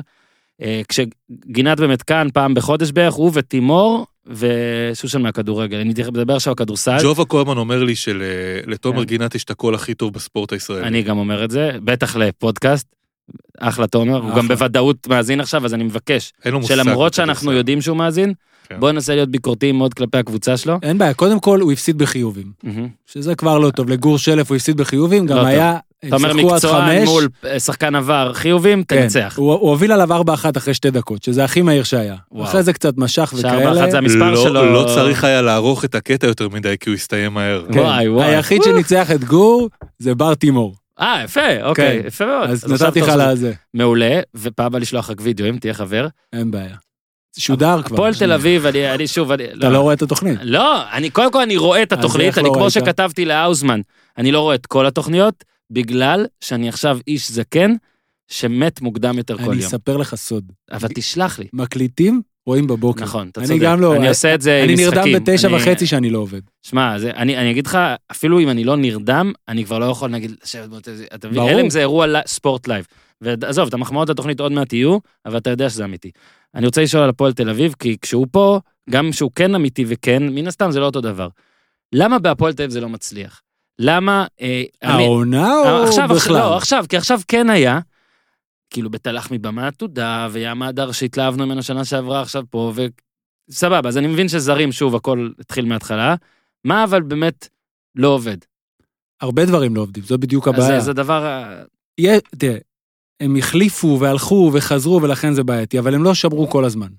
כשגינת באמת כאן, פעם בחודש בערך, הוא ותימור, ושושן מהכדורגל. אני מדבר עכשיו על כדורסל. ג'ובה קוימן אומר לי שלתומר גינת יש את הקול הכי טוב בספורט הישראלי. אני גם אומר את זה, בטח לפודקאסט. אחלה תומר, הוא גם בוודאות מאזין עכשיו, אז אני מבקש, שלמרות שאנחנו יודעים שהוא מאזין, בואו ננסה להיות ביקורתיים מאוד כלפי הקבוצה שלו. אין בעיה, קודם כל הוא הפסיד בחיובים, שזה כבר לא טוב, לגור שלף הוא הפסיד בחיובים, גם היה, אתה אומר מקצוען מול שחקן עבר חיובים, תנצח. הוא הוביל עליו ארבע אחת אחרי שתי דקות, שזה הכי מהיר שהיה. אחרי זה קצת משך וכאלה. שארבע אחת זה המספר שלו. לא צריך היה לערוך את הקטע יותר מדי, כי הוא הסתיים מהר. היחיד שניצח את גור, זה בר תימור. אה, יפה, אוקיי, יפה מאוד. אז נתתי לך לזה. מעולה, ופעם בא לשלוח רק וידאו, אם תהיה חבר. אין בעיה. שודר כבר. הפועל תל אביב, אני שוב... אתה לא רואה את התוכנית? לא, קודם כל אני רואה את התוכנית, אני כמו שכתבתי לאוזמן, אני לא רואה את כל התוכניות, בגלל שאני עכשיו איש זקן, שמת מוקדם יותר כל יום. אני אספר לך סוד. אבל תשלח לי. מקליטים, רואים בבוקר. נכון, אתה צודק. אני עושה את זה עם משחקים. אני נרדם בתשע וחצי שאני לא עובד. שמע, אני אגיד לך, אפילו אם אני לא נרדם, אני כבר לא יכול להגיד, אתה מבין, אלא אם זה אירוע ספורט לייב. ועזוב, את המחמאות לתוכנית עוד מעט יהיו, אבל אתה יודע שזה אמיתי. אני רוצה לשאול על הפועל תל אביב, כי כשהוא פה, גם שהוא כן אמיתי וכן, מן הסתם זה לא אותו דבר. למה בהפועל תל אביב זה לא מצליח? למה... העונה או בכלל? לא, עכשיו, כי עכשיו כן היה, כאילו בתלח מבמה עתודה, ויעמד הר שהתלהבנו ממנו שנה שעברה עכשיו פה, וסבבה, אז אני מבין שזרים, שוב, הכל התחיל מההתחלה. מה אבל באמת לא עובד? הרבה דברים לא עובדים, זו בדיוק הבעיה. אז זה דבר... תראה, הם החליפו והלכו וחזרו, ולכן זה בעייתי, אבל הם לא שמרו כל הזמן.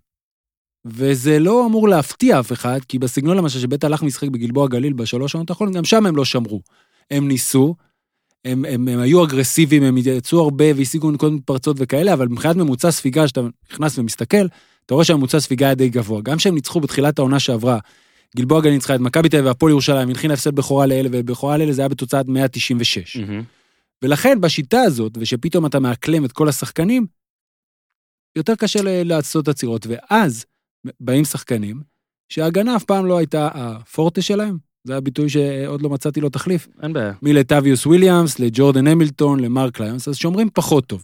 וזה לא אמור להפתיע אף אחד, כי בסגנון למשל שבית הלך משחק בגלבוע גליל בשלוש שנות האחרונות, גם שם הם לא שמרו. הם ניסו, הם, הם, הם היו אגרסיביים, הם יצאו הרבה והשיגו נקודות מתפרצות וכאלה, אבל מבחינת ממוצע ספיגה, שאתה נכנס ומסתכל, אתה רואה שהממוצע ספיגה היה די גבוה. גם שהם ניצחו בתחילת העונה שעברה, גלבוע גליל ניצחה את מכבי תל אביב והפועל ירושלים, הנחין הפסד בכורה לאלה, ובכורה לאלה זה היה בתוצאת מאה תשעים ושש. Mm-hmm. ולכן בשיטה הזאת, ושפתאום אתה מאקלם את כל השחקנים, יותר קשה לעשות עצירות, ואז באים שחקנים, שההגנה אף פעם לא הייתה הפורטה שלהם, זה הביטוי שעוד לא מצאתי לו תחליף. אין בעיה. מלטאביוס וויליאמס, לג'ורדן המילטון, למרק ליונס, אז שאומרים פחות טוב.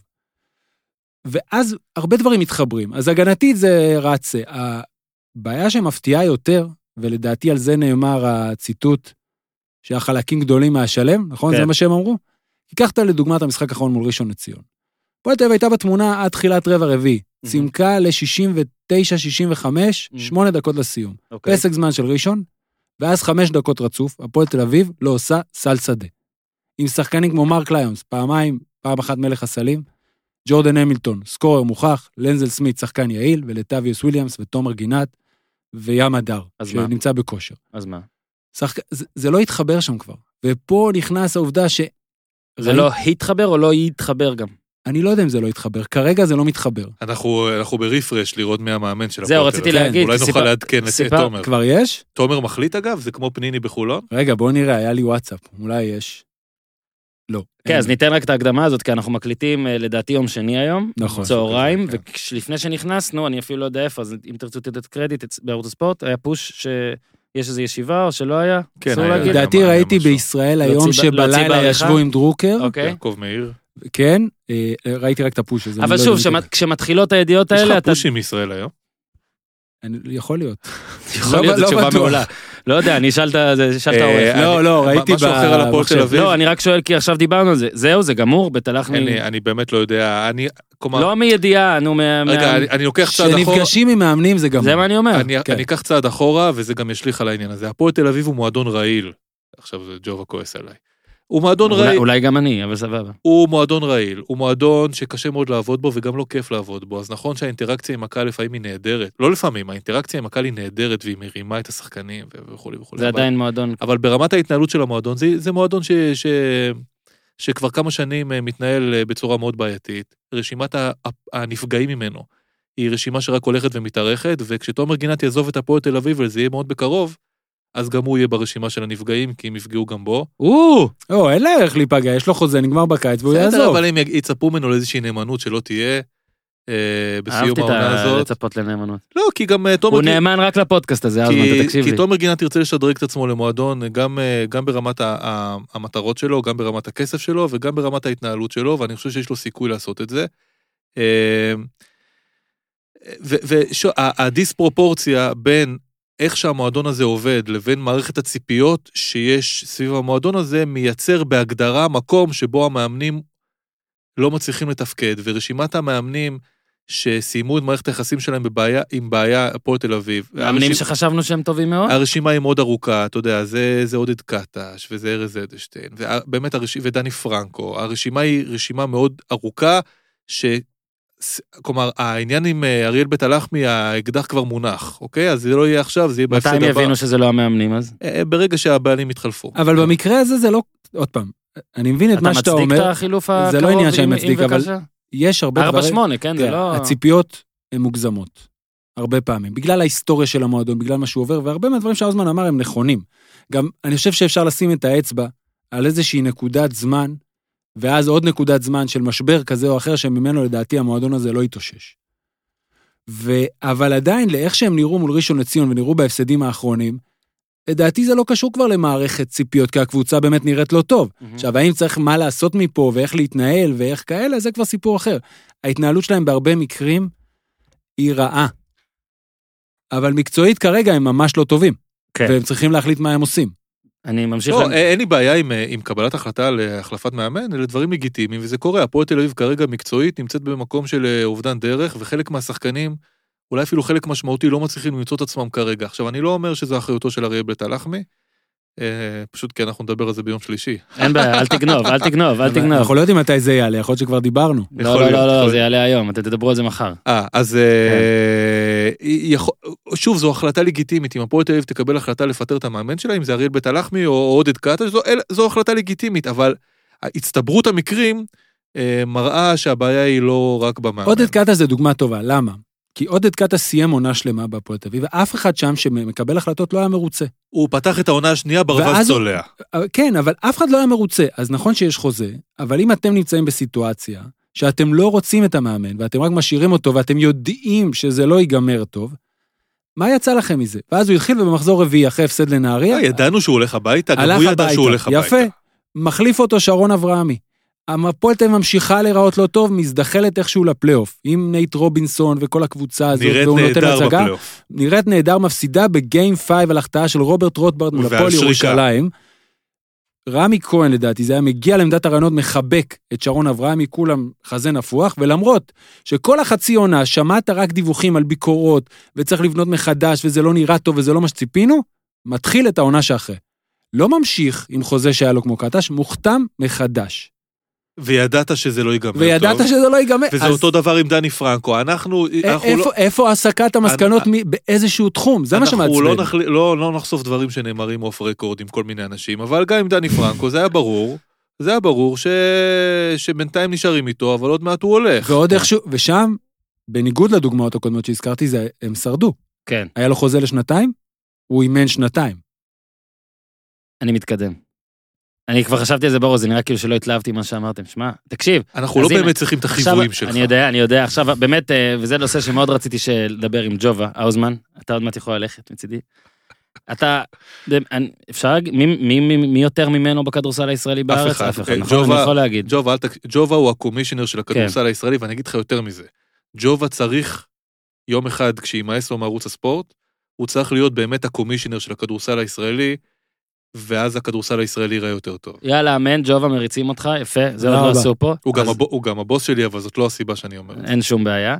ואז הרבה דברים מתחברים. אז הגנתית זה רצה. הבעיה שמפתיעה יותר, ולדעתי על זה נאמר הציטוט, שהחלקים גדולים מהשלם, נכון? כן. זה מה שהם אמרו? קחת לדוגמת המשחק האחרון מול ראשון לציון. הפועל תל אביב הייתה בתמונה עד תחילת רבע רביעי, mm-hmm. צימקה ל-שישים ותשע שישים וחמש, mm-hmm. שמונה דקות לסיום. Okay. פסק זמן של ראשון, ואז חמש דקות רצוף, הפועל תל אביב לא עושה סל שדה. עם שחקנים כמו מרק ליונס, פעמיים, פעם אחת מלך הסלים, ג'ורדן המילטון, סקורר מוכח, לנזל סמית, שחקן יעיל, ולטאביוס וויליאמס ותומר גינת, וים הדר, שנמצא בכושר. אז מה? שחק... זה, זה לא התחבר שם כבר. ופה נכנס העובדה ש... זה ראי... לא התחבר או לא יתחבר גם? אני לא יודע אם זה לא יתחבר. כרגע זה לא מתחבר. אנחנו, אנחנו בריפרש לראות מי המאמן של הפועל. זהו, רציתי להגיד. אולי נוכל לעדכן את תומר. כבר יש? תומר מחליט אגב? זה כמו פניני בחולון? רגע, בוא נראה, היה לי וואטסאפ. אולי יש. לא. כן, אז ניתן רק את ההקדמה הזאת, כי אנחנו מקליטים לדעתי יום שני היום. נכון. צהריים, ולפני שנכנסנו, אני אפילו לא יודע איפה, אז אם תרצו לתת קרדיט בערוץ הספורט, היה פוש ש... יש איזו ישיבה או שלא היה? כן, לדעתי ראיתי בישראל היום שבלילה ישבו עם דרוקר. יעקב מאיר. כן, ראיתי רק את הפוש הזה. אבל שוב, כשמתחילות הידיעות האלה... יש לך פושים מישראל היום? יכול להיות. יכול להיות, זו תשובה מעולה. לא יודע, אני אשאל את העורך. לא, לא, ראיתי משהו אחר על הפועל תל אביב. לא, אני רק שואל, כי עכשיו דיברנו על זה. זהו, זה גמור, בתלך מ... אני באמת לא יודע. לא מידיעה, נו... רגע, אני לוקח צעד אחורה. שנפגשים עם מאמנים זה גמור. זה מה אני אומר. אני אקח צעד אחורה, וזה גם ישליך על העניין הזה. הפועל תל אביב הוא מועדון רעיל. עכשיו זה ג'ובה כועס עליי. הוא מועדון רעיל. אולי גם אני, אבל סבבה. הוא מועדון רעיל. הוא מועדון שקשה מאוד לעבוד בו, וגם לא כיף לעבוד בו. אז נכון שהאינטראקציה עם הקהל לפעמים היא נהדרת. לא לפעמים, האינטראקציה עם הקהל היא נהדרת, והיא מרימה את השחקנים וכו' וכו'. זה עדיין מועדון. אבל ברמת ההתנהלות של המועדון, זה, זה מועדון ש, ש, שכבר כמה שנים מתנהל בצורה מאוד בעייתית. רשימת הנפגעים ממנו היא רשימה שרק הולכת ומתארכת, וכשתומר גינת יעזוב את הפועל תל אביב, וזה יהיה מאוד בקרוב, אז גם הוא יהיה ברשימה של הנפגעים, כי הם יפגעו גם בו. או, אין לה איך להיפגע, יש לו חוזה, נגמר בקיץ, והוא יעזוב. אבל הם יצפו ממנו לאיזושהי נאמנות שלא תהיה בסיום העונה הזאת. אהבתי את לצפות לנאמנות. לא, כי גם תומר... הוא נאמן רק לפודקאסט הזה, אז אתה תקשיב לי. כי תומר גינת ירצה לשדרג את עצמו למועדון, גם ברמת המטרות שלו, גם ברמת הכסף שלו, וגם ברמת ההתנהלות שלו, ואני חושב שיש לו סיכוי לעשות את זה. והדיספרופורציה בין איך שהמועדון הזה עובד, לבין מערכת הציפיות שיש סביב המועדון הזה, מייצר בהגדרה מקום שבו המאמנים לא מצליחים לתפקד, ורשימת המאמנים שסיימו את מערכת היחסים שלהם בבעיה, עם בעיה הפועל תל אביב. מאמנים הרשימה, שחשבנו שהם טובים מאוד? הרשימה היא מאוד ארוכה, אתה יודע, זה, זה עודד קטש, וזה ארז אדלשטיין, ובאמת הרש... ודני פרנקו. הרשימה היא רשימה מאוד ארוכה, ש... כלומר, העניין עם אריאל בית הלחמי, האקדח כבר מונח, אוקיי? אז זה לא יהיה עכשיו, זה יהיה בהפסד הבא. מתי הם יבינו שזה לא המאמנים אז? ברגע שהבעלים יתחלפו. אבל במקרה הזה זה לא, עוד פעם, אני מבין את מה שאתה אומר. אתה מצדיק את החילוף הקרוב? זה לא עניין שאני מצדיק, אבל יש הרבה דברים. ארבע שמונה, כן, זה לא... הציפיות הן מוגזמות, הרבה פעמים, בגלל ההיסטוריה של המועדון, בגלל מה שהוא עובר, והרבה מהדברים שהאוזמן אמר הם נכונים. גם אני חושב שאפשר לשים את האצבע על איזושהי נקודת זמן, ואז עוד נקודת זמן של משבר כזה או אחר, שממנו לדעתי המועדון הזה לא יתאושש. ו... אבל עדיין, לאיך שהם נראו מול ראשון לציון, ונראו בהפסדים האחרונים, לדעתי זה לא קשור כבר למערכת ציפיות, כי הקבוצה באמת נראית לא טוב. Mm-hmm. עכשיו, האם צריך מה לעשות מפה, ואיך להתנהל, ואיך כאלה, זה כבר סיפור אחר. ההתנהלות שלהם בהרבה מקרים, היא רעה. אבל מקצועית כרגע הם ממש לא טובים. כן. והם צריכים להחליט מה הם עושים. אני ממשיך... לא, אין לי בעיה עם, עם קבלת החלטה להחלפת מאמן, אלה דברים לגיטימיים, וזה קורה. הפועל תל אביב כרגע מקצועית נמצאת במקום של אובדן דרך, וחלק מהשחקנים, אולי אפילו חלק משמעותי, לא מצליחים למצוא את עצמם כרגע. עכשיו, אני לא אומר שזו אחריותו של אריאל בית הלחמי, פשוט כי אנחנו נדבר על זה ביום שלישי. אין בעיה, אל תגנוב, אל תגנוב, אל תגנוב. אנחנו לא יודעים מתי זה יעלה, יכול להיות שכבר דיברנו. לא, לא, לא, לא, זה יעלה היום, אתם תדברו על זה מחר. אה, אז שוב, זו החלטה לגיטימית, אם הפועל תל אביב תקבל החלטה לפטר את המאמן שלה, אם זה אריאל בית הלחמי או עודד קטש, זו החלטה לגיטימית, אבל הצטברות המקרים מראה שהבעיה היא לא רק במאמן. עודד קטש זה דוגמה טובה, למה? כי עודד קטש סיים עונה שלמה בהפועל תל אביב, ואף אחד שם שמקבל החלטות לא היה מרוצה. הוא פתח את העונה השנייה ברווז צולע. כן, אבל אף אחד לא היה מרוצה. אז נכון שיש חוזה, אבל אם אתם נמצאים בסיטואציה שאתם לא רוצים את המאמן, ואתם רק משאירים אותו, ואתם יודעים שזה לא ייגמר טוב, מה יצא לכם מזה? ואז הוא התחיל ובמחזור רביעי אחרי הפסד לנהריה. ידענו שהוא הולך הביתה, גם הוא ידע שהוא הולך הביתה. יפה, מחליף אותו שרון אברהמי. הפועל תל אביב ממשיכה להיראות לא טוב, מזדחלת איכשהו לפלייאוף, עם נייט רובינסון וכל הקבוצה הזאת, נראית נהדר בפלייאוף. נראית נהדר, מפסידה בגיים פייב על החטאה של רוברט רוטברד מול הפועל ירושלים. רמי כהן לדעתי, זה היה מגיע לעמדת הרעיונות, מחבק את שרון אברהמי, כולם חזה נפוח, ולמרות שכל החצי עונה שמעת רק דיווחים על ביקורות, וצריך לבנות מחדש, וזה לא נראה טוב, וזה לא מה שציפינו, מתחיל את העונה שאחרי. לא ממשיך עם חוזה שהיה לו כמו קטש, מוכתם מחדש. וידעת שזה לא ייגמר טוב. וידעת שזה לא ייגמר. וזה אותו דבר עם דני פרנקו. אנחנו... איפה הסקת המסקנות באיזשהו תחום? זה מה שמעצבן. אנחנו לא נחשוף דברים שנאמרים אוף רקורד עם כל מיני אנשים, אבל גם עם דני פרנקו זה היה ברור, זה היה ברור שבינתיים נשארים איתו, אבל עוד מעט הוא הולך. ועוד איכשהו, ושם, בניגוד לדוגמאות הקודמות שהזכרתי, הם שרדו. כן. היה לו חוזה לשנתיים, הוא אימן שנתיים. אני מתקדם. אני כבר חשבתי על זה ברור, זה נראה כאילו שלא התלהבתי מה שאמרתם. שמע, תקשיב. אנחנו לא באמת צריכים את החיוויים שלך. אני יודע, אני יודע. עכשיו, באמת, וזה נושא שמאוד רציתי לדבר עם ג'ובה, האוזמן. אתה עוד מעט יכול ללכת מצידי. אתה, אפשר, מי יותר ממנו בכדורסל הישראלי בארץ? אף אחד. נכון, אני יכול להגיד. ג'ובה הוא הקומישיונר של הכדורסל הישראלי, ואני אגיד לך יותר מזה. ג'ובה צריך, יום אחד, כשימאס לו מערוץ הספורט, הוא צריך להיות באמת הקומישיונר של הכדורסל הישראלי, ואז הכדורסל הישראלי יראה יותר טוב. יאללה, אמן, ג'ובה מריצים אותך, יפה, זה עוד לא עשו פה. הוא גם הבוס שלי, אבל זאת לא הסיבה שאני אומר. אין שום בעיה.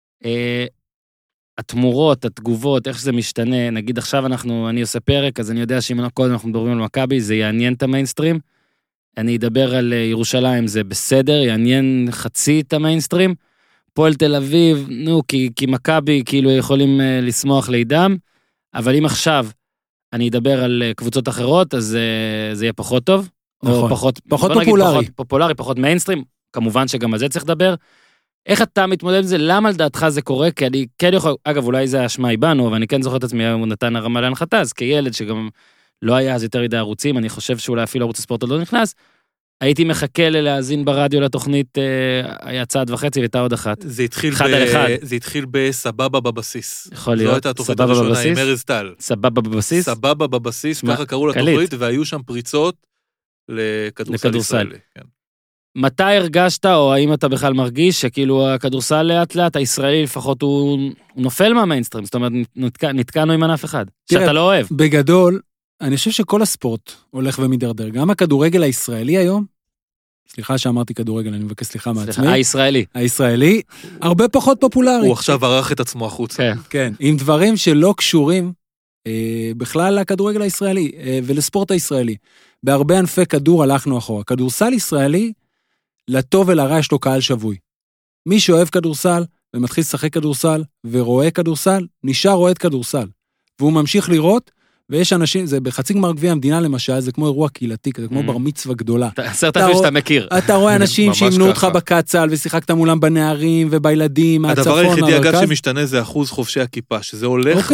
התמורות, התגובות, איך שזה משתנה, נגיד עכשיו אנחנו, אני עושה פרק, אז אני יודע שאם קודם אנחנו מדברים על מכבי, זה יעניין את המיינסטרים. אני אדבר על ירושלים, זה בסדר, יעניין חצי את המיינסטרים. פועל תל אביב, נו, כי, כי מכבי כאילו יכולים לשמוח לידם, אבל אם עכשיו אני אדבר על קבוצות אחרות, אז זה, זה יהיה פחות טוב. נכון. או פחות, פחות פופולרי. פחות פופולרי, פחות מיינסטרים, כמובן שגם על זה צריך לדבר. איך אתה מתמודד עם זה? למה לדעתך זה קורה? כי אני כן יכול, אגב, אולי זה האשמה איבנו, אבל אני כן זוכר את עצמי, הוא נתן הרמה להנחתה, אז כילד שגם לא היה אז יותר ידי ערוצים, אני חושב שאולי אפילו ערוץ הספורט עוד לא נכנס, הייתי מחכה ללהזין ברדיו לתוכנית, היה צעד וחצי, והייתה עוד אחת. זה התחיל, אחד ב... על אחד. זה התחיל בסבבה בבסיס. יכול להיות. זו הייתה התוכנית הראשונה עם ארז טל. סבבה בבסיס? סבבה בבסיס, ככה קראו לתוכנית, והיו שם פריצות לכדורסל ישראלי. כן. מתי הרגשת, או האם אתה בכלל מרגיש, שכאילו הכדורסל לאט לאט, הישראלי לפחות הוא, הוא נופל מהמיינסטרים, זאת אומרת, נתקע, נתקענו עם ענף אחד, תראה, שאתה לא אוהב. בגדול, אני חושב שכל הספורט הולך ומדרדר, גם הכדורגל הישראלי היום, סליחה שאמרתי כדורגל, אני מבקש סליחה מעצמי. הישראלי. הישראלי, הרבה פחות פופולרי. הוא עכשיו ערך את עצמו החוצה. כן. כן, עם דברים שלא קשורים אה, בכלל לכדורגל הישראלי, אה, ולספורט הישראלי. בהרבה ענפי כדור הלכנו אחורה. כדורסל ישראלי, לטוב ולרע יש לו קהל שבוי. מי שאוהב כדורסל, ומתחיל לשחק כדורסל, ורואה כדורסל, נשאר רואה את כדורסל. והוא ממשיך לראות, ויש אנשים, זה בחצי גמר גביע המדינה למשל, זה כמו אירוע קהילתי, זה כמו בר מצווה גדולה. עשרת אלפים שאתה מכיר. אתה רואה אנשים שימנו אותך בקצל, ושיחקת מולם בנערים ובילדים, הדבר היחידי אגב שמשתנה זה אחוז חובשי הכיפה, שזה הולך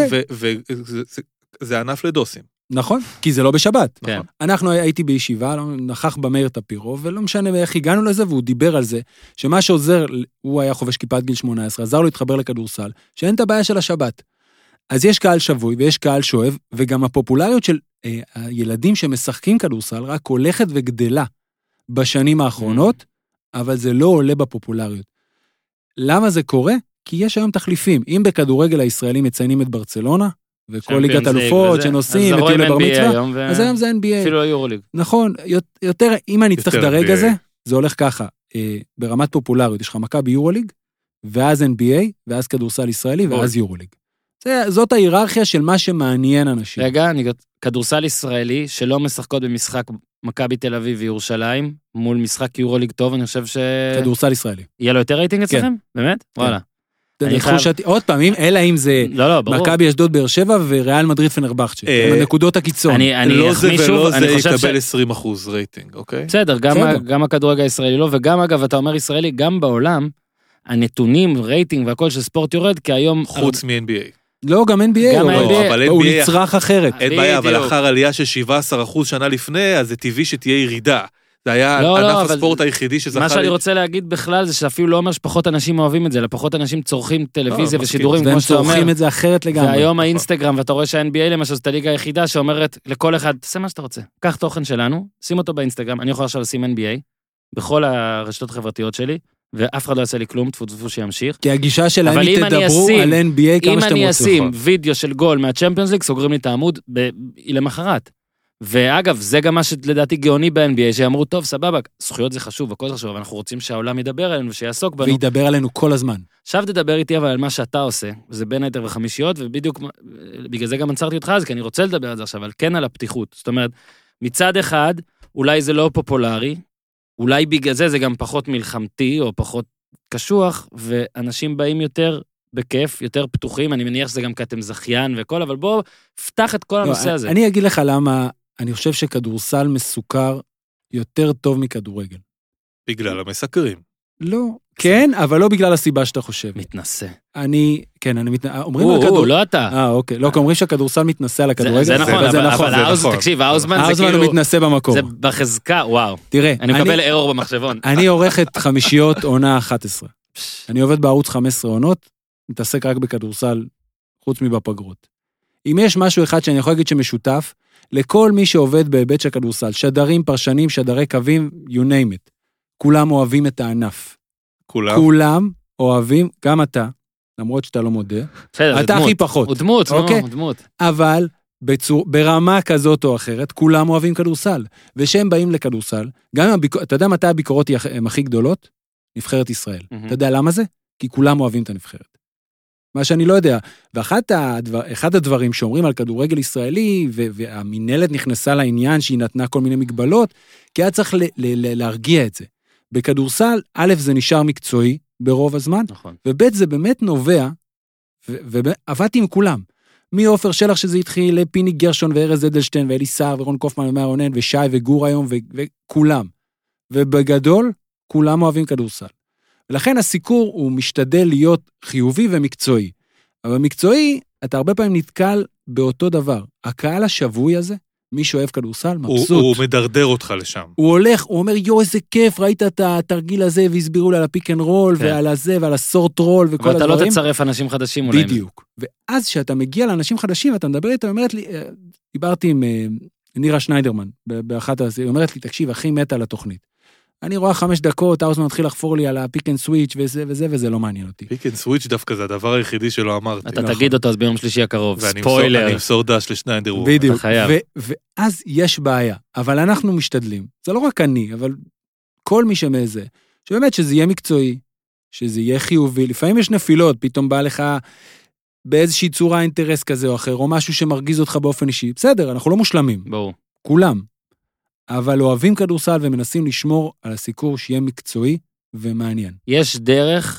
וזה ענף לדוסים. נכון, כי זה לא בשבת. אנחנו הייתי בישיבה, נכח במאיר טפירו, ולא משנה איך הגענו לזה, והוא דיבר על זה, שמה שעוזר, הוא היה חובש כיפת גיל שמונה עשרה, עזר לו להתחבר לכדורסל, שאין את הבעיה של השבת. אז יש קהל שבוי ויש קהל שואב, וגם הפופולריות של אה, הילדים שמשחקים כדורסל רק הולכת וגדלה בשנים האחרונות, mm. אבל זה לא עולה בפופולריות. למה זה קורה? כי יש היום תחליפים. אם בכדורגל הישראלי מציינים את ברצלונה, וכל ליגת אלופות שנוסעים, וטיול לבר מצווה, ו... אז היום זה אן בי איי. אפילו היורוליג. נכון, יותר, אם אני צריך לדרג הזה, זה הולך ככה, אה, ברמת פופולריות, יש לך מכבי יורוליג, ואז אן בי איי, ואז כדורסל ישראלי, ואז יורוליג. זאת ההיררכיה של מה שמעניין אנשים. רגע, אני כדורסל ישראלי שלא משחקות במשחק מכבי תל אביב וירושלים, מול משחק יורוליג טוב, אני חושב ש... כדורסל ישראלי. יהיה לו יותר רייטינג אצלכם? באמת? וואלה. עוד פעם, אלא אם זה מכבי אשדוד באר שבע וריאל מדריד פנרבחצ'ה, בנקודות הקיצון. לא זה ולא זה יקבל עשרים אחוז רייטינג, אוקיי? בסדר, גם הכדורגל הישראלי לא, וגם אגב, אתה אומר ישראלי, גם בעולם, הנתונים, רייטינג והכל של ספורט יורד, כי היום... חוץ מ-אן בי איי. לא, גם אן בי איי, הוא נצרך אחרת. אין בעיה, אבל אחר עלייה של שבעה עשר אחוז שנה לפני, אז זה טבעי שתהיה ירידה. זה היה ענף הספורט היחידי שזכה... מה שאני רוצה להגיד בכלל, זה שאפילו לא אומר שפחות אנשים אוהבים את זה, אלא פחות אנשים צורכים טלוויזיה ושידורים, כמו שאתה אומר. והם צורכים את זה אחרת לגמרי. והיום האינסטגרם, ואתה רואה שה-אן בי איי למשל, זאת הליגה היחידה שאומרת לכל אחד, תעשה מה שאתה רוצה, קח תוכן שלנו, שים אותו באינסטגרם, אני יכול עכשיו לשים אן בי איי, בכל הרשתות החברתיות שלי, ואף אחד לא יעשה לי כלום, תפו תפו שימשיך. כי הגישה שלהם היא תדברו על אן בי איי כמה שאתם רוצים. אם אני אשים וידאו של גול מהצ'מפיונס ליג, סוגרים לי את העמוד למחרת. ואגב, זה גם מה שלדעתי גאוני ב-אן בי איי, שאמרו, טוב, סבבה, זכויות זה חשוב, הכל זה חשוב, אבל אנחנו רוצים שהעולם ידבר עלינו ושיעסוק בנו. וידבר עלינו כל הזמן. עכשיו תדבר איתי אבל על מה שאתה עושה, וזה בין היתר וחמישיות, ובדיוק, בגלל זה גם עצרתי אותך אז, כי אני רוצה לדבר על זה עכשיו, אבל כן על הפתיחות. זאת אומרת, מצד אחד, אולי זה לא פופולרי, אולי בגלל זה זה גם פחות מלחמתי, או פחות קשוח, ואנשים באים יותר בכיף, יותר פתוחים, אני מניח שזה גם כי אתם זכיין וכל, אבל בואו, פתח את כל הנושא הזה. אני אגיד לך למה, אני חושב שכדורסל מסוכר יותר טוב מכדורגל. בגלל המסקרים. לא, כן, אבל לא בגלל הסיבה שאתה חושב. מתנסה. אני, כן, אני מתנסה, אומרים הוא, על כדור... הוא, לא אתה. אה, אוקיי, לא, כי אומרים שהכדורסל מתנסה על הכדורגל. זה נכון, אבל האוזמן, תקשיב, האוזמן זה כאילו... האוזמן הוא מתנסה במקום. זה בחזקה, וואו. תראה, אני מקבל ארור במחשבון. אני עורך את חמישיות עונה אחת עשרה. אני עובד בערוץ חמש עשרה עונות, מתעסק רק בכדורסל, חוץ מבפגרות. אם יש משהו אחד שאני יכול להגיד שמשותף, לכל מי שעובד בהיבט של כדורסל, שדרים, פרשנים, שדרי קווים, you name it. כולם אוהבים את הענף. כולם? כולם אוהבים, גם אתה, למרות שאתה לא מודה, אתה הכי פחות. הוא דמות, אוקיי? הוא דמות. אבל בצור, ברמה כזאת או אחרת, כולם אוהבים כדורסל. ושהם באים לכדורסל, גם אם הביקור, אתה יודע מתי הביקורות הן הכי גדולות? נבחרת ישראל. Mm-hmm. אתה יודע למה זה? כי כולם אוהבים את הנבחרת. מה שאני לא יודע. ואחד הדבר, אחד הדברים שאומרים על כדורגל ישראלי, והמינהלת נכנסה לעניין שהיא נתנה כל מיני מגבלות, כי היה צריך ל, ל, ל, להרגיע את זה. בכדורסל, א', זה נשאר מקצועי ברוב הזמן, נכון. וב', זה באמת נובע, ועבדתי עם כולם. מאופר שלח שזה התחיל, לפיני גרשון וארז אדלשטיין, ואלי סער ורון קופמן ומאיר רונן, ושי וגור היום, ו- וכולם. ובגדול, כולם אוהבים כדורסל. ולכן הסיקור הוא משתדל להיות חיובי ומקצועי. אבל מקצועי, אתה הרבה פעמים נתקל באותו דבר. הקהל השבוי הזה, מי שאוהב כדורסל, מבסוט. הוא, הוא מדרדר אותך לשם. הוא הולך, הוא אומר, יו, איזה כיף, ראית את התרגיל הזה, והסבירו לי על הפיק אנד רול, כן. ועל הזה, ועל הסורט רול, וכל הדברים. ואתה לא תצרף אנשים חדשים אולי. בדיוק. ואז שאתה מגיע לאנשים חדשים, ואתה מדבר איתה, אומרת לי, דיברתי עם נירה שניידרמן, באחת הזה, היא אומרת לי, תקשיב, הכי מתה על התוכנית. אני רואה חמש דקות, האוזמן מתחיל לחפור לי על הפיק אנד סוויץ' וזה וזה, וזה לא מעניין אותי. פיק אנד סוויץ' דווקא זה הדבר היחידי שלא אמרתי. אתה תגיד אותו אז ביום שלישי הקרוב, ספוילר. ואני אמסור דש לשניידר. בדיוק, ואז יש בעיה, אבל אנחנו משתדלים, זה לא רק אני, אבל כל מי שמזה, שבאמת שזה יהיה מקצועי, שזה יהיה חיובי, לפעמים יש נפילות, פתאום בא לך באיזושהי צורה אינטרס כזה או אחר, או משהו שמרגיז אותך באופן אישי, בסדר, אנחנו לא מושלמים. ברור. כולם. אבל אוהבים כדורסל ומנסים לשמור על הסיקור שיהיה מקצועי ומעניין. יש דרך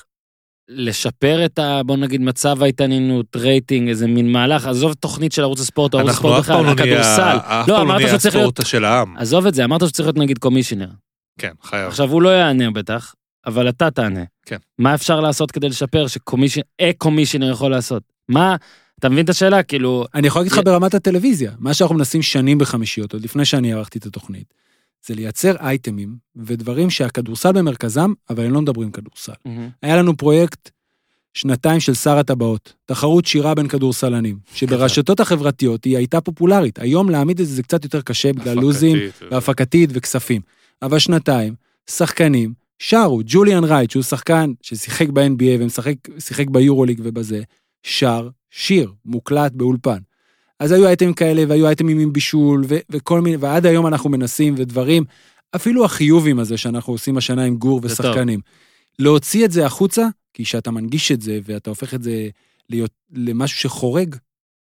לשפר את ה, בוא נגיד, מצב ההתעניינות, רייטינג, איזה מין מהלך, עזוב תוכנית של ערוץ הספורט, או ערוץ הספורט בכלל, הכדורסל. לא, אמרת שצריך להיות... של העם. עזוב את זה, אמרת שצריך להיות נגיד קומישיונר. כן, חייב. עכשיו, הוא לא יענה בטח, אבל אתה תענה. כן. מה אפשר לעשות כדי לשפר שקומישיונר יכול לעשות? מה... אתה מבין את השאלה? כאילו... אני יכול להגיד לך ברמת הטלוויזיה, מה שאנחנו מנסים שנים בחמישיות, עוד לפני שאני ערכתי את התוכנית, זה לייצר אייטמים ודברים שהכדורסל במרכזם, אבל הם לא מדברים כדורסל. היה לנו פרויקט שנתיים של שר הטבעות, תחרות שירה בין כדורסלנים, שברשתות החברתיות היא הייתה פופולרית. היום להעמיד את זה זה קצת יותר קשה בגלל לוזים והפקתית וכספים. אבל שנתיים, שחקנים שרו, ג'וליאן רייט, שהוא שחקן ששיחק ב-אן בי איי ושיחק ביורוליג ובזה, שר שיר, מוקלט באולפן. אז היו אייטמים כאלה, והיו אייטמים עם בישול, ו- וכל מיני, ועד היום אנחנו מנסים, ודברים, אפילו החיובים הזה שאנחנו עושים השנה עם גור ושחקנים. להוציא את זה החוצה, כי כשאתה מנגיש את זה, ואתה הופך את זה להיות, למשהו שחורג,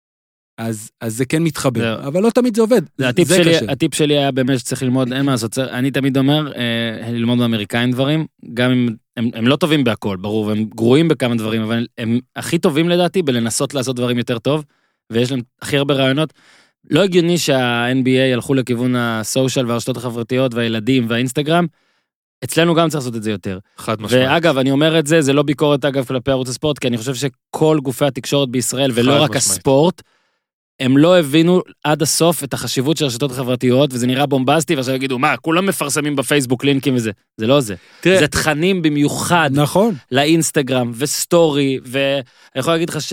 אז, אז זה כן מתחבר, זה... אבל לא תמיד זה עובד. זה הטיפ, זה שלי, הטיפ שלי היה באמת שצריך ללמוד, אין מה לעשות, אני תמיד אומר, אה, ללמוד באמריקאים דברים, גם אם הם, הם לא טובים בהכל, ברור, והם גרועים בכמה דברים, אבל הם הכי טובים לדעתי בלנסות לעשות דברים יותר טוב, ויש להם הכי הרבה רעיונות. לא הגיוני שה-אן בי איי הלכו לכיוון הסושיאל והרשתות החברתיות והילדים והאינסטגרם, אצלנו גם צריך לעשות את זה יותר. חד משמעית. ואגב, אני אומר את זה, זה לא ביקורת אגב כלפי ערוץ הספורט, כי אני חושב שכל גופי התקשורת בישראל, ולא רק משמעית. הספורט, הם לא הבינו עד הסוף את החשיבות של הרשתות החברתיות, וזה נראה בומבסטי, ועכשיו יגידו, מה, כולם מפרסמים בפייסבוק לינקים וזה. זה לא זה. תראה, זה תכנים במיוחד. נכון. לאינסטגרם וסטורי, ואני יכול להגיד לך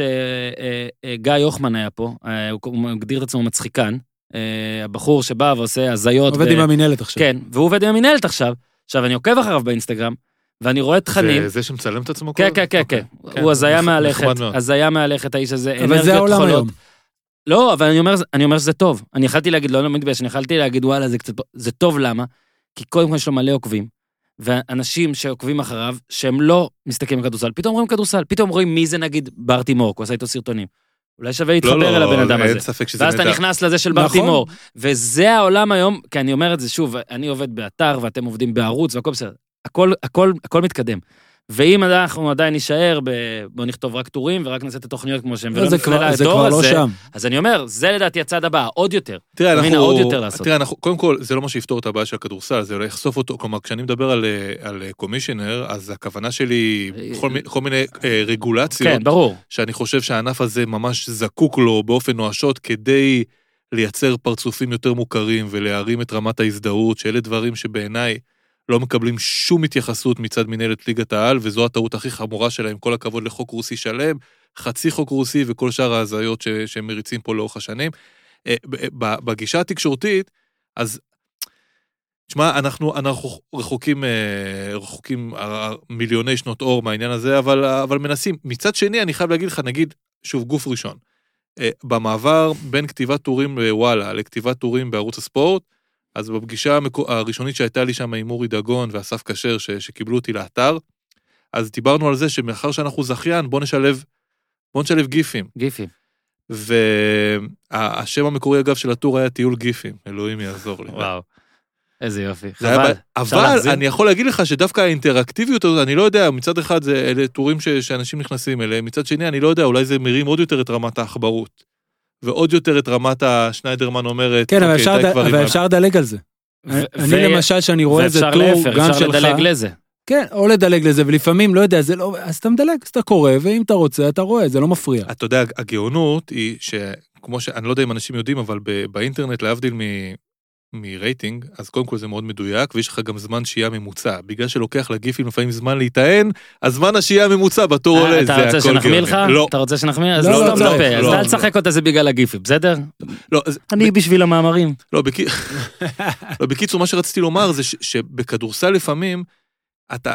שגיא יוחמן היה פה, הוא מגדיר את עצמו מצחיקן, הבחור שבא ועושה הזיות. עובד עם המנהלת עכשיו. כן, והוא עובד עם המנהלת עכשיו. עכשיו, אני עוקב אחריו באינסטגרם, ואני רואה תכנים. זה זה שמצלם את עצמו? כן, כן, כן, כן. הוא הזיה מהלכת, הזיה מהלכת, האיש הזה. אבל זה העולם היום. לא, אבל אני אומר, אני אומר שזה טוב. אני יכלתי להגיד, לא, לא מתבייש, אני יכלתי להגיד, וואלה, זה קצת, זה טוב, למה? כי קודם כל יש לו מלא עוקבים, ואנשים שעוקבים אחריו, שהם לא מסתכלים בכדורסל, פתאום רואים כדורסל, פתאום רואים מי זה נגיד בר תימור, הוא עשה איתו סרטונים. אולי שווה להתחבר אל הבן אדם הזה. אין ספק שזה ואז אתה נהדר. נכנס לזה של ברטימור. וזה העולם היום, כי אני אומר את זה שוב, אני עובד באתר ואתם עובדים בערוץ והכל בסדר. הכל, הכל, הכל מתקדם. ואם אנחנו עדיין נשאר, בוא נכתוב רק טורים ורק נעשה את התוכניות כמו שהם, ולא נפנה לדור הזה, אז אני אומר, זה לדעתי הצד הבא, עוד יותר. תראה, אנחנו, עוד יותר לעשות. תראה, אנחנו, קודם כל, זה לא מה שיפתור את הבעיה של הכדורסל, זה לא יחשוף אותו, כלומר, כשאני מדבר על, על קומישיונר, אז הכוונה שלי, כל, כל מיני אה, רגולציות, כן, ברור. שאני חושב שהענף הזה ממש זקוק לו באופן נואשות, כדי לייצר פרצופים יותר מוכרים, ולהרים את רמת ההזדהות, שאלה דברים שבעיניי, לא מקבלים שום התייחסות מצד מנהלת ליגת העל, וזו הטעות הכי חמורה שלהם, כל הכבוד לחוק רוסי שלם, חצי חוק רוסי וכל שאר ההזיות שהם מריצים פה לאורך השנים. בגישה התקשורתית, אז, תשמע, אנחנו, אנחנו רחוקים, רחוקים מיליוני שנות אור מהעניין הזה, אבל, אבל מנסים. מצד שני, אני חייב להגיד לך, נגיד, שוב, גוף ראשון, במעבר בין כתיבת טורים בוואלה לכתיבת טורים בערוץ הספורט, אז בפגישה הראשונית שהייתה לי שם עם אורי דגון ואסף כשר ש- שקיבלו אותי לאתר, אז דיברנו על זה שמאחר שאנחנו זכיין, בוא נשלב, בוא נשלב גיפים. גיפים. והשם המקורי אגב של הטור היה טיול גיפים, אלוהים יעזור לי. וואו, איזה יופי. חבל. אבל אני יכול להגיד לך שדווקא האינטראקטיביות הזאת, אני לא יודע, מצד אחד זה אלה טורים ש- שאנשים נכנסים אליהם, מצד שני אני לא יודע, אולי זה מרים עוד יותר את רמת האחברות. ועוד יותר את רמת השניידרמן אומרת, כן, אבל אפשר לדלג על זה. אני למשל, שאני רואה איזה טור, גם שלך, אפשר לדלג לזה. כן, או לדלג לזה, ולפעמים, לא יודע, זה לא, אז אתה מדלג, אז אתה קורא, ואם אתה רוצה, אתה רואה, זה לא מפריע. אתה יודע, הגאונות היא שכמו ש... אני לא יודע אם אנשים יודעים, אבל באינטרנט, להבדיל מרייטינג, אז קודם כל זה מאוד מדויק, ויש לך גם זמן שהייה ממוצע. בגלל שלוקח לגיפים לפעמים זמן להיטען, הזמן השהייה ממוצע בתור עולה, זה הכל גאוני. אתה רוצה שנחמיא לך? לא. אתה רוצה שנחמיא? אז לא, לא סתם דפה, אז לא, אל תשחק אותה זה בגלל הגיפים, בסדר? לא, אני בשביל המאמרים. לא, בקיצור, מה שרציתי לומר זה שבכדורסל לפעמים, אתה,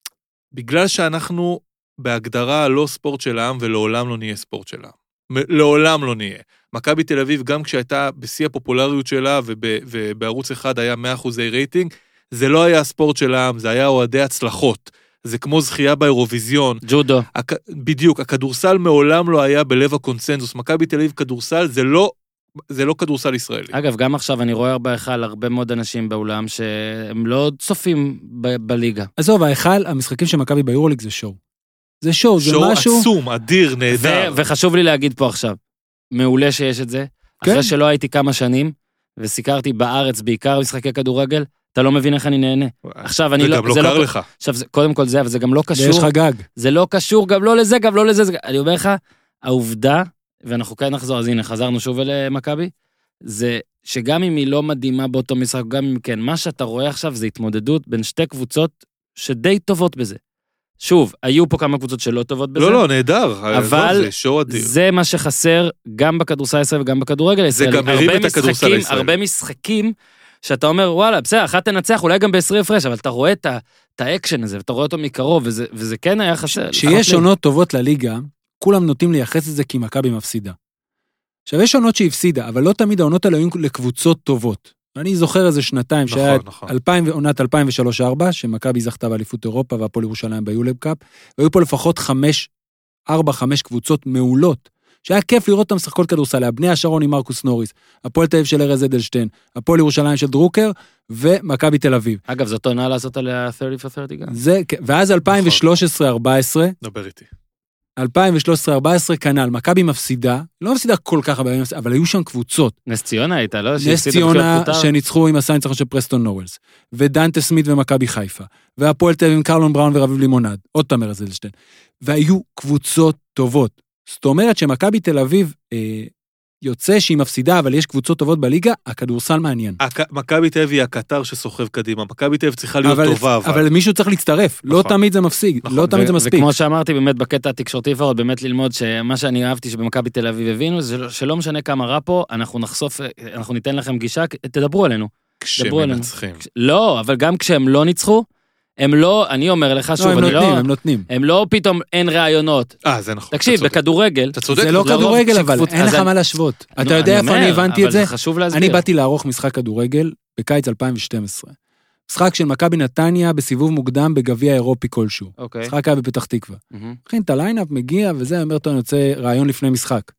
בגלל שאנחנו בהגדרה לא ספורט של העם, ולעולם לא נהיה ספורט של העם. לעולם לא נהיה. מכבי תל אביב, גם כשהייתה בשיא הפופולריות שלה, ובערוץ אחד היה מאה אחוזי רייטינג, זה לא היה הספורט של העם, זה היה אוהדי הצלחות. זה כמו זכייה באירוויזיון. ג'ודו. בדיוק, הכדורסל מעולם לא היה בלב הקונצנזוס. מכבי תל אביב כדורסל, זה לא, זה לא כדורסל ישראלי. אגב, גם עכשיו אני רואה בהיכל הרבה מאוד אנשים באולם שהם לא צופים ב- בליגה. עזוב, ההיכל, המשחקים של מכבי ביורוליג זה שואו. זה שואו, זה משהו... שואו עצום, אדיר, נהדר. ו- וחשוב לי להגיד פה עכשיו, מעולה שיש את זה, כן. אחרי שלא הייתי כמה שנים, וסיקרתי בארץ בעיקר משחקי כדורגל, אתה לא מבין איך אני נהנה. עכשיו אני לא... וגם לא קר לך. עכשיו, קודם כל זה, אבל זה גם לא קשור... ויש לך גג. זה לא קשור גם לא לזה, גם לא לזה. אני אומר לך, העובדה, ואנחנו כאן נחזור, אז הנה, חזרנו שוב אל מכבי, זה שגם אם היא לא מדהימה באותו משחק, גם אם כן, מה שאתה רואה עכשיו זה התמודדות בין שתי קבוצות שדי טובות בזה. שוב, היו פה כמה קבוצות שלא טובות בזה. לא, לא, נהדר. אבל זה שואו אדיר. זה מה שחסר גם בכדורסל הישראלי וגם בכדורגל הישראלי. זה גם מרים את הכדורסל הישראלי. הרבה משחקים שאתה אומר, וואלה, בסדר, אחת תנצח, אולי גם בעשרים הפרש, אבל אתה רואה את האקשן הזה, ואתה רואה אותו מקרוב, וזה, וזה כן היה חסר. שיש עונות טובות לליגה, כולם נוטים לייחס את זה כי מכבי מפסידה. עכשיו, יש עונות שהיא הפסידה, אבל לא תמיד העונות האלה היו לקבוצות טובות. אני זוכר איזה שנתיים, נכון, שהיה נכון. אלפיים, עונת אלפיים ושלוש ארבע, שמכבי זכתה באליפות אירופה, והפועל ירושלים ביולב קאפ, והיו פה לפחות חמש, ארבע, חמש קבוצות מעולות, שהיה כיף לראות אותם משחקות כדורסל, בני השרון עם מרקוס נוריס, הפועל תל אביב של ארז אדלשטיין, הפועל ירושלים של דרוקר, ומכבי תל אביב. אגב, זאת עונה לעשות עליה שלושים for שלושים גם. זה, ואז אלפיים ושלוש עשרה ארבע עשרה, דבר איתי. אלפיים ושלוש עשרה ארבע עשרה כנ"ל, מכבי מפסידה, לא מפסידה כל כך הרבה, אבל היו שם קבוצות. נס ציונה הייתה, לא? נס ציונה שניצחו עם הסיים ניצחון של פרסטון נואלס, ודנטה סמית ומכבי חיפה, והפועל תל אביב עם קרלון בראון ורביב לימונד, עוד תמר זלשטיין, והיו קבוצות טובות. זאת אומרת שמכבי תל אביב אה, יוצא שהיא מפסידה, אבל יש קבוצות טובות בליגה, הכדורסל מעניין. מכבי תל אביב היא הקטר שסוחב קדימה, מכבי תל אביב צריכה להיות אבל, טובה. אבל... אבל מישהו צריך להצטרף, נכון. לא תמיד זה מפסיק, נכון. לא תמיד ו- זה מספיק. וכמו שאמרתי באמת בקטע התקשורתי לפחות, באמת ללמוד שמה שאני אהבתי שבמכבי תל אביב הבינו, זה שלא משנה כמה רע פה, אנחנו נחשוף, אנחנו ניתן לכם גישה, תדברו עלינו. כשמנצחים. לא, אבל גם כשהם לא ניצחו, הם לא, אני אומר לך שוב, הם אני נותנים, לא, הם נותנים. הם לא פתאום אין רעיונות. אה, זה נכון. תקשיב, בכדורגל, זה לא כדורגל, אבל אין לך מה להשוות. אתה יודע איפה אני הבנתי את זה? אני באתי לערוך משחק כדורגל בקיץ אלפיים ושתים עשרה. משחק של מכבי נתניה בסיבוב מוקדם בגביע אירופי כלשהו. משחק היה בפתח תקווה. מכין את הליינאפ, מגיע, וזה אומר, טוב, אני רוצה רעיון לפני משחק.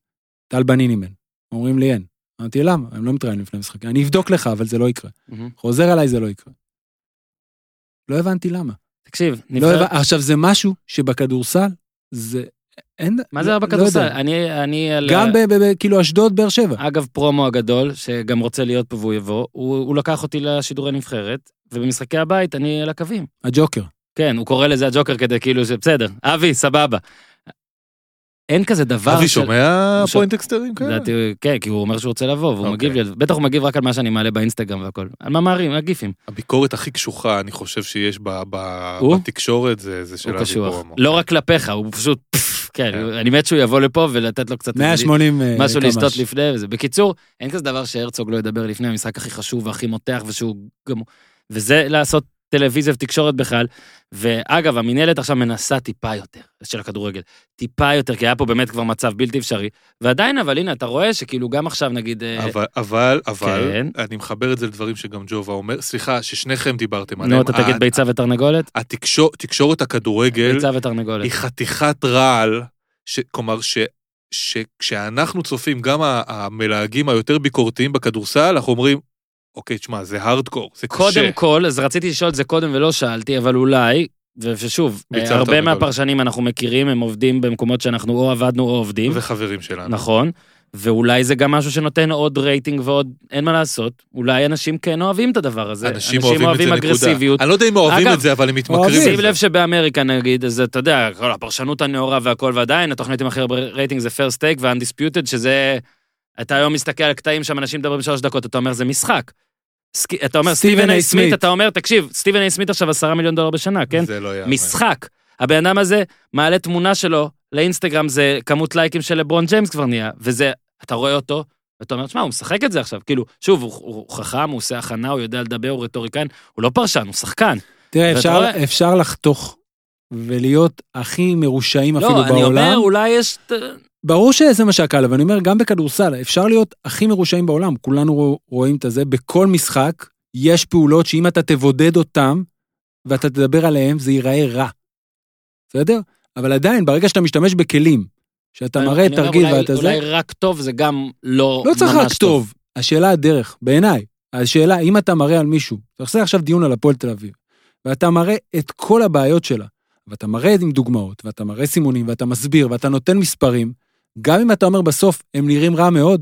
טל בנינימן. אומרים לי אין. אמרתי, למה? הם לא מתראיינים לפני משחק. אני אבדוק לך, אבל זה לא יקרה. חוזר עליי, זה לא יקרה. לא הבנתי למה. תקשיב, נבחר... עכשיו, זה משהו שבכדורסל, זה... אין... מה זה בכדורסל? אני, אני... גם ב, ב, ב, כאילו אשדוד באר שבע. אגב, פרומו הגדול, שגם רוצה להיות פה והוא יבוא, הוא, הוא לקח אותי לשידורי נבחרת, ובמשחקי הבית אני על הקווים. הג'וקר. כן, הוא קורא לזה הג'וקר כדי כאילו שבסדר. אבי, סבבה. אין כזה דבר... אבי שומע פוינטקסטרים כאלה? כן, כי הוא אומר שהוא רוצה לבוא, והוא מגיב לי, בטח הוא מגיב רק על מה שאני מעלה באינסטגרם והכל. על מאמרים, על גיפים. הביקורת הכי קשוחה, אני חושב שיש בתקשורת, זה של אבי פרומו. לא רק כלפיך, הוא פשוט... כן, אני מת שהוא יבוא לפה ולתת לו קצת... מאה ושמונים משהו לשתות לפני וזה. בקיצור, אין כזה דבר שהרצוג לא ידבר לפני המשחק הכי חשוב והכי מותח, ושהוא גם... וזה לעשות טלוויזיה ותקשורת בכלל. ואגב, המנהלת עכשיו מנסה טיפה יותר, של הכדורגל. טיפה יותר, כי היה פה באמת כבר מצב בלתי אפשרי. ועדיין, אבל הנה, אתה רואה שכאילו גם עכשיו נגיד... אבל, אבל, אבל, אני מחבר את זה לדברים שגם ג'ובה אומר, סליחה, ששניכם דיברתם עליהם. נו, אתה תגיד ביצה ותרנגולת? התקשורת הכדורגל... ביצה ותרנגולת. היא חתיכת רעל, כלומר, שכשאנחנו צופים, גם המלהגים היותר ביקורתיים בכדורסל, אנחנו אומרים, אוקיי, תשמע, זה הארדקור, זה קשה. קודם כל, אז רציתי לשאול את זה קודם ולא שאלתי, אבל אולי, ושוב, הרבה מהפרשנים אנחנו מכירים, הם עובדים במקומות שאנחנו או עבדנו או עובדים. וחברים שלנו. נכון, ואולי זה גם משהו שנותן עוד רייטינג ועוד, אין מה לעשות, אולי אנשים כן אוהבים את הדבר הזה. אנשים אוהבים את זה אגרסיביות. אני לא יודע אם אוהבים את זה, אבל הם מתמכרים. שים לב שבאמריקה נגיד, אז אתה יודע, הפרשנות הנאורה והכל, ועדיין, התוכנית עם הכי הרבה רייטינג זה First Take ו-Undisputed, שזה, אתה היום מסתכל על קטעים שם אנשים מדברים שלוש דקות, אתה אומר, זה משחק. אתה אומר, סטיבן איי סמית, אתה אומר, תקשיב, סטיבן איי סמית עכשיו עשרה מיליון דולר בשנה, כן? זה לא יאמן. משחק. הבן אדם הזה מעלה תמונה שלו לאינסטגרם, זה כמות לייקים של לברון ג'יימס כבר נהיה, וזה, אתה רואה אותו, ואתה אומר, תשמע, הוא משחק את זה עכשיו, כאילו, שוב, הוא, הוא חכם, הוא עושה הכנה, הוא יודע לדבר, הוא רטוריקן, הוא לא פרשן, הוא שחקן. תראה, אפשר, רואה... אפשר לחתוך ולהיות הכי מרושעים אפילו בעולם. לא, אני אומר, אולי יש... ברור שזה מה שהקל, אבל אני אומר, גם בכדורסל, אפשר להיות הכי מרושעים בעולם, כולנו רואים את זה, בכל משחק יש פעולות שאם אתה תבודד אותם, ואתה תדבר עליהם, זה ייראה רע. בסדר? אבל עדיין, ברגע שאתה משתמש בכלים, שאתה מראה תרגיל ואתה זה... אולי רק טוב זה גם לא לא צריך רק טוב. השאלה הדרך, בעיניי, השאלה, אם אתה מראה על מישהו, אתה עושה עכשיו דיון על הפועל תל אביב, ואתה מראה את כל הבעיות שלה, ואתה מראה עם דוגמאות, ואתה מראה סימונים, ואתה מסביר, ואתה נותן מספרים, גם אם אתה אומר בסוף, הם נראים רע מאוד,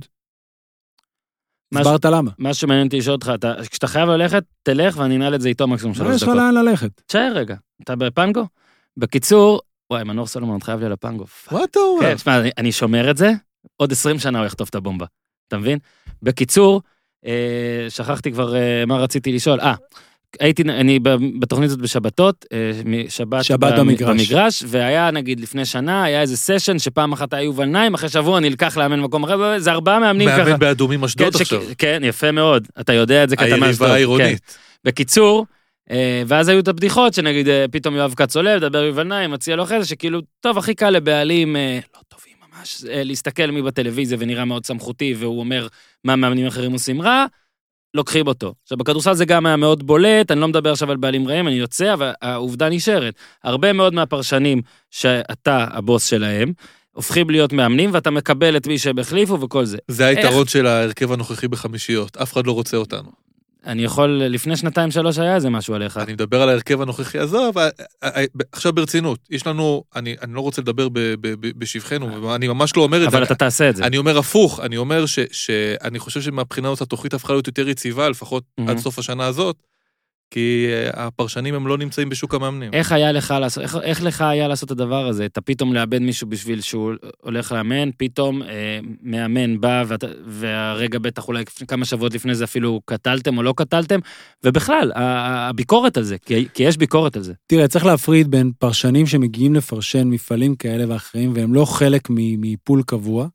הסברת למה. מה שמעניין אותי לשאול אותך, כשאתה חייב ללכת, תלך ואני אנעל את זה איתו מקסימום שלוש דקות. יש לך לאן ללכת. תשאר רגע, אתה בפנגו? בקיצור, וואי, מנור סולומון חייב לי לפנגו. מה אתה אומר? כן, תשמע, אני שומר את זה, עוד עשרים שנה הוא יחטוף את הבומבה. אתה מבין? בקיצור, שכחתי כבר מה רציתי לשאול. אה, הייתי, אני בתוכנית הזאת בשבתות, שבת, שבת במגרש. במגרש, והיה נגיד לפני שנה, היה איזה סשן שפעם אחת היה יובל נעים, אחרי שבוע נלקח לאמן מקום אחר, זה ארבעה מאמנים ככה. מאמן באדומים אשדוד כן, עכשיו. כן, יפה מאוד, אתה יודע את זה כתמה אשדוד. היריבה העירונית. כן. בקיצור, ואז היו את הבדיחות, שנגיד פתאום יואב כץ עולה, דבר יובל נעים, מציע לו אחרי זה, שכאילו, טוב, הכי קל לבעלים, לא טובים ממש, להסתכל מי בטלוויזיה ונראה מאוד סמכותי, והוא אומר מה מאמנים אחרים עושים רע, לוקחים אותו. עכשיו, בכדורסל זה גם היה מאוד בולט, אני לא מדבר עכשיו על בעלים רעים, אני יוצא, אבל העובדה נשארת. הרבה מאוד מהפרשנים שאתה הבוס שלהם, הופכים להיות מאמנים, ואתה מקבל את מי שהם החליפו וכל זה. זה היתרון של ההרכב הנוכחי בחמישיות, אף אחד לא רוצה אותנו. אני יכול, לפני שנתיים שלוש היה איזה משהו עליך. אני מדבר על ההרכב הנוכחי הזה, אבל עכשיו ברצינות, יש לנו, אני, אני לא רוצה לדבר בשבחנו, אני ממש לא אומר את זה. אבל אתה תעשה את זה. אני אומר הפוך, אני אומר שאני חושב שמבחינה אותה התוכנית הפכה להיות יותר יציבה, לפחות עד סוף השנה הזאת, כי הפרשנים הם לא נמצאים בשוק המאמנים. איך היה לך לעשות, איך, איך לך היה לעשות את הדבר הזה? אתה פתאום לאבד מישהו בשביל שהוא הולך לאמן, פתאום אה, מאמן בא, ואת, והרגע בטח אולי כמה שבועות לפני זה אפילו קטלתם או לא קטלתם, ובכלל, הביקורת על זה, כי, כי יש ביקורת על זה. תראה, צריך להפריד בין פרשנים שמגיעים לפרשן מפעלים כאלה ואחרים, והם לא חלק מפול קבוע,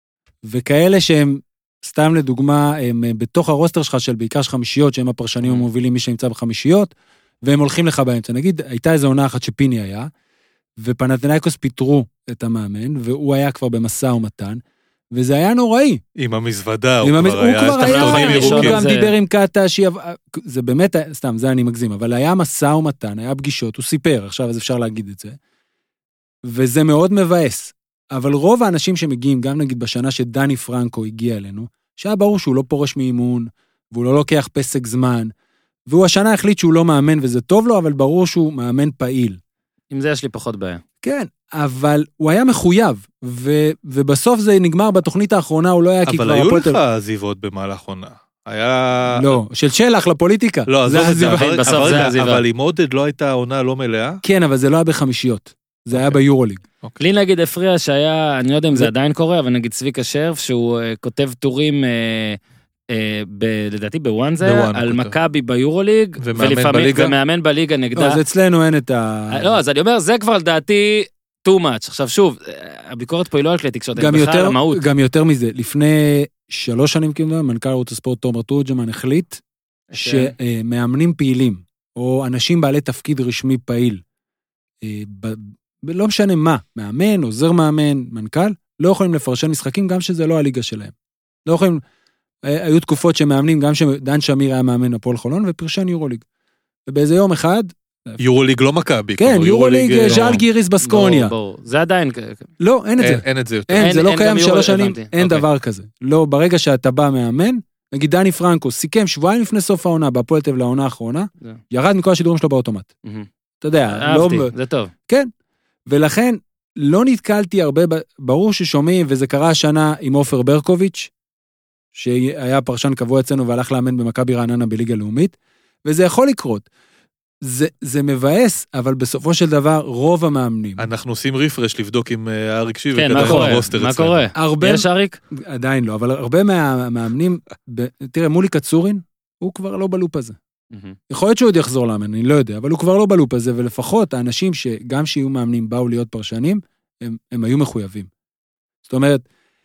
וכאלה שהם, סתם לדוגמה, הם בתוך הרוסטר שלך של בעיקר של חמישיות, שהם הפרשנים המובילים מי שנמצא בחמישיות, והם הולכים לך באמצע. נגיד, הייתה איזו עונה אחת שפיני היה, ופנתנייקוס פיטרו את המאמן, והוא היה כבר במשא ומתן, וזה היה נוראי. עם המזוודה, הוא כבר היה, הוא כבר היה, הוא גם דיבר עם קאטה, זה באמת, סתם, זה אני מגזים, אבל היה משא ומתן, היה פגישות, הוא סיפר, עכשיו אז אפשר להגיד את זה, וזה מאוד מבאס. אבל רוב האנשים שמגיעים, גם נגיד בשנה שדני פרנקו הגיע אלינו, שהיה ברור שהוא לא פורש מאימון, והוא לא לוקח פסק זמן, והוא השנה החליט שהוא לא מאמן, וזה טוב לו, אבל ברור שהוא מאמן פעיל. עם זה יש לי פחות בעיה. כן, אבל הוא היה מחויב, ו, ובסוף זה נגמר בתוכנית האחרונה, הוא לא היה כי כבר... אבל היו לך עזיבות במהלך עונה. היה... לא, של שלח לפוליטיקה. לא, אז זה עזיבה. בסוף זה עזיבה. אבל עם עודד לא הייתה עונה לא מלאה? כן, אבל זה לא היה בחמישיות. זה היה ביורוליג. לי נגיד הפריע שהיה, אני לא יודע אם זה עדיין קורה, אבל נגיד צביקה שרף, שהוא כותב טורים, לדעתי בוואן זה, על מכבי ביורוליג, ומאמן בליגה נגדה. אז אצלנו אין את ה... לא, אז אני אומר, זה כבר לדעתי too much. עכשיו שוב, הביקורת פה היא לא על כלי תקשורת, היא בכלל המהות. גם יותר מזה, לפני שלוש שנים כאילו, מנכ"ל ערוץ הספורט תומר תורג'מן החליט, שמאמנים פעילים, או אנשים בעלי תפקיד רשמי פעיל, לא משנה מה, מאמן, עוזר מאמן, מנכ"ל, לא יכולים לפרשן משחקים, גם שזה לא הליגה שלהם. לא יכולים, היו תקופות שמאמנים, גם שדן שמיר היה מאמן הפועל חולון, ופרשן יורוליג. ובאיזה יום אחד... יורוליג לא מכבי. כן, יורוליג, ז'אל גיריס בסקוניה. זה עדיין... לא, אין את זה. אין את זה יותר. אין, זה לא קיים שלוש שנים, אין דבר כזה. לא, ברגע שאתה בא מאמן, נגיד דני פרנקו, סיכם שבועיים לפני סוף העונה, בהפועל תל אביב לעונה האחרונה, ירד מכל השידורים שלו באוטומט. אתה יודע, לא... זה טוב. כן. ולכן לא נתקלתי הרבה, ברור ששומעים, וזה קרה השנה עם עופר ברקוביץ', שהיה פרשן קבוע אצלנו והלך לאמן במכבי רעננה בליגה לאומית, וזה יכול לקרות. זה, זה מבאס, אבל בסופו של דבר רוב המאמנים. אנחנו עושים ריפרש לבדוק עם אריק שיב. כן, מה קורה? מה קורה? הרבה, יש אריק? עדיין לא, אבל הרבה מהמאמנים, תראה, מולי קצורין, הוא כבר לא בלופ הזה. יכול להיות שהוא עוד יחזור לאמן, אני לא יודע, אבל הוא כבר לא בלופ הזה, ולפחות האנשים שגם שיהיו מאמנים באו להיות פרשנים, הם, הם היו מחויבים. זאת אומרת,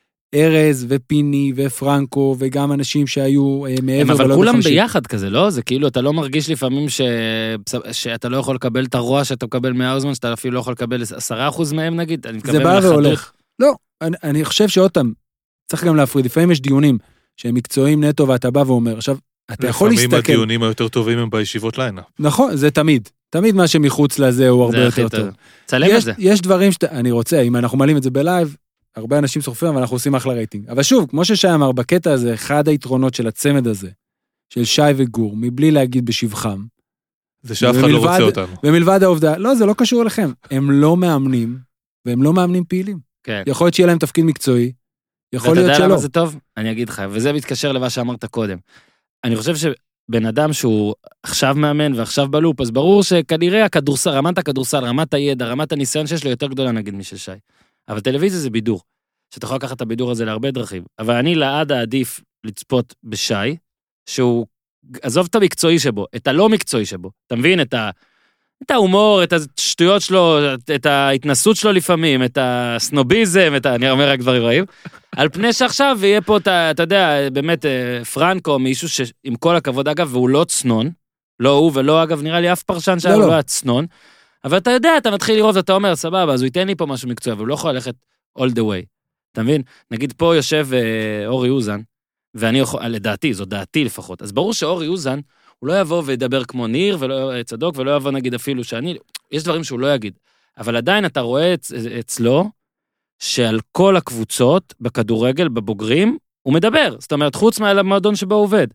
ארז ופיני ופרנקו, וגם אנשים שהיו מעבר... אבל כולם ביחד כזה, לא? זה כאילו, אתה לא מרגיש לפעמים ש... שאתה לא יכול לקבל את הרוע שאתה מקבל מהאוזמן, שאתה אפילו לא יכול לקבל עשרה אחוז מהם, נגיד. זה בא והולך. לא, אני, אני חושב שאותם, צריך גם להפריד, לפעמים יש דיונים שהם מקצועיים נטו, ואתה בא ואומר, עכשיו, אתה יכול להסתכל... לפעמים הדיונים היותר טובים הם בישיבות לינה. נכון, זה תמיד. תמיד מה שמחוץ לזה הוא הרבה יותר טוב. צלם את זה. יש דברים שאתה, אני רוצה, אם אנחנו מעלים את זה בלייב, הרבה אנשים שורפים, אבל אנחנו עושים אחלה רייטינג. אבל שוב, כמו ששי אמר, בקטע הזה, אחד היתרונות של הצמד הזה, של שי וגור, מבלי להגיד בשבחם, זה שאף אחד לא רוצה אותנו. ומלבד העובדה, לא, זה לא קשור אליכם. הם לא מאמנים, והם לא מאמנים פעילים. כן. יכול להיות שיהיה להם תפקיד מקצועי, יכול להיות שלא. ואתה יודע למה זה טוב? אני אגיד לך, וזה מתקשר למה שאמרת קודם. אני חושב שבן אדם שהוא עכשיו מאמן ועכשיו בלופ, אז ברור שכנראה הכדורסל, רמת הכדורסל, רמת הידע, רמת הניסיון שיש לו יותר גדולה נגיד משל שי. אבל טלוויזיה זה בידור, שאתה יכול לקחת את הבידור הזה להרבה דרכים. אבל אני לעד העדיף לצפות בשי, שהוא, עזוב את המקצועי שבו, את הלא מקצועי שבו. אתה מבין? את, ה, את ההומור, את השטויות שלו, את ההתנסות שלו לפעמים, את הסנוביזם, את ה... אני אומר רק דברים רעים. על פני שעכשיו יהיה פה, אתה, אתה יודע, באמת, פרנקו, מישהו שעם כל הכבוד, אגב, והוא לא צנון, לא הוא ולא, אגב, נראה לי אף פרשן שהיה לא, לא הצנון, אבל אתה יודע, אתה מתחיל לראות, אתה אומר, סבבה, אז הוא ייתן לי פה משהו מקצועי, אבל הוא לא יכול ללכת all the way. אתה מבין? נגיד פה יושב אה, אורי אוזן, ואני יכול, לדעתי, זו דעתי לפחות, אז ברור שאורי אוזן, הוא לא יבוא וידבר כמו ניר, ולא צדוק, ולא יבוא נגיד אפילו שאני, יש דברים שהוא לא יגיד, אבל עדיין אתה רואה אצ, אצלו, שעל כל הקבוצות, בכדורגל, בבוגרים, הוא מדבר, זאת אומרת, חוץ מהמועדון שבו הוא עובד.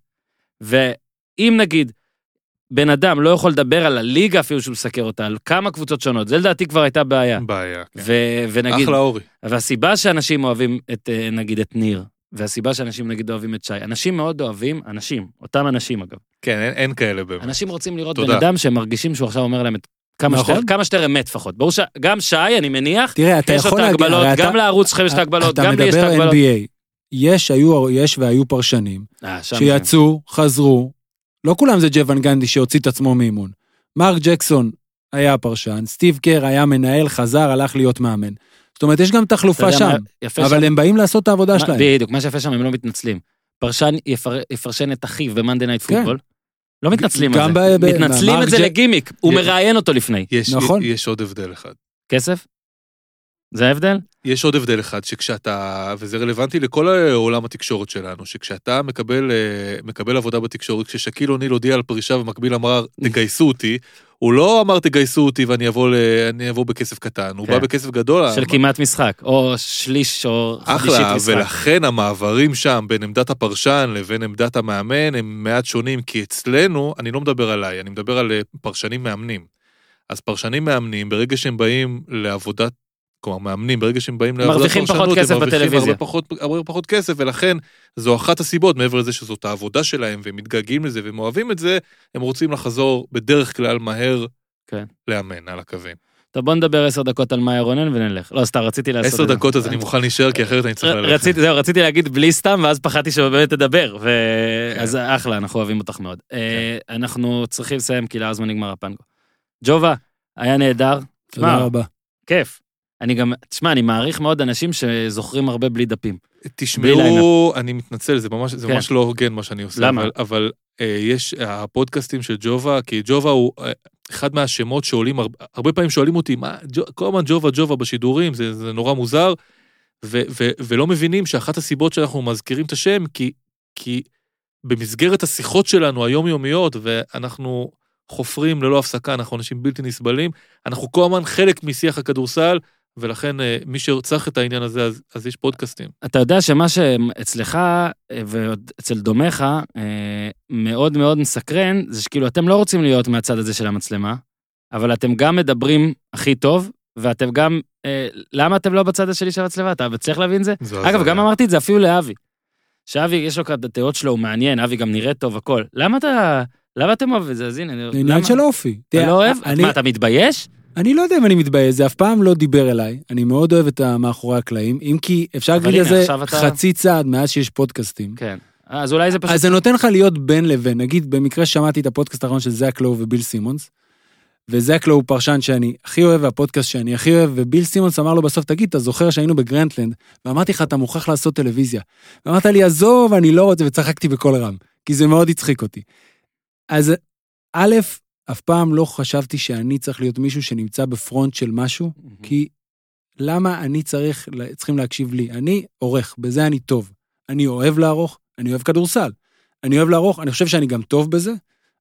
ואם נגיד, בן אדם לא יכול לדבר על הליגה אפילו שהוא מסקר אותה, על כמה קבוצות שונות, זה לדעתי כבר הייתה בעיה. בעיה, כן. ו- ונגיד, אחלה אורי. והסיבה שאנשים אוהבים את, נגיד, את ניר, והסיבה שאנשים נגיד אוהבים את שי, אנשים מאוד אוהבים, אנשים, אותם אנשים אגב. כן, אין, אין כאלה באמת. אנשים רוצים לראות תודה. בן אדם שהם מרגישים שהוא עכשיו אומר להם את כמה נכון? שתר, כמה שתר אמת לפחות. ברור שגם שי, אני מניח, תראה, אתה יכול להגיד, גם אתה, לערוץ שלכם יש את ההגבלות, אתה גם לי יש את ההגבלות. אתה מדבר אן בי איי, יש, היו, יש והיו פרשנים, אה, שיצאו, חזרו, לא כולם זה ג'וון גנדי שהוציא את עצמו מאימון. מרק ג'קסון היה פרשן, סטיב קר היה מנהל, חזר, הלך להיות מאמן. זאת אומרת, יש גם תחלופה שם, אבל הם באים לעשות את העבודה שלהם. בדיוק, מה שיפה שם, הם לא מתנצלים. פרשן יפרשן את אחיו במאנדי נייט פוטבול, לא מתנצלים על זה. מתנצלים את זה לגימיק, הוא מראיין אותו לפני. יש עוד הבדל אחד. כסף? זה ההבדל? יש עוד הבדל אחד, שכשאתה, וזה רלוונטי לכל העולם התקשורת שלנו, שכשאתה מקבל, מקבל עבודה בתקשורת, כששקיל אוניל הודיע על פרישה ומקביל אמר, תגייסו אותי, הוא לא אמר תגייסו אותי ואני אבוא, ל... אני אבוא בכסף קטן, הוא כן. בא בכסף גדול. של כמעט משחק, או שליש או חמישית אחלה, משחק. ולכן המעברים שם בין עמדת הפרשן לבין עמדת המאמן הם מעט שונים, כי אצלנו, אני לא מדבר עליי, אני מדבר על פרשנים מאמנים. אז פרשנים מאמנים, ברגע שהם באים לעבודת, כלומר מאמנים, ברגע שהם באים לעבודת מרוויחים פרשנות, פחות כסף הם מרוויחים בטלוויזיה. הרבה פחות, הרבה פחות כסף, ולכן זו אחת הסיבות, מעבר לזה שזאת העבודה שלהם, והם מתגעגעים לזה והם אוהבים את זה, הם רוצים לחזור בדרך כלל מהר כן. לאמן על הקווים. טוב, בוא נדבר עשר דקות על מאיה רונן ונלך. לא, סתם, רציתי לעשות עשר דקות אז אני מוכן להישאר, כי אחרת אני צריך ללכת. רציתי, זהו, רציתי להגיד בלי סתם, ואז פחדתי שבאמת תדבר, אז אחלה, אנחנו אוהבים אותך מאוד. אנחנו צריכים לסיים, כי לאזמן נגמר הפנגו. ג'ובה, היה נהדר. תודה רבה. כיף. אני גם, תשמע, אני מעריך מאוד אנשים שזוכרים הרבה בלי דפים. תשמעו, אני מתנצל, זה ממש, זה ממש לא הוגן מה שאני עושה. למה? אבל, אבל יש הפודקאסטים של ג'ובה, כי ג'ובה הוא אחד מהשמות שעולים, הרבה, הרבה פעמים שואלים אותי, מה, כל הזמן ג'ובה, ג'ובה בשידורים, זה, זה נורא מוזר, ו, ו, ולא מבינים שאחת הסיבות שאנחנו מזכירים את השם, כי, כי במסגרת השיחות שלנו היומיומיות, ואנחנו חופרים ללא הפסקה, אנחנו אנשים בלתי נסבלים, אנחנו כל הזמן חלק משיח הכדורסל, ולכן מי שצריך את העניין הזה, אז, אז יש פודקאסטים. אתה יודע שמה שאצלך ואצל דומך מאוד מאוד מסקרן, זה שכאילו אתם לא רוצים להיות מהצד הזה של המצלמה, אבל אתם גם מדברים הכי טוב, ואתם גם, למה אתם לא בצד השלי של המצלמה? אתה צריך להבין זה? אגב, גם אמרתי את זה אפילו לאבי, שאבי יש לו כת התיאות שלו, הוא מעניין, אבי גם נראה טוב, הכל. למה אתה, למה אתם אוהב את זה? אז הנה, עניין של אופי. אתה לא אוהב? מה, אתה מתבייש? אני לא יודע אם אני מתבייש, זה אף פעם לא דיבר אליי, אני מאוד אוהב את מאחורי הקלעים, אם כי אפשר להגיד לזה חצי צעד מאז שיש פודקאסטים. כן, אז אולי זה פשוט... אז זה נותן לך להיות בין לבין, נגיד במקרה שמעתי את הפודקאסט האחרון של זק לואו וביל סימונס, וזק לואו הוא פרשן שאני הכי אוהב, והפודקאסט שאני הכי אוהב, וביל סימונס אמר לו בסוף, תגיד, אתה זוכר שהיינו בגרנטלנד, ואמרתי לך, אתה מוכרח לעשות טלוויזיה. ואמרת לי, עזוב, אני לא רוצה, וצחקתי בכל רם, כי זה מאוד הצחיק אותי. אז א', אף פעם לא חשבתי שאני צריך להיות מישהו שנמצא בפרונט של משהו, כי למה אני צריך, צריכים להקשיב לי? אני עורך, בזה אני טוב. אני אוהב לערוך, אני אוהב כדורסל. אני אוהב לערוך, אני חושב שאני גם טוב בזה.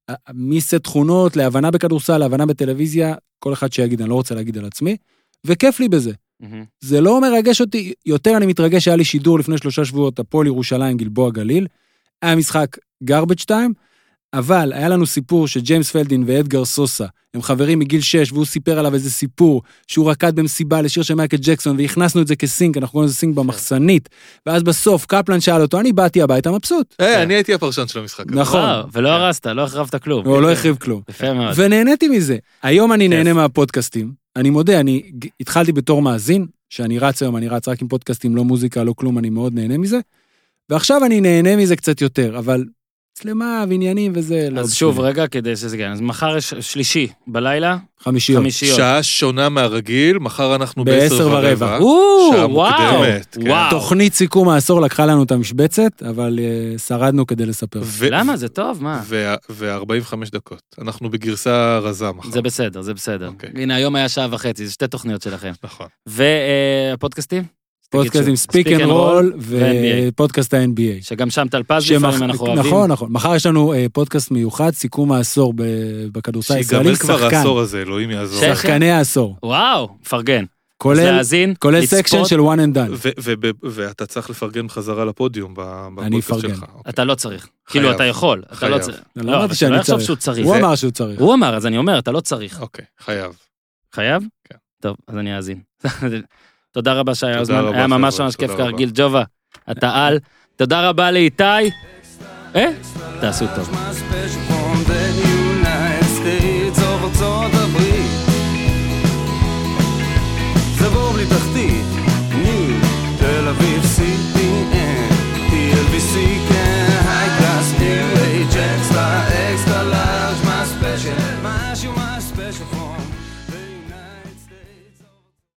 מסט תכונות, להבנה בכדורסל, להבנה בטלוויזיה, כל אחד שיגיד, אני לא רוצה להגיד על עצמי, וכיף לי בזה. זה לא מרגש אותי, יותר אני מתרגש, היה לי שידור לפני שלושה שבועות, הפועל ירושלים, גלבוע גליל, היה משחק גרבג' טיים, אבל היה לנו סיפור שג'יימס פלדין ואדגר סוסה, הם חברים מגיל שש, והוא סיפר עליו איזה סיפור, שהוא רקד במסיבה לשיר של מייקל ג'קסון, והכנסנו את זה כסינק, אנחנו קוראים לזה סינק במחסנית, ואז בסוף קפלן שאל אותו, אני באתי הביתה מבסוט. אה, אני הייתי הפרשן של המשחק. נכון. ולא הרסת, לא החרבת כלום. הוא לא החריב כלום. יפה מאוד. ונהניתי מזה. היום אני נהנה מהפודקאסטים. אני מודה, אני התחלתי בתור מאזין, שאני רץ היום, אני רץ רק עם פודקאסטים, לא מוזיקה, לא כלום, אני מאוד נהנה מזה. ועכשיו אני נהנה מזה קצת יותר, אבל צלמה ועניינים וזה לא... אז שוב, רגע, כדי שזה גם, אז מחר יש שלישי בלילה, חמישיות. חמישיות. שעה שונה מהרגיל, מחר אנחנו בעשר בעשר ורבע. ורבע. וואו, שעה וואו, מוקדמת. כן. וואו. תוכנית סיכום העשור לקחה לנו את המשבצת, אבל uh, שרדנו כדי לספר. ו- למה? זה טוב, מה? ו-ארבעים וחמש דקות. אנחנו בגרסה רזה מחר. זה בסדר, זה בסדר. אוקיי. הנה, היום היה שעה וחצי, זה שתי תוכניות שלכם. נכון. והפודקאסטים? פודקאסט עם ספיק אנד רול ופודקאסט ה-אן בי איי. שגם שם טלפז לפעמים אנחנו אוהבים. נכון, נכון. מחר יש לנו פודקאסט מיוחד, סיכום העשור בכדורסל הישראלי, שיגמר כבר העשור הזה, אלוהים יעזור. שחקני העשור. וואו, פרגן. כולל סקשן של one and done. ואתה צריך לפרגן בחזרה לפודיום אני בפודקאסט אפרגן. שלך. אתה לא צריך. כאילו, אתה יכול. חייב. לא אמרתי שאני צריך. הוא אמר שהוא צריך. הוא אמר, אז אני אומר, אתה לא צריך. אוקיי, חייב. חייב? כן. טוב, אז אני אאזין. תודה רבה שהיה הזמן, היה ממש ממש כיף כרגיל. ג'ובה, אתה על. תודה רבה לאיתי. אה? תעשו טוב. זה בור בלי תחתית